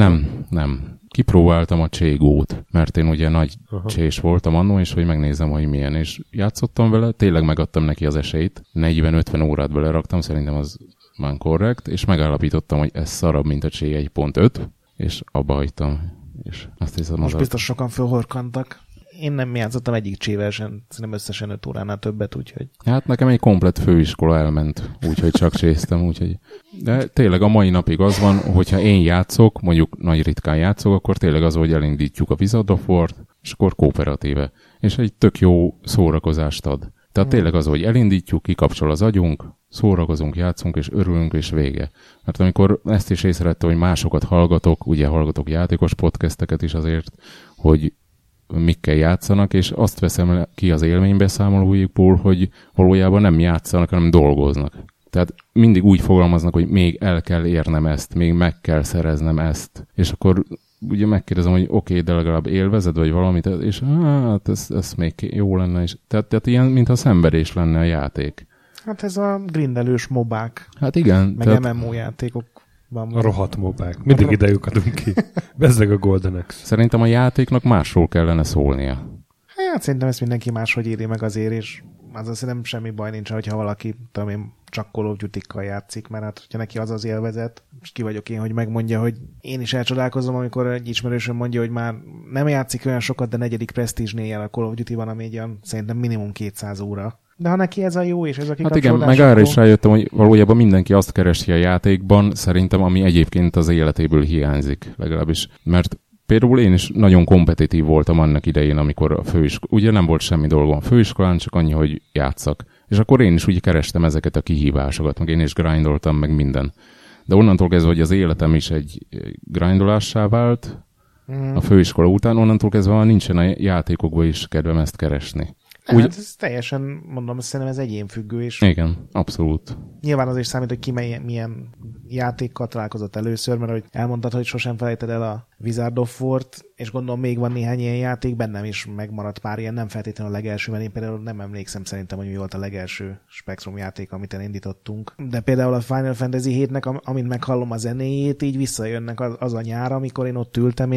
S3: Nem. Kipróbáltam a Cségót, mert én ugye nagy csés voltam annó, és hogy megnézem, hogy milyen, és játszottam vele, tényleg megadtam neki az esélyt, 40-50 órát beleraktam, szerintem az már korrekt, és megállapítottam, hogy ez szarabb, mint a Csé 1.5, és abba hagytam. És azt hiszem,
S2: most biztos sokan fölhorkantak. Én nem játszottam egyik csével sem, szerintem összesen 5 óránál többet, úgyhogy...
S3: Hát nekem egy komplett főiskola elment, úgyhogy csak cséztem, úgyhogy... De tényleg a mai napig az van, hogyha én játszok, mondjuk nagy ritkán játszok, akkor tényleg az, hogy elindítjuk a Wizard of War-t, és akkor kooperatíve. És egy tök jó szórakozást ad. Tehát tényleg az, hogy elindítjuk, kikapcsol az agyunk, szórakozunk, játszunk, és örülünk, és vége. Mert amikor ezt is észrevette, hogy másokat hallgatok, ugye hallgatok játékos podcasteket is azért, hogy mikkel játszanak, és azt veszem ki az élménybeszámolóikból, hogy valójában nem játszanak, hanem dolgoznak. Tehát mindig úgy fogalmaznak, hogy még el kell érnem ezt, még meg kell szereznem ezt. És akkor ugye megkérdezem, hogy oké, de legalább élvezed, vagy valamit, és hát ez még jó lenne. És tehát ilyen, mintha szenvedés lenne a játék.
S2: Hát ez a grindelős mobák.
S3: Hát igen.
S2: Meg tehát... MMO játékok.
S1: A rohadt mobák. Mindig idejük adunk ki. Bezzeg a Golden Axe.
S3: Szerintem a játéknak másról kellene szólnia.
S2: Hát szerintem ezt mindenki máshogy éri meg azért, és az szerintem semmi baj nincs, hogyha valaki, tudom én, csak Call of Duty-kkal játszik, mert hát, hogyha neki az élvezet, és ki vagyok én, hogy megmondja, hogy én is elcsodálkozom, amikor egy ismerősöm mondja, hogy már nem játszik olyan sokat, de 4. Prestige-nél jel a Call of Duty-ban, ami egy szerintem minimum 200 óra. De ha neki ez a jó, és ez a kikapcsolódás...
S3: Hát igen, meg arra is rájöttem, hogy valójában mindenki azt keresi a játékban, szerintem, ami egyébként az életéből hiányzik, legalábbis. Mert például én is nagyon kompetitív voltam annak idején, amikor a ugye nem volt semmi dolgom a főiskolán, csak annyi, hogy játszak. És akkor én is úgy kerestem ezeket a kihívásokat, meg én is grindoltam, meg minden. De onnantól kezdve, hogy az életem is egy grindolássá vált, a főiskola után, onnantól kezdve már nincsen a játékokban is kedvem ezt keresni.
S2: Hát ez teljesen, mondom, szerintem ez egyénfüggő is.
S3: Igen, abszolút.
S2: Nyilván az is számít, hogy ki milyen játékkal találkozott először, mert hogy elmondtad, hogy sosem felejted el a Wizard of War-t, és gondolom még van néhány ilyen játék, bennem is megmaradt pár ilyen, nem feltétlenül a legelső, mert én például nem emlékszem szerintem, hogy mi volt a legelső Spectrum játék, amit elindítottunk. De például a Final Fantasy 7-nek, amint meghallom a zenéjét, így visszajönnek az a nyár, amikor én ott ültem,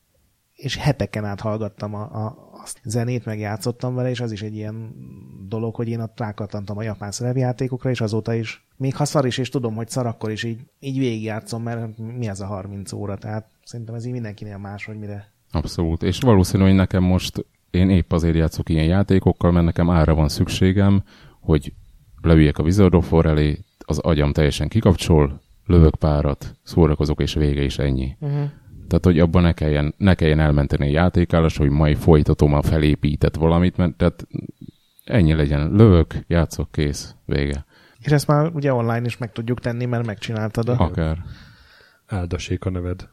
S2: és heteken át hallgattam a zenét, meg játszottam vele, és az is egy ilyen dolog, hogy én ott rákattantam a japán szerepjátékokra, és azóta is, még ha szar is, és tudom, hogy szar, akkor is így végigjátszom, mert mi ez a 30 óra, tehát szerintem ez így mindenkinél más, hogy mire.
S3: Abszolút, és valószínű, hogy nekem most én épp azért játszok ilyen játékokkal, mert nekem arra van szükségem, hogy leüljek a Wizard of War elé, az agyam teljesen kikapcsol, lövök párat, szórakozok, és vége is ennyi. Tehát, hogy abban ne kelljen elmenteni a játékállás, hogy majd folytatom a felépített valamit, mert tehát ennyi legyen. Lövök, játszok, kész, vége.
S2: És ezt már ugye online is meg tudjuk tenni, mert megcsináltad.
S3: Akár.
S1: Áldassék a neved.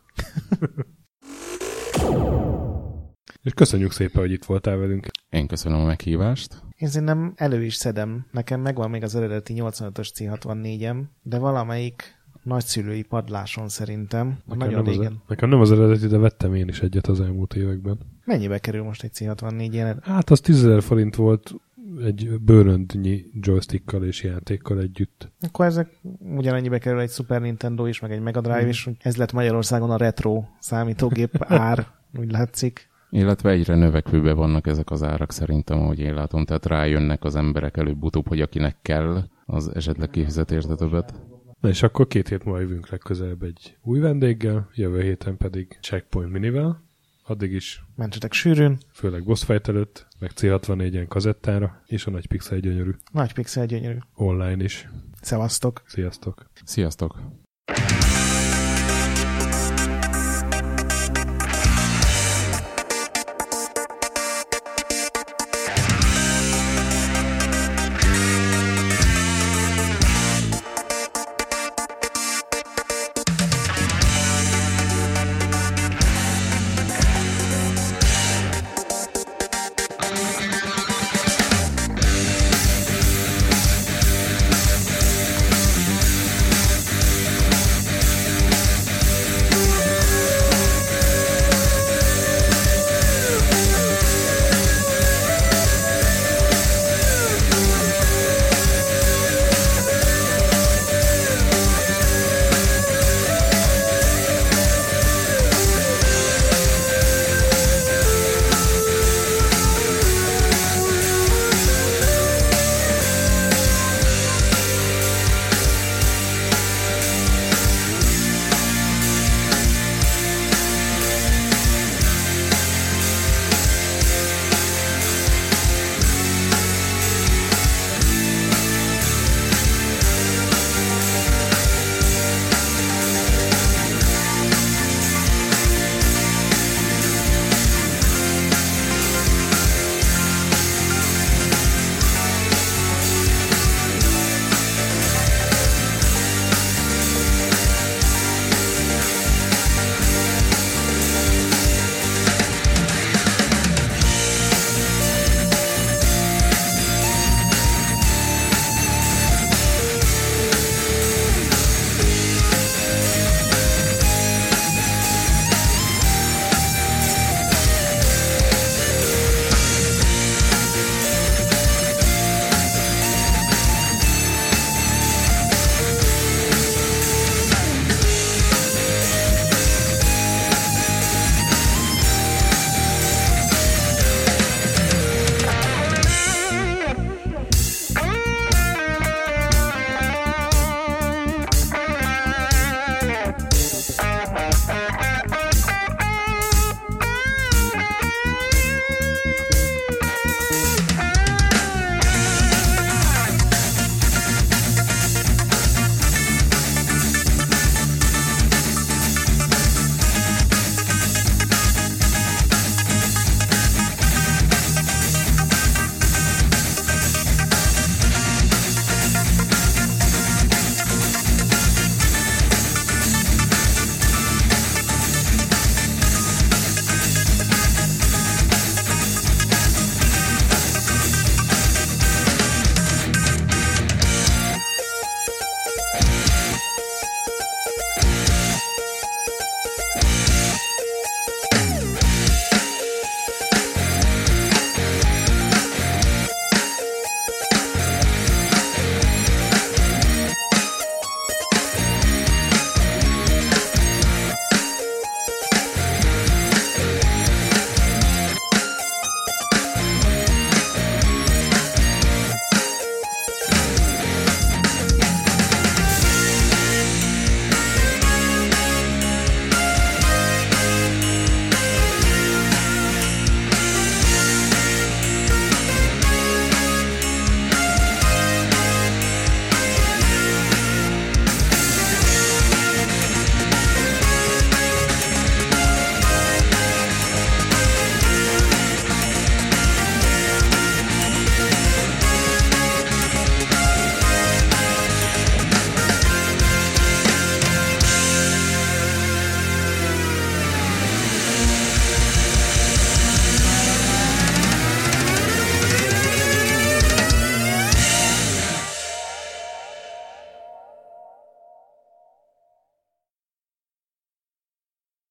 S1: És köszönjük szépen, hogy itt voltál velünk.
S3: Én köszönöm a meghívást.
S2: Én szerintem elő is szedem. Nekem megvan még az eredeti 85-ös C64-em, de valamelyik nagyszülői padláson szerintem. Nagyon régen.
S1: Nekem nem az eredeti, de vettem én is egyet az elmúlt években.
S2: Mennyibe kerül most egy C64 ilyen?
S1: Hát az 10 000 forint volt egy bőröndnyi joystickkal és játékkal együtt.
S2: Akkor ezek ugyanannyibe kerül egy Super Nintendo is, meg egy Mega Drive is. Ez lett Magyarországon a retro számítógép ár, úgy látszik.
S3: Illetve egyre növekvőben vannak ezek az árak szerintem, ahogy én látom. Tehát rájönnek az emberek előbb-utóbb, hogy akinek kell, az esetleg kifizet érte többet.
S1: Na és akkor 2 hét múlva jövünk legközelebb egy új vendéggel, jövő héten pedig Checkpoint Minivel. Addig is
S2: mentsetek sűrűn.
S1: Főleg boss fight előtt, meg C64-en kazettára, és a Nagy Pixel gyönyörű.
S2: Nagy Pixel gyönyörű.
S1: Online is.
S2: Szevasztok.
S1: Sziasztok.
S3: Sziasztok.